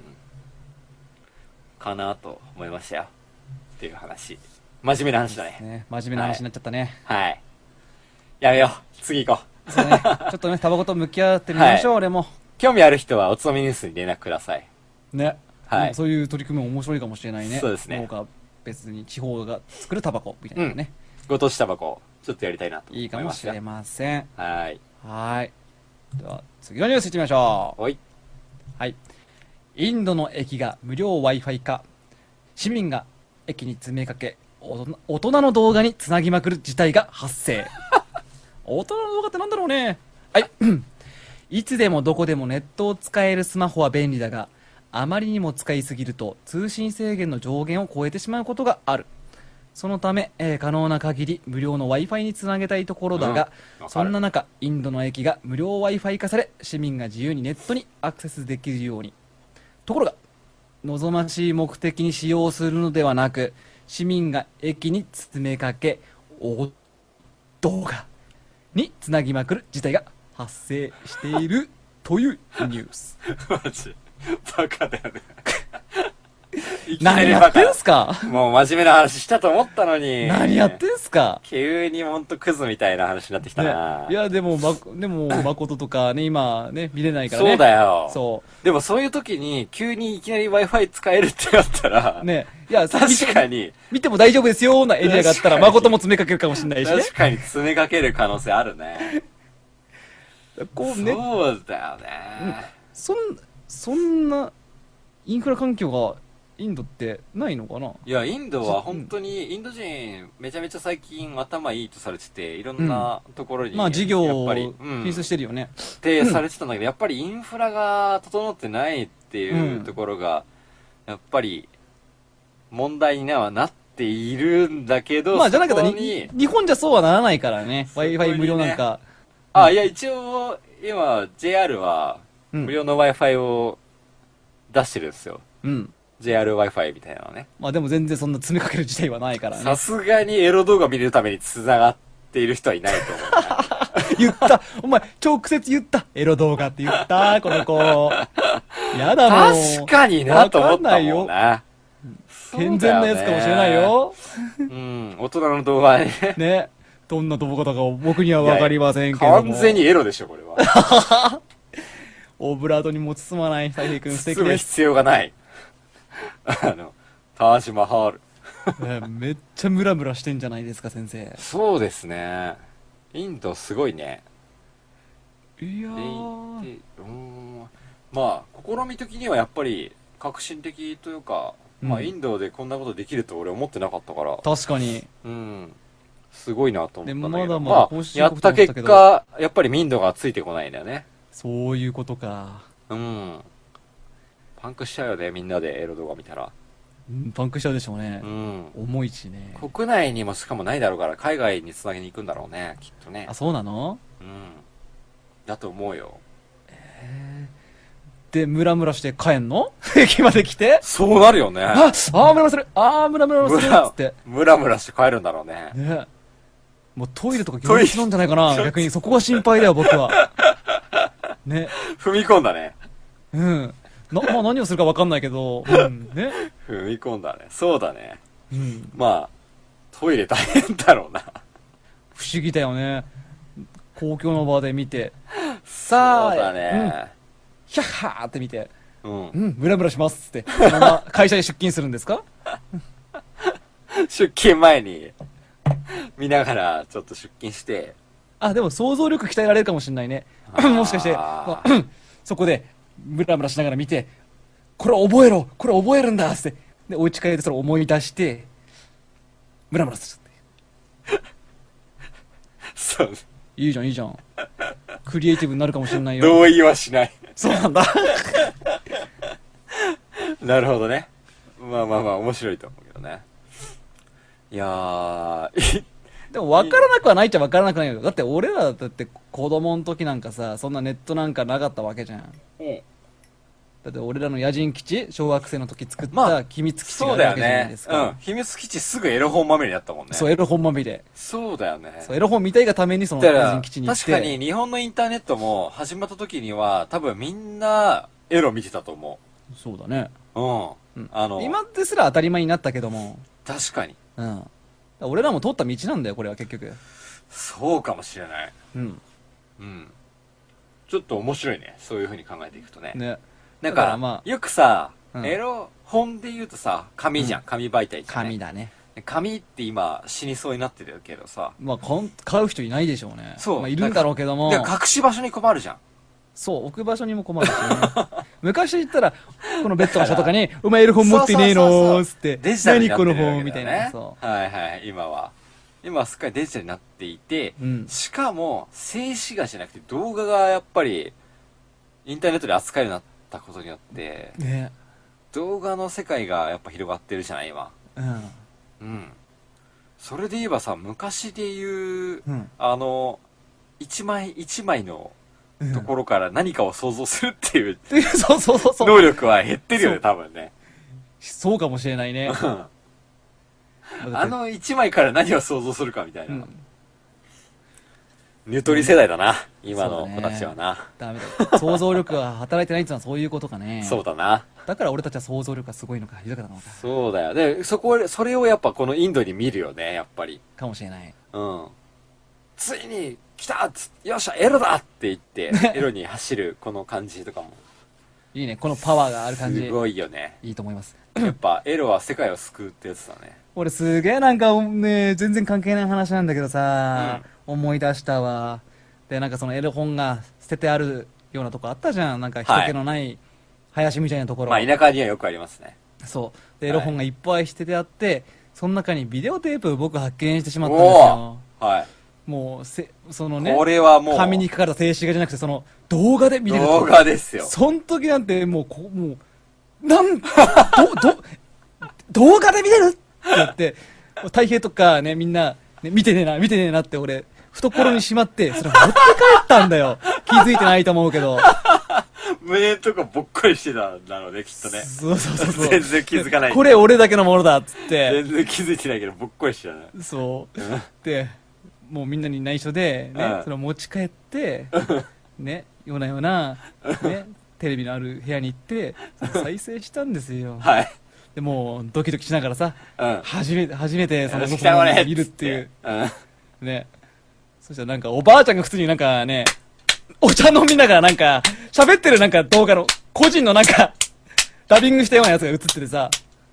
かなと思いましたよ。っていう話。真面目な話だね。 真面目な話になっちゃったね。 はい。やめよう。次行こう。そうね。ちょっとね、タバコと向き合ってみましょう、俺も。 興味ある人はおつまみニュースに連絡ください。 ね。 はい。 そういう取り組みも面白いかもしれないね。 そうですね。 農家別に地方が作るタバコみたいなね。 ご当地タバコ、ちょっとやりたいなと思いました。 いいかもしれません。 はい。 はい。では、次のニュースいってみましょう。 はい。 はい。インドの駅が無料 Wi-Fi 化。市民が駅に詰めかけ、大人の動画につなぎまくる事態が発生。大人の動画ってなんだろうね。はい。いつでもどこでもネットを使えるスマホは便利だが、あまりにも使いすぎると通信制限の上限を超えてしまうことがある。そのため、可能な限り無料の Wi-Fi につなげたいところだが、そんな中、インドの駅が無料 Wi-Fi 化され、市民が自由にネットにアクセスできるように。ところが、望ましい目的に使用するのではなく、市民が駅に詰めかけ、動画につなぎまくる事態が発生しているというニュース。 マジバカだよね。 何やってんすか。 もう真面目な話したと思ったのに。 何やってんすか。 急にほんとクズみたいな話になってきたな。 いや、でも、誠とかね、今ね、見れないからね。 そうだよ。 そう。 でもそういう時に、急にいきなり Wi-Fi 使えるってなったら。 ね。いや、 確かに。 見ても大丈夫ですよ、なエリアがあったら、誠も詰めかけるかもしれないしね。 確かに詰めかける可能性あるね。 こうね。 そうだよね。 そんな、インフラ環境が、インドってないのかな。 いや、インドは本当に、インド人めちゃめちゃ最近頭いいとされてて、いろんなところに、 まあ事業を進出してるよね。 ってされてたんだけど、やっぱりインフラが整ってないっていうところが、やっぱり問題にはなっているんだけど、 まあじゃなかったら日本じゃそうはならないからね。Wi-Fi 無料なんか。 あ、いや一応、今 JR は無料の Wi-Fi を出してるんですよ。JR Wi-Fi みたいなのね。 まあでも全然そんな詰めかける事態はないからね。 さすがにエロ動画見るために繋がっている人はいないと思う。 言った。お前、直接言った。エロ動画って言った。この子。やだもん。 確かになと思ったもんな。 健全なやつかもしれないよ。 大人の動画ね。 ね。どんな動画だか僕にはわかりませんけども。 完全にエロでしょ、これは。 オブラートにも包まない太平君素敵です。包む必要がない。タージマハール。めっちゃムラムラしてんじゃないですか、先生。 そうですね。インドすごいね。 いやー。まあ、試み的にはやっぱり革新的というか、まあインドでこんなことできると俺思ってなかったから。 確かに。 すごいなと思ったんだけど。 まあ、 やった結果、やっぱり民度がついてこないんだよね。 そういうことか。 パンクしちゃうよね、みんなでエロ動画見たら。 パンクしちゃうでしょうね。重いしね。 国内にもしかもないだろうから、海外につなげに行くんだろうね、きっとね。 あ、そうなの？ だと思うよ。 で、ムラムラして帰んの？駅まで来て？ そうなるよね。 ムラムラする。ムラムラする。つって。 ムラムラして帰るんだろうね。 ね。もうトイレとか行列なんじゃないかな。逆にそこが心配だよ、僕は。ね。 踏み込んだね。 まあ何をするか分かんないけど、ね。 踏み込んだね。そうだね。まあ、トイレ大変だろうな。 不思議だよね。公共の場で見て。さあ、 そうだね。 ヒャッハーって見て。 ムラムラしますって。そのまま会社に出勤するんですか？ 出勤前に、見ながらちょっと出勤して、 あ、でも想像力鍛えられるかもしれないね。もしかして、そこで、ムラムラしながら見て、これ覚えろ、これ覚えるんだっつって。で、お家帰ってそれ思い出して、ムラムラするって。 そう。 いいじゃん、いいじゃん。クリエイティブになるかもしれないよ。 同意はしない。 そうなんだ。 なるほどね。まあまあまあ、面白いと思うけどね。いやー、 でも分からなくはないっちゃ分からなくないよ。だって俺らだって子供の時なんかさ、そんなネットなんかなかったわけじゃん。だって俺らの野人基地、小学生の時作った秘密基地があるわけじゃないですか。 うん。秘密基地すぐエロ本まみれになったもんね。 そう、エロ本まみれ。 そうだよね。 そう、エロ本見たいがためにその野人基地に行って。 確かに日本のインターネットも始まった時には多分みんなエロ見てたと思う。そうだね。 うん。 今ですら当たり前になったけども。 確かに。 うん。俺らも通った道なんだよ、これは結局。 そうかもしれない。 うん。 うん。ちょっと面白いね。そういう風に考えていくとね。 ね。 なんか、 まあ、 よくさ、 うん、 エロ本で言うとさ、紙じゃん。紙媒体じゃん、ね。 紙だね。 紙って今死にそうになってるけどさ。 まあ、買う人いないでしょうね。 そう。 まあ、いるんだろうけども。 隠し場所に困るじゃん。 そう、置く場所にも困るしね。昔言ったら、このベッドの下とかに、お前エロ本持ってねえのーつって、 デジタルになってる何この本みたいな。 そう。はいはい、今はすっかりデジタルになっていて、しかも、静止画じゃなくて動画がやっぱり、インターネットで扱えるようになったことによって、 ね、 動画の世界がやっぱ広がってるじゃない、今。うん。それで言えばさ、昔で言う、一枚一枚の、ところから何かを想像するっていう能力は減ってるよね、多分ね。 そうかもしれないね。 一枚から何を想像するかみたいな。ニュートリ世代だな、今の子たちはな。 ダメだ。想像力が働いてないってのはそういうことかね。 そうだな。 だから俺たちは想像力がすごいのか、豊かなのか。 そうだよ。で、それをやっぱこのインドに見るよね、やっぱり。 かもしれない。 うん。ついに来たよっしゃエロだって言ってエロに走るこの感じとかもいいね、このパワーがある感じすごいよね。 いいと思います。 やっぱエロは世界を救うってやつだね。 俺すげえなんかね、全然関係ない話なんだけどさ、思い出したわ。で、なんかそのエロ本が捨ててあるようなとこあったじゃん。なんか人気のない林みたいなところ。 まあ田舎にはよくありますね。 そう。で、エロ本がいっぱい捨ててあって、その中にビデオテープを僕発見してしまったんですよ。 はい。 もうそのね、 これはもう紙に書かれた静止画じゃなくて、その動画で見れる。 動画ですよ。 その時なんてもう動画で見れるって言って、太平とかね、みんな、ね、見てねえなって俺、懐にしまって、それ持って帰ったんだよ。気づいてないと思うけど。 胸とかぼっこりしてたんだろうね、きっとね。 そう。 全然気づかない。 これ俺だけのものだっつって。 全然気づいてないけど、ぼっこりしてたね。 そう。で、もうみんなに内緒で、ね、それを持ち帰って、ね、夜な夜な、ね、テレビのある部屋に行って、再生したんですよ。 はい。 でもうドキドキしながらさ、初めてその僕も見るっていう。ね。そしたらなんかおばあちゃんが普通になんかね、お茶飲みながらなんか、喋ってるなんか動画の、個人のなんか、ダビングしたようなやつが映っててさ、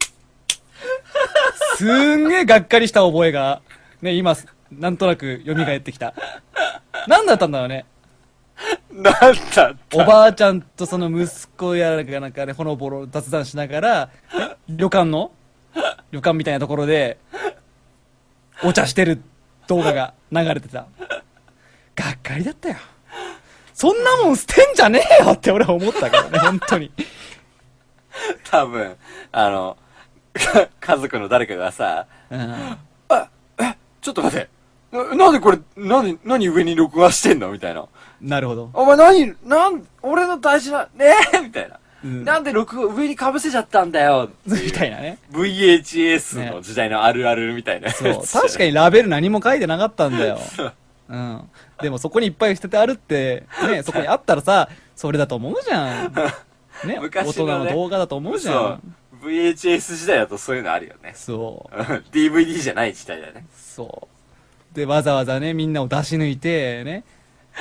すんげえがっかりした覚えが、ね、今、なんとなく蘇ってきた。なんだったんだろうね。 なんだったおばあちゃんとその息子やらがなんかね、ほのぼろ雑談しながら、旅館みたいなところで、お茶してる動画が流れてた。がっかりだったよ。そんなもん捨てんじゃねえよって俺は思ったけどね、本当に。 多分、家族の誰かがさ、ちょっと待って。なんでこれ、何上に録画してんのみたいな。 なるほど。 お前俺の大事な、ねえみたいな。なんで録画上に被せちゃったんだよみたいなね。 VHS の時代のあるあるみたいな。 そう。確かにラベル何も書いてなかったんだよ。うん。でもそこにいっぱい捨ててあるって、ね、そこにあったらさ、それだと思うじゃん。ね、大人の動画だと思うじゃん。 VHS 時代だとそういうのあるよね。 そう。 DVD じゃない時代だね。 そう。で、わざわざね、みんなを出し抜いて、ね、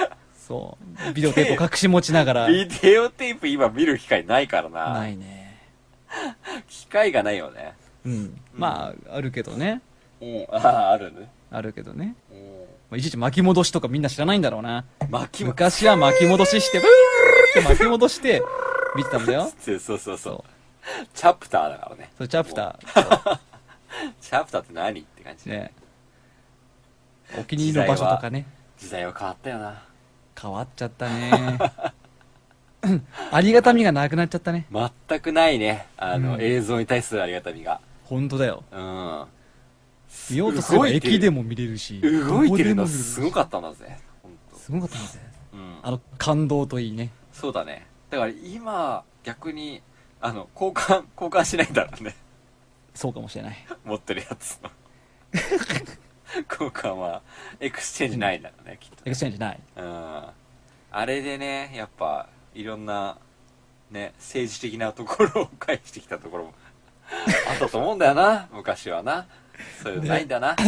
そうビデオテープを隠し持ちながらビデオテープ今見る機会ないからな。 ないね。 機会がないよね。 まああるけどね。 あるね。 あるけどね。いちいち巻き戻しとかみんな知らないんだろうな。 巻き昔は巻き戻ししてブーって巻き戻して見てたんだよ。 そうチャプターだからね。 それチャプター。 チャプターって何って感じね。お気に入りの場所とかね。 時代は変わったよな。 変わっちゃったね。ありがたみがなくなっちゃったね。 全くないね。映像に対するありがたみが。 本当だよ。見ようとすれ動いてるば駅でも見れるし。 動いてるのどこでも見れるしすごかったんだぜ。ほんと。 すごかったんだぜ。感動といいね。 そうだね。だから今、逆に、交換しないんだろうね。 そうかもしれない。 持ってるやつの。交換は、エクスチェンジないんだろうね、きっと。 エクスチェンジない。 あれでね、やっぱ、いろんな、ね、政治的なところを返してきたところも、あったと思うんだよな、昔はな。そういうのないんだな。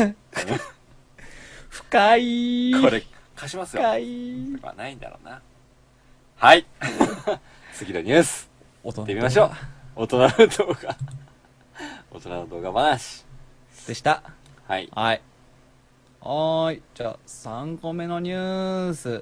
深い。 これ、貸しますよ。 深い。 とかないんだろうな。はい。次のニュース。 大人行ってみましょう。大人の動画。大人の動画話。 でした。 はい。 はい。じゃあ、3個目のニュース。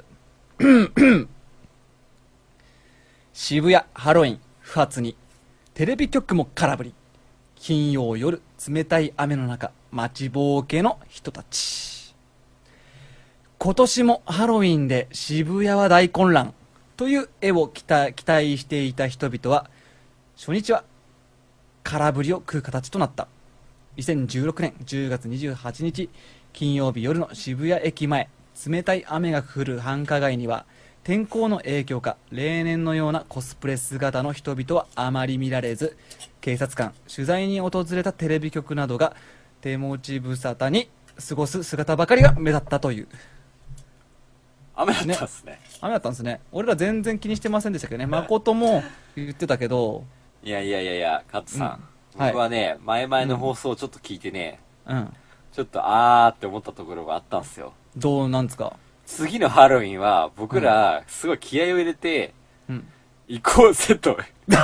渋谷ハロウィン不発に、テレビ局も空振り。金曜夜、冷たい雨の中、待ちぼうけの人たち。今年もハロウィンで渋谷は大混乱という絵を期待していた人々は、初日は空振りを食う形となった。2016年10月28日金曜日夜の渋谷駅前、冷たい雨が降る繁華街には、天候の影響か例年のようなコスプレ姿の人々はあまり見られず、警察官、取材に訪れたテレビ局などが手持ち無沙汰に過ごす姿ばかりが目立ったという。 雨だったんすね。 雨だったんですね。俺ら全然気にしてませんでしたけどね。誠も言ってたけど。 いや、カツさん。 はい僕はね、前々の放送をちょっと聞いてね、 うん。 ちょっとあーって思ったところがあったんですよ。 どうなんですか？ 次のハロウィンは僕らすごい気合を入れて、 うん。 行こうぜと。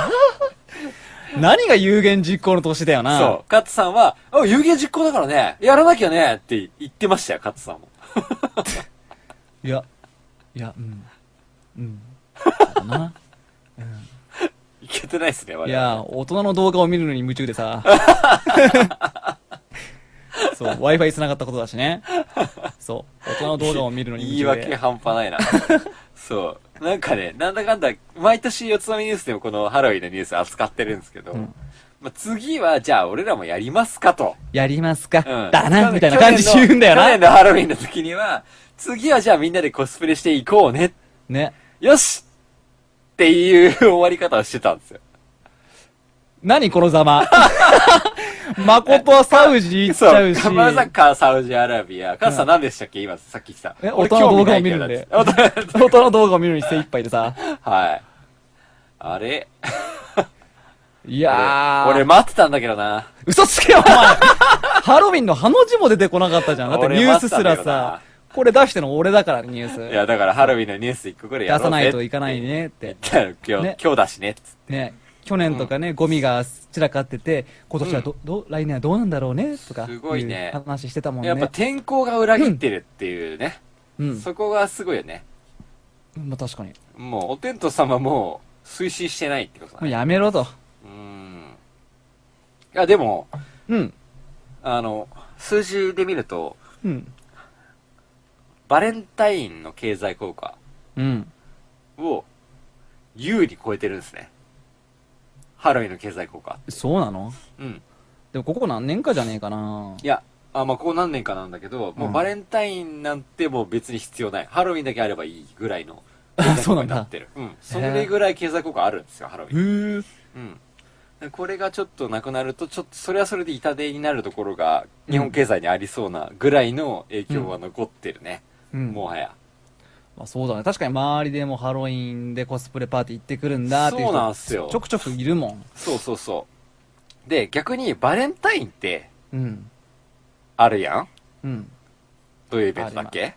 何が有言実行の年だよな。 そう。カッツさんは、有言実行だからね、やらなきゃねって言ってましたよ、カッツさんも。 いや、そうだな。 いけてないっすね、我々。 いや、大人の動画を見るのに夢中でさ。そう、Wi-Fi 繋がったことだしね。そう、大人の動画を見るのに言い夢中で。 訳半端ないな。そう。なんかね、なんだかんだ、毎年四つまみニュースでもこのハロウィンのニュース扱ってるんですけど、まあ、次はじゃあ俺らもやりますかと。 やりますか、 うん、 だな、みたいな感じで言うんだよな。 去年のハロウィンの時には、次はじゃあみんなでコスプレしていこうね。 ね。 よしっていう終わり方をしてたんですよ。 何このざま。誠はサウジ行っちゃうし。 そう、まさかサウジアラビア。カズさん何でしたっけ今、さっき言ってた。 大人の動画を見るんで。大人の動画を見るのに精一杯でさ。 はい。あれいやー。 俺待ってたんだけどな。 嘘つけよ、お前。ハロウィンのハの字も出てこなかったじゃん。だってニュースすらさ、これ出してるの俺だから、ニュース。 いや、だからハロウィンのニュース一個くらいやろうぜ。 出さないといかないねって。 今日だしね、つって。 ね。去年とかね、ゴミが散らかってて、今年は来年はどうなんだろうね、とか。 すごいね。 話してたもんね。 やっぱ天候が裏切ってるっていうね。そこがすごいよね。 まあ確かに。 もう、お天道様も推進してないってことだね。 もうやめろと。 いや、でも、数字で見ると、バレンタインの経済効果を優に超えてるんですね。ハロウィンの経済効果。 そうなの？でもここ何年かじゃねえかな。 いや、まあここ何年かなんだけど、もうバレンタインなんてもう別に必要ない。ハロウィンだけあればいいぐらいの経済効果になってる。それぐらい経済効果あるんですよ、ハロウィン。これがちょっとなくなると、ちょっとそれはそれで痛手になるところが日本経済にありそうなぐらいの影響は残ってるね。もはや。 まあそうだね。確かに周りでもハロウィンでコスプレパーティー行ってくるんだっていう人。 そうなんすよ。 ちょくちょくいるもん。 そう。で、逆にバレンタインって、あるやん。どういうイベントだっけ？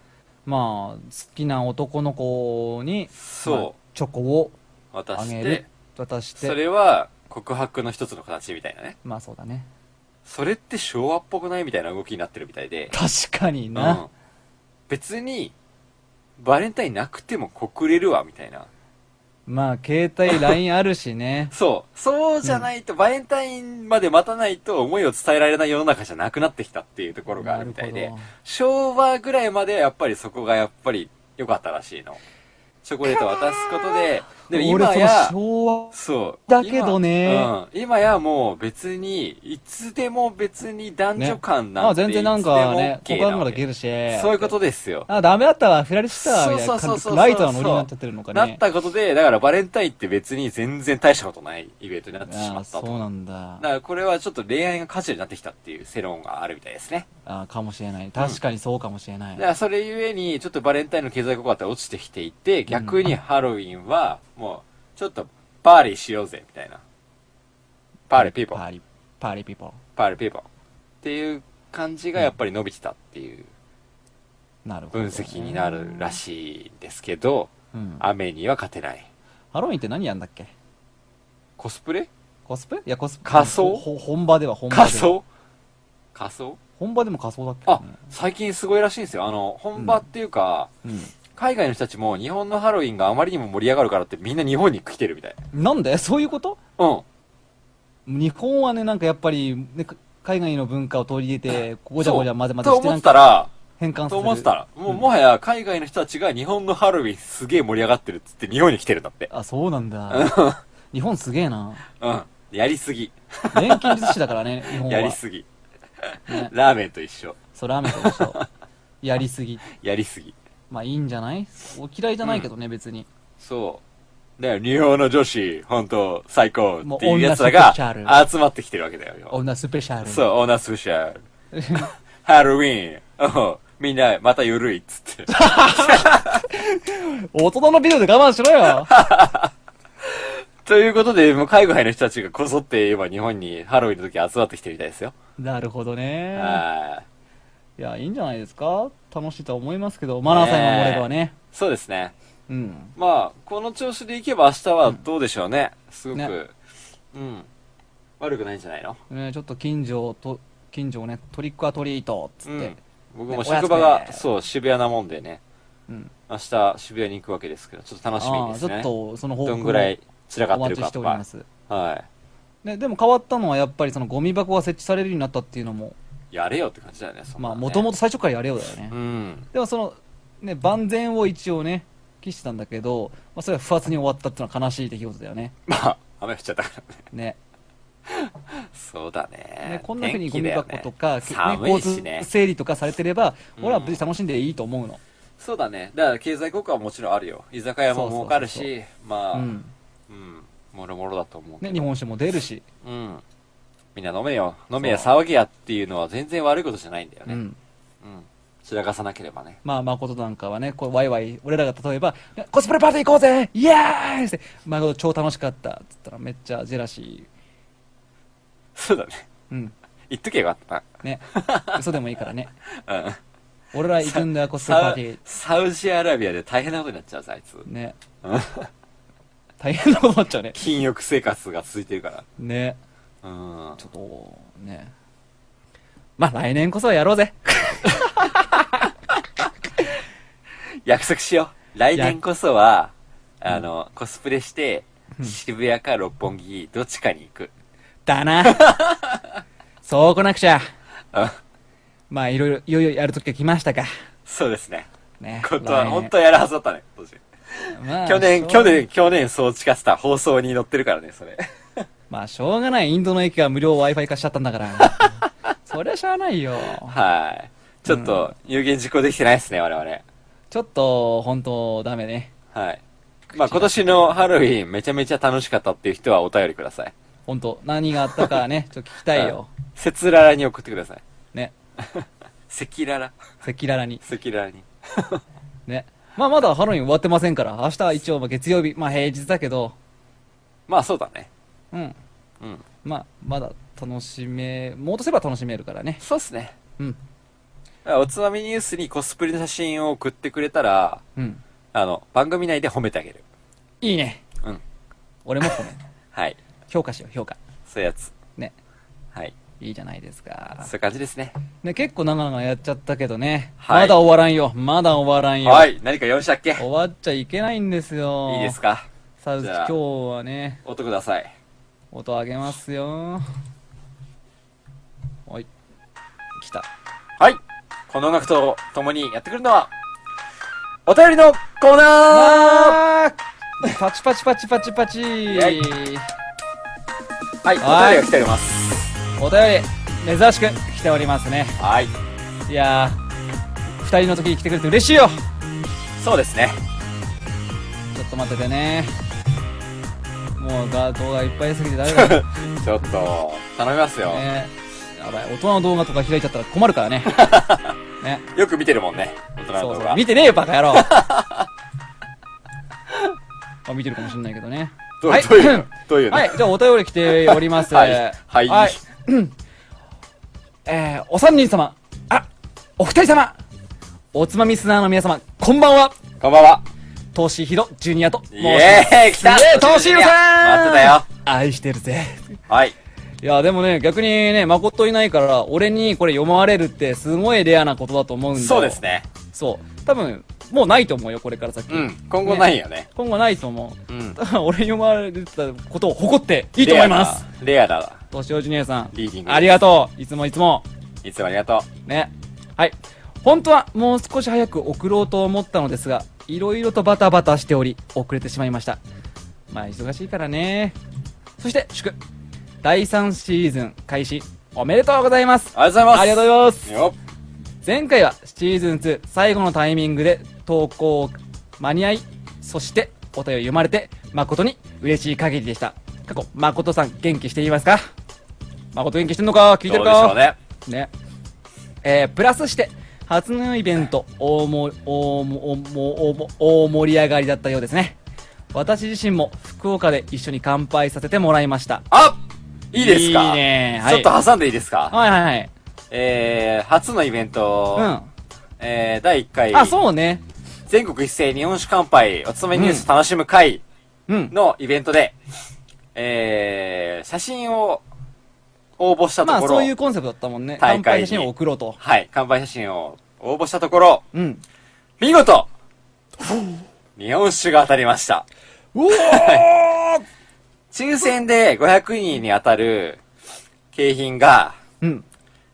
まあ、好きな男の子に、 そうまあチョコを渡しあげるて、。 渡して。 それは告白の一つの形みたいなね。 まあそうだね。 それって昭和っぽくないみたいな動きになってるみたいで。 確かにうな。 ん。別に、バレンタインなくても告れるわ、みたいな。 まあ、携帯 LINE あるしね。 そう。そうじゃないと、バレンタインまで待たないと思いを伝えられない世の中じゃなくなってきたっていうところがあるみたいでなるほど、 昭和ぐらいまでやっぱりそこがやっぱり良かったらしいの。チョコレートを渡すことで、でも今俺や、 その昭和そう。 だけどね今やもう別に、いつでも別に男女間あ、 なんていつでも全然なんかね、 OK 股間からなわけ。 出るし。 そういうことですよ。 あ、ダメだったわ、振られてたわ、みたいなそうそうそうそうライトなノリになっちゃってるのかね。 なったことで、だからバレンタインって別に全然大したことないイベントになってしまあ、 ったと。 そうなんだだ。からこれはちょっと恋愛がカジュアルになってきたっていう世論があるみたいですね。 あ、かもしれない。確かにそうかもしれない。 だからそれゆえに、ちょっとバレンタインの経済効果って落ちてきていて、逆にハロウィンは、もう、ちょっとパーリーしようぜ、みたいな。パーリーピーポー。 パーリーピーポー。 パーリーピーポー。っていう感じがやっぱり伸びてたっていうなるほど、 分析になるらしいんですけど、 うん。 雨には勝てない。 ハロウィンって何やんだっけ？ コスプレコスプレ？いや、コスプレ。 仮装本場では本場では。 仮装本場でも仮装だっけ？ あ、最近すごいらしいんですよ。本場っていうか、 うん。 海外の人たちも日本のハロウィンがあまりにも盛り上がるからってみんな日本に来てるみたい。 なんでそういうこと？ うん。 日本はね、なんかやっぱり、ね、海外の文化を取り入れて、ごちゃごちゃ混ぜ混ぜと思っしてなんかてたら、 変換する。 と思ってたら、もはや海外の人たちが日本のハロウィンすげえ盛り上がってるっつって日本に来てるんだって。 あ、そうなんだ。日本すげえな。 うん。やりすぎ。 錬金術師だからね、日本は。 やりすぎ。 ね、 ラーメンと一緒。 そう、ラーメンと一緒。やりすぎ。 やりすぎ。 まあいいんじゃない？お嫌いじゃないけどね、別に。 そう。だよ、日本の女子、本当最高もうっていうやつら女スペシャがル集まってきてるわけだよ。 女スペシャル。 そう、女スペシャル。ハロウィン。みんな、またゆるいっつって。 大人のビデオで我慢しろよ。 ということで、もう海外の人たちがこぞって今日本にハロウィンの時集まってきてるみたいですよ。 なるほどね。 はいや、いいんじゃないですか？楽しいとは思いますけど、マナーさえ守ればね。 そうですね。 うん。 まあ、この調子でいけば明日はどうでしょうね。すごく、 ねうん。悪くないんじゃないの？ ね、ちょっと近所をね、トリックアトリートっつって。 うん。僕ねも職場が、そう、渋谷なもんでね。 うん。 明日渋谷に行くわけですけど、ちょっと楽しみああ、ちょですね。 っとその報告どんぐらい散らかお待ちってるかとか。 しております。 はい。 ね、でも変わったのはやっぱりそのゴミ箱が設置されるようになったっていうのも、 やれよって感じだよね、そんなまあのねもともと最初からやれよだよね。 うん。 でもその、ね、万全を一応ね、期してたんだけど、まあそれは不発に終わったっていうのは悲しい出来事だよね。 まあ、雨降っちゃったからね。 ね。 そうだね。 ね、こんな風にゴミ箱とか、 天気だよね寒いしね。 交通整理とかされてれば、 うん俺は別に楽しんでいいと思うの。 そうだね。だから経済効果はもちろんあるよ。居酒屋も儲かるそうそうし、まあ、 ううん、 ん。 もろもろだと思うけね、 ど。 日本酒も出るし。 うん。みんな飲めよ。飲めや騒げやっていうのは全然悪いことじゃないんだよね。 うん。 うん。散らかさなければね。 まあ、誠なんかはね、こう、ワイワイ、俺らが例えば、ねコスプレパーティー行こうぜイエーイって、誠超楽しかった。つったらめっちゃジェラシそうだね。 ー。うん。 言っとけばよかっね。嘘でもいいからね。 たな。うん。 俺ら行くんだよ、コスプレパーティサウジアラビアで大変なことになっちゃうぞ、あいつ。 ー。ね。 うん大変なことになっちゃうね。 禁欲生活が続いてるから。 ね。 うん。 ちょっと、ね。まあ、来年こそはやろうぜ。 約束しよう。来年こそは、コスプレして、渋谷か六本木、どっちかに行く。 だな。そう来なくちゃ。 うん。 まあ、いろいろやるときが来ましたか。 そうですね。 ね。 本当は、 来年本当はやるはずだったね、今年。 まあ去年そう近せた放送に載ってるからね、それ。 まあ、しょうがない。インドの駅が無料 Wi-Fi 化しちゃったんだから。そりゃしゃあないよ。 はい。ちょっと、有言実行できてないですね、我々。 ちょっと、本当ダメね。 はい。まあ今年のハロウィンめちゃめちゃ楽しかったっていう人はお便りください。 本当何があったかね、ちょっと聞きたいよ。 赤裸々に送ってください。 ね。 赤裸々 赤裸々に。 赤裸々に。 ね。まあ、まだハロウィン終わってませんから。明日は一応、まあ月曜日。まあ、平日だけど。 まあそうだね。 うん。 うん。 まあ、まだもうとすれば楽しめるからね。 そうっすね。 うん。 おつまみニュースにコスプレの写真を送ってくれたら、 うん。 番組内で褒めてあげる。 いいね。 うん。 俺も褒め。 はい。 評価しよう、評価。 そういうやつ。 ね。 はい。 いいじゃないですか。 そういう感じですね。 ね、結構長々やっちゃったけどね。 はいまだ終わらんよ。まだ終わらんよ。 はい。何か用意したっけ？ 終わっちゃいけないんですよ。 いいですか？ さあ、 じゃあ今日はね、 音ください。 音上げますよ。はい。来た。 はい。この音楽と共にやってくるのは、お便りのコーナー。 パチパチパチパチパチ。 はいはい、お便りが来ております。 お便り、珍しく来ておりますね。 はい。 いやー、二人の時に来てくれて嬉しいよ。 そうですね。 ちょっと待っててね。もう動画いっぱいすぎて誰だよ。 ちょっと、頼みますよ。 ね、やばい、大人の動画とか開いちゃったら困るからね。ね。 よく見てるもんね、大人の動画。 そうそう、見てねえよ、バカ野郎。あ、見てるかもしれないけどね。はい、 どういうのはい、じゃあお便り来ております。 はいはいはい。お三人様、お二人様、おつまみスナーの皆様、こんばんは。 こんばんは。 トシヒロジュニアと申しイます。 エーイ来たトシヒロさん待ってたよ。 愛してるぜ。 はい。 いや、でもね、逆にね、誠いないから、俺にこれ読まれるってすごいレアなことだと思うんだよ。 そうですね。 そう。多分、もうないと思うよ、これから先。 うん。今後ないよね。 今後ないと思う。 うん。 俺に読まれたことを誇っていいと思います。 レアだわ。 トシオジュニアさん。 リーディング。 ありがとう。いつもいつも。 いつもありがとね。はい。本当はもう少し早く送ろうと思ったのですが、いろいろとバタバタしており、遅れてしまいました。まあ、忙しいからね。そして、祝。第3シーズン開始、おめでとうございます。 う。ありがとうございます。 ありがとうございます。 よっ。 前回はシーズン2最後のタイミングで投稿間に合い、そしてお便り読まれて誠に嬉しい限りでした。過去、誠さん元気していますか？誠元気してんのか？聞いてるか？ どうでしょうね。 ね。プラスして初のイベント大盛り上がりだったようですね。私自身も福岡で一緒に乾杯させてもらいました。 あ、いいですか？ いいね。はい。 ちょっと挟んでいいですか？ はいはいはい。 初のイベント、 うん。 第1回、 あ、そうね。 全国一斉日本酒乾杯、おつまみニュース楽しむ会のイベントで、写真を応募したところ、 まあそういうコンセプトだったもんね。 大会に乾杯写真を送ろうと。 はい、乾杯写真を応募したところ、 うん。 見事日本酒が当たりました。 うおー抽選で500人に当たる景品が、 うん。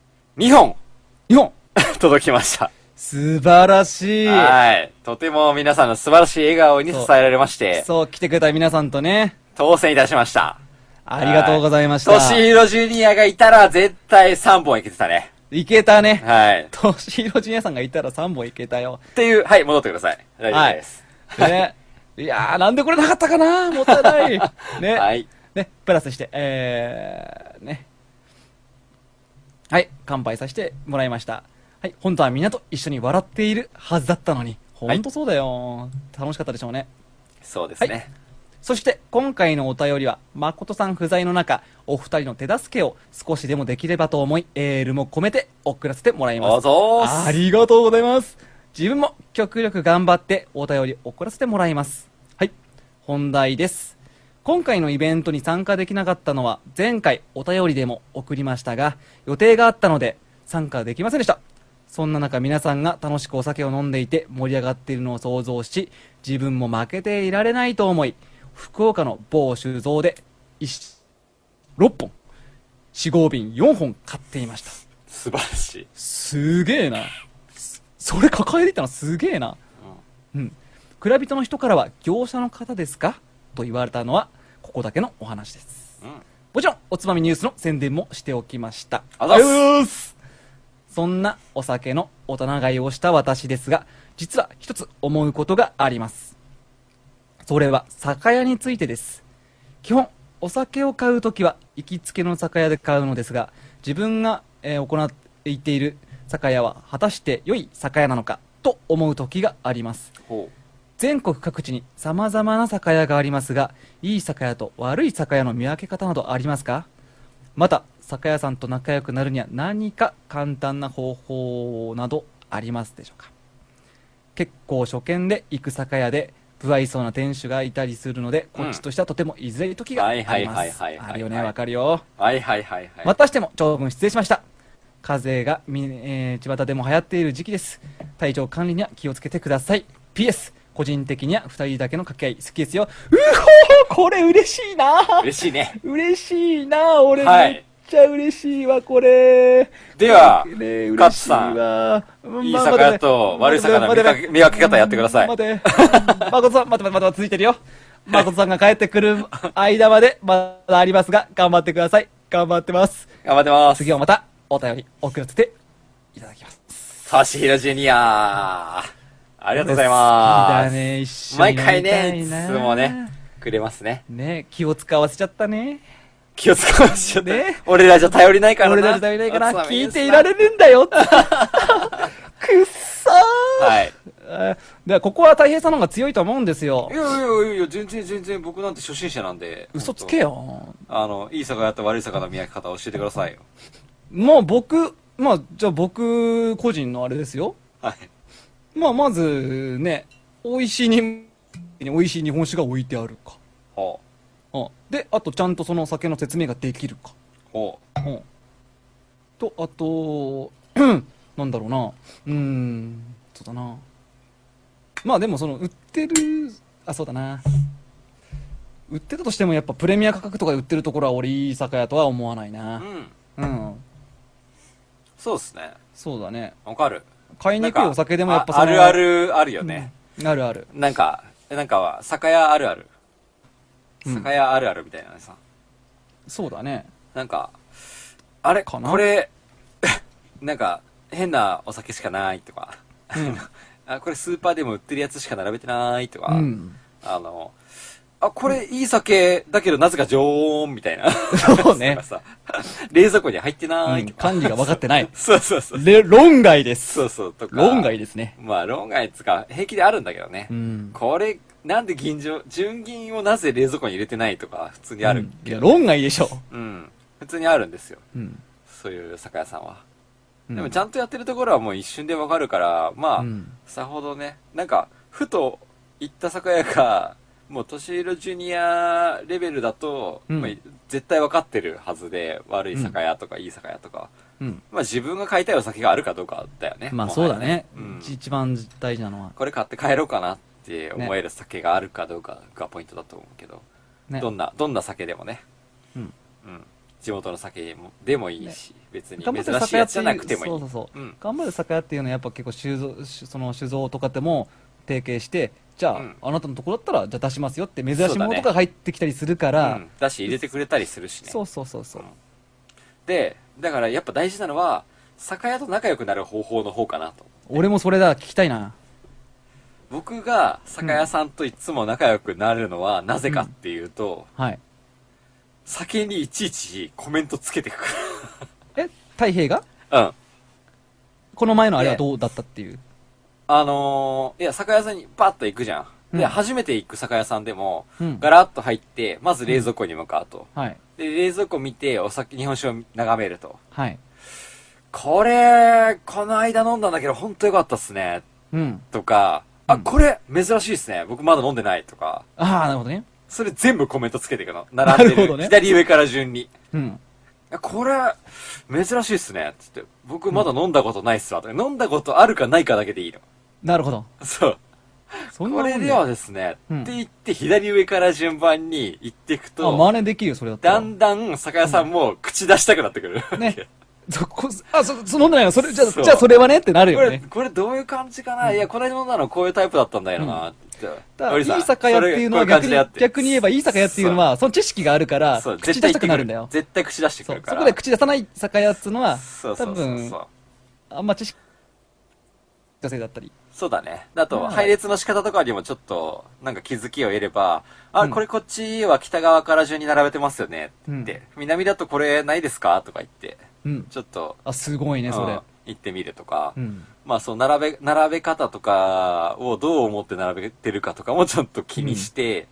2本日本届きました。 素晴らしい。 はい。とても皆さんの素晴らしい笑顔に支えられまして、 そう、来てくれた皆さんとね、 当選いたしました。 ありがとうございました。 トシヒロジュニアがいたら絶対3本いけてたね。 いけたね。 はい。 トシヒロジュニアさんがいたら3本いけたよ。 っていう、はい、戻ってください。大丈夫です。 ね。いやー、なんでこれなかったかなもったいない。ね。 はい。 ね、プラスして、ね。はい、乾杯させてもらいました。はい、本当はみんなと一緒に笑っているはずだったのに。本当そうだよ。楽しかったでしょうね。 そうですね。 はい、そして、今回のお便りは、誠さん不在の中、お二人の手助けを少しでもできればと思い、エールも込めて送らせてもらいます。 どうぞー。 ありがとうございます。自分も極力頑張ってお便り送らせてもらいます。はい、本題です。今回のイベントに参加できなかったのは前回お便りでも送りましたが、予定があったので参加できませんでした。そんな中皆さんが楽しくお酒を飲んでいて盛り上がっているのを想像し、自分も負けていられないと思い、福岡の某酒造で6本、4合瓶4本買っていました。 素晴らしい。 すげえな。それ抱えていたのすげえな。うん。蔵人の人からは業者の方ですかと言われたのはここだけのお話です。 うん。 もちろんおつまみニュースの宣伝もしておきました。 ありがとうございます。 そんなお酒の大人買いをした私ですが、実は一つ思うことがあります。それは酒屋についてです。基本お酒を買うときは行きつけの酒屋で買うのですが、自分が、行っていている酒屋は果たして良い酒屋なのかと思う時があります。 ほう。 全国各地に様々な酒屋がありますが、いい酒屋と悪い酒屋の見分け方などありますか？また、 酒屋さんと仲良くなるには何か簡単な方法などありますでしょうか。結構初見で行く酒屋で不愛想な店主がいたりするので、こっちとしてはとても言いづらい時がありはいまはいはいはいはいす。あるよね、わかるよ。 はいはいはいはい。 またしても長文失礼しました。風邪が巷でも流行っている時期です。体調管理には気をつけてください。 PS 個人的には2人だけの掛け合い好きですよ。うほー、これ嬉しいな。 嬉しいね。 嬉しいな。俺はいめっちゃ嬉しいわ、これ。 では、 ね、 カッ嬉しいツさんわ。 いい酒屋と悪い酒屋の見分け方やってください。 待て。誠さん、待って、続いてるよ。誠さんが帰ってくる間までまだありますが、頑張ってください。頑張ってます。 頑張ってます。 次はまたお便り送らせていただきます。 サシヒロジュニアありがとうございます。 好きだね、一緒毎に飲み回ね、いたいなつもね、くれますね。 ね、気を使わせちゃったね。 気を使わせちゃって。 ね俺らじゃ頼りないからな。 俺たちだけないからおつまみ聞いていられるんだよ。くっさー。 はい。 で、ここは太平さんの方が強いと思うんですよい。や全然僕なんて初心者なんで。 嘘つけよ。 いい酒屋と悪い酒屋の見分け方を教えてくださいよ。 もう僕、じゃあ僕個人のあれですよ。 はい。 まずね、美味しい日本酒が置いてあるか。 ほで、あとちゃんとその酒の説明ができるか。 う。ほと、あと、なんだろうな。そうだな。まあでも売ってる、そうだな。売ってたとしてもやっぱプレミア価格とかで売ってるところは俺いい酒屋とは思わないな。 う。 うん。 そうっすね。 そうだね。 わかる。 買いにくいお酒でもやっぱあるあるあるよね。 あるある。 なんか酒屋あるある。 うん酒屋あるあるみたいなねさ。 そうだね。 なんか、あれかなこれ、なんか、変なお酒しかないとか、これスーパーでも売ってるやつしか並べてないとか、 うん。 これいい酒だけどなぜか常温みたいな。 そうねとかさ、冷蔵庫に入ってないとか。 管理が分かってない。 そう。 論外です。 そうとか。 論外ですね。 まあ論外つか平気であるんだけどね。 うん。 これ、なんで純銀をなぜ冷蔵庫に入れてないとか普通にある。 いや、論外でしょ。 普通にあるんですよ。 うん。 そういう酒屋さんは。 うんでもちゃんとやってるところはもう一瞬でわかるから、さほどね、なんか、ふと行った酒屋が、もう、トシヒロジュニアレベルだと、絶対わかってるはずで、悪い酒屋とかいい酒屋とか、自分が買いたいお酒があるかどうかだよね。 そうだね。 うん一番大事なのは。 これ買って帰ろうかなって思える酒があるかどうかがポイントだと思うけど、 ね。 どんな酒でもね、地元の酒でもいいし、別に頑張って珍しいやつじゃなくてもいい。 そう。頑張る酒屋っていうのはやっぱ結構酒造とかでも提携して、じゃあ、あなたのところだったら、じゃあ出しますよって珍しいものとか入ってきたりするから。 だし入れてくれたりするしね。 そう。 で、だからやっぱ大事なのは、酒屋と仲良くなる方法の方かなと。 俺もそれだ、聞きたいな。 僕が酒屋さんといつも仲良くなるのはなぜかっていうと、 はい。 酒にいちいちコメントつけてくか太平がら。 この前のあれはどうだったっていう。 いや、酒屋さんにパッと行くじゃん。で、初めて行く酒屋さんでも、ガラッと入って、まず冷蔵庫に向かうと。 はい。 で、冷蔵庫見て、日本酒を眺めると。 はい。 これ、この間飲んだんだけど、ほんとよかったっすね。とか、これ、珍しいっすね。僕まだ飲んでないとか。 なるほどね。 それ全部コメントつけていくの。並んでる。 なるほどね。 左上から順に。これ、珍しいっすね。つって。僕まだ飲んだことないっすわ。とか飲んだことあるかないかだけでいいの。 なるほど。 そう。これではですね、って言って左上から順番に行っていくと、 真似できるよ、それだったら。 だんだん酒屋さんも口出したくなってくる。 ね。飲んでないのじゃあそれはねってなるよね。 これどういう感じかな、いや、この間飲んだのこういうタイプだったんだよな、 いい酒屋っていうのは逆に言えばいい酒屋っていうのは、その知識があるから、口出したくなるんだよ。 絶対口出してくるから。 そこで口出さない酒屋っていうのは、多分、あんま知識女性だったり。 そうだね。あと、配列の仕方とかにもちょっと、なんか気づきを得れば、これこっちは北側から順に並べてますよねって。南だとこれないですかとか言って、ちょっと。 すごいね、それ。 行ってみるとか、そう、並べ方とかをどう思って並べてるかとかもちょっと気にして、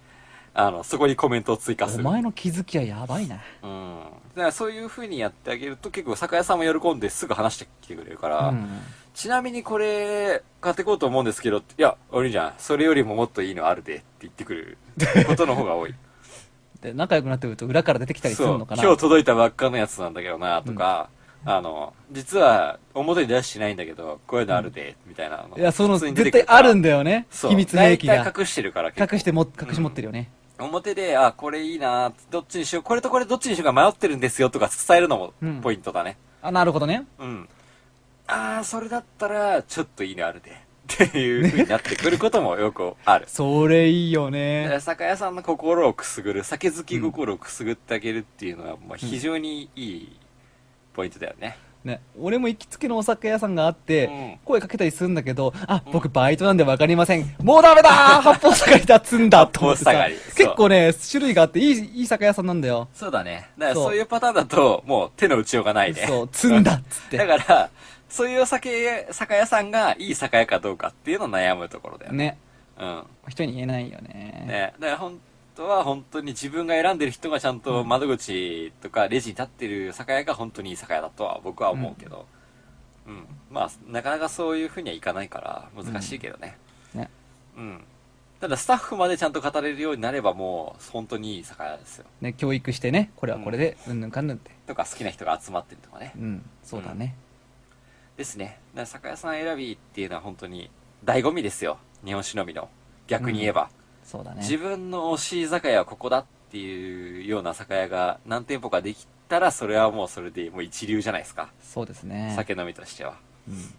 そこにコメントを追加する。 お前の気づきはやばいな。 うん。だからそういう風にやってあげると結構酒屋さんも喜んですぐ話してきてくれるから、ちなみにこれ買ってこうと思うんですけど、いや、おいじゃん、それよりももっといいのあるでって言ってくることの方が多い。 で、仲良くなってくると裏から出てきたりするのかな。 今日届いたばっかのやつなんだけどな、とか、実は表に出してないんだけど、こういうのあるで、みたいなの。 いや、その、 普通に出て絶対あるんだ。 だよね。 そう。 秘密兵器が。 大体隠してるから結構隠し持ってるよね。 表で、あ、これいいな、どっちにしよう、これとこれどっちにしようか迷ってるんですよとか伝えるのもポイントだね。 あ、なるほどね。 うん。あー、それだったら、ちょっといいのあるで。っていう風になってくることもよくある。 それいいよだかね。 ら酒屋さんの心をくすぐる、酒好き心をくすぐってあげるっていうのは、まあ非常にいいポイントだよね。 ね、俺も行きつけのお酒屋さんがあって、 うん声かけたりするんだけど、あ、僕バイトなんでわかりません。もうダメだー八方下がり立つんだと思ってさ八方下がりそう結構ね、種類があっていい酒屋さんなんだよ。 そうだね。だからそうそういうパターンだと、もう手の打ちようがないね。 そう、積んだっつって。 だから、そういう酒屋さんがいい酒屋かどうかっていうのを悩むところだよね。 ね。 うん。 人に言えないよね。 ね。だから本当は本当に自分が選んでる人がちゃんと窓口とかレジに立ってる酒屋が本当にいい酒屋だとは僕は思うけど。うん。まあ、なかなかそういう風にはいかないから難しいけどね。 ね。 うん。ただスタッフまでちゃんと語れるようになればもう本当にいい酒屋ですよ。 ね、教育してね、これはこれで、うんぬんかんぬんって。 とか好きな人が集まってるとかね。 うん、そうだね。 ですね。だから酒屋さん選びっていうのは本当に醍醐味ですよ。日本酒飲みの。逆に言えば。 そうだね。 自分の推し居酒屋はここだっていうような酒屋が何店舗かできたらそれはもうそれでもう一流じゃないですか。 そうですね。 酒飲みとしては。 うん。 うん。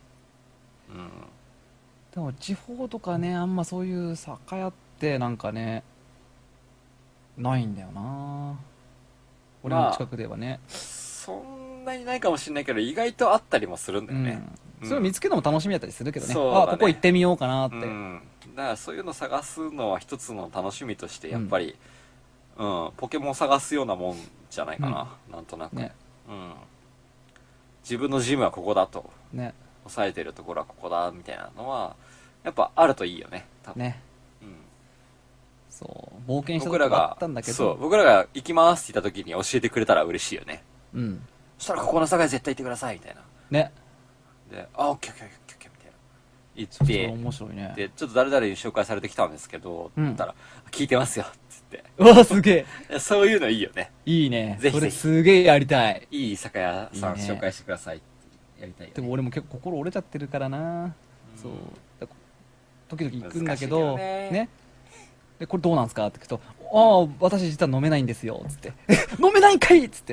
でも地方とかね、あんまそういう酒屋ってなんかね、ないんだよな俺の近くではね。 そんなにないかもしれないけど意外とあったりもするんだよね。 それを見つけるのも楽しみだったりするけどね。 そうだねあ、ここ行ってみようかなって。 うん。だからそういうの探すのは一つの楽しみとしてやっぱり、ポケモンを探すようなもんじゃないかな。なんとなく。 ね。 うん。自分のジムはここだと。 ね。 抑えてるところはここだみたいなのはやっぱあるといいよね多分。 ね。 うん。 そう。冒険したことがあったんだけど。 そう、僕らが行きますって言った時に教えてくれたら嬉しいよね。 うん。 そしたらここの酒屋絶対行ってくださいみたいな。 ね。 で、あ、オッケーオッケーオッケーオッケーみたいな。言それって、 面白いね。 で、ちょっと誰々に紹介されてきたんですけど、 うん言ったら、聞いてますよ、つって。 うわ、すげえ。 そういうのいいよね。 いいね。 ぜひぜひそれすげえやりたい。 いい酒屋さんいいね紹介してくださいってやりたいよね。 でも俺も結構心折れちゃってるからな。そう。だ時々行くんだけ難しいど、 よねで、これどうなんすかって聞くと、ああ、私実は飲めないんですよ、つって。飲めないんかいっつって。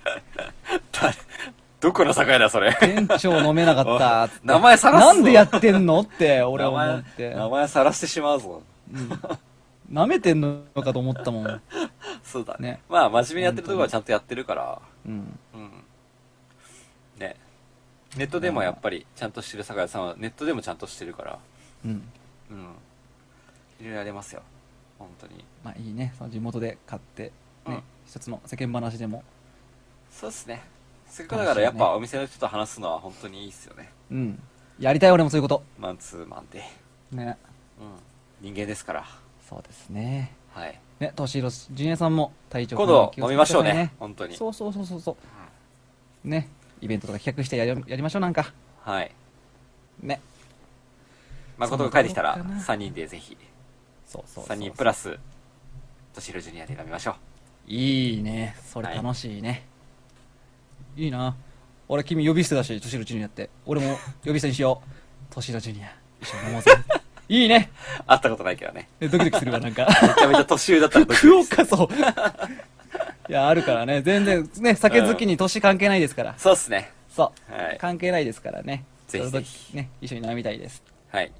どこの酒屋だよ、それ。 店長飲めなかったっつって。 名前さらすぞなんでやってんのって俺は思って。 名前さらしてしまうぞ。 舐めてんのかと思ったもん。 そうだね。 ねまあ、真面目にやってるところはちゃんとやってるから、 うん。 うん。ね。ネットでもやっぱりちゃんとしてる酒屋さんはネットでもちゃんとしてるから、 うん。 うん。いろいろありますよ。本当に。 まあいいね。その地元で買って、 うんね、一つの世間話でも。 そうですね。せっかくだからやっぱお店の人と話すのは本当にいいっすよね。 うん。やりたい俺もそういうこと。 マンツーマンで。 ね。 うん。人間ですから。 そうですね。 はい。 ね、トシヒロジュニアさんも体調今度飲みましょうね。本当に。 そうそうそうそうそう。ね、イベントとか企画してやりましょうなんか。 はい。 ね。 誠が帰ってきたらそんなとこ 3人でぜひ、 そうそうそう。 3人プラス、トシヒロジュニアで飲みましょう。 いいね。それ楽しいね。いいな。俺君呼び捨てだし、トシヒロジュニアって。俺も呼び捨てにしよう。トシヒロジュニア。一緒に飲もうぜ。いいね。 会ったことないけどね。 ドキドキするわ、なんか。 めちゃめちゃ年上だったらドキ福ドキする岡そう。いや、あるからね。全然、ね、酒好きに年関係ないですから。 そうっすね。 そう。 はい。 関係ないですからね。 ぜひぜひその時ね、一緒に飲みたいです。 はい。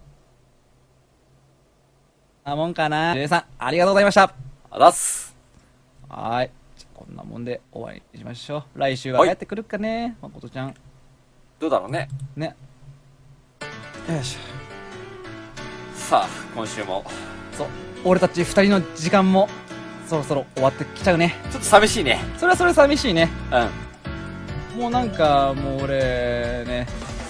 あもんかな。ジュニアさん、ありがとうございました。 あざっす。 はーい。じゃあこんなもんで終わりにしましょう。来週は帰ってくるかね、誠ちゃん。 どうだろうね。 ね。よいしさあ、今週も。 ょ。そう。俺たち二人の時間も、そろそろ終わってきちゃうね。 ちょっと寂しいね。 それはそれ寂しいね。 うん。 もうなんか、もう俺、ね、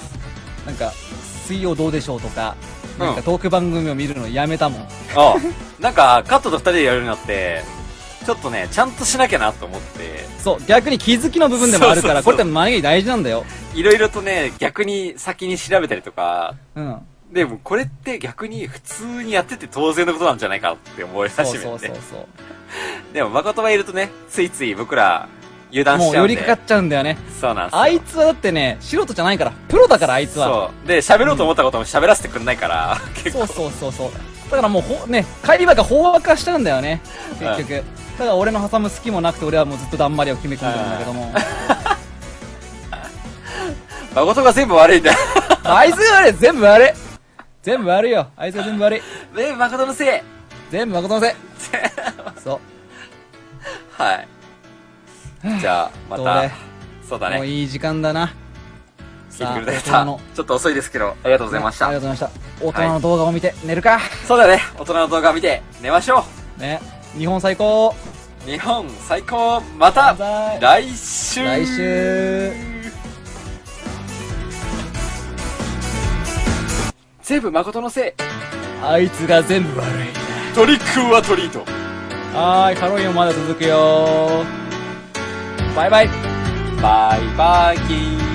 なんか、水曜どうでしょうとか、なんかトーク番組を見るのやめたもん。 ああ。 なんか、カットと二人でやるようになって、ちょっとね、ちゃんとしなきゃなと思って。 そう、逆に気づきの部分でもあるから、これって前に大事なんだよ。 いろいろとね、逆に先に調べたりとか、 うん。 でもこれって逆に普通にやってて当然のことなんじゃないかって思い始めて。 そう。 でも誠がいるとね、ついつい僕ら油断しちゃうんで。 もう寄りかかっちゃうんだよね。 そうなんですよ。 あいつはだってね、素人じゃないから、プロだからあいつは。 そう。で、喋ろうと思ったことも喋らせてくんないから、結構。 そう。だからもうね、会話が飽和化しちゃうんだよね、結局。だから俺の挟む隙もなくて俺はもうずっとだんまりを決め込んでるんだけども。 誠が全部悪いんだよ。 あいつが悪い、全部悪い。全部悪いよ。あいつが全部悪い。 全部誠のせい。 全部誠のせい。そう。 はい。じゃあ、また、そうだね。 もういい時間だな。 聞いてくれた。ちょっと遅いですけど、ありがとうございました。 ありがとうございました。大人の動画を見て寝るか。 そうだね。大人の動画を見て寝ましょう。ね。日本最高。 日本最高。また、来週。全部誠のせい。 あいつが全部悪い。 トリックはトリート。 はーい、ハロウィンもまだ続くよー。バイバイ。 バイバイキー。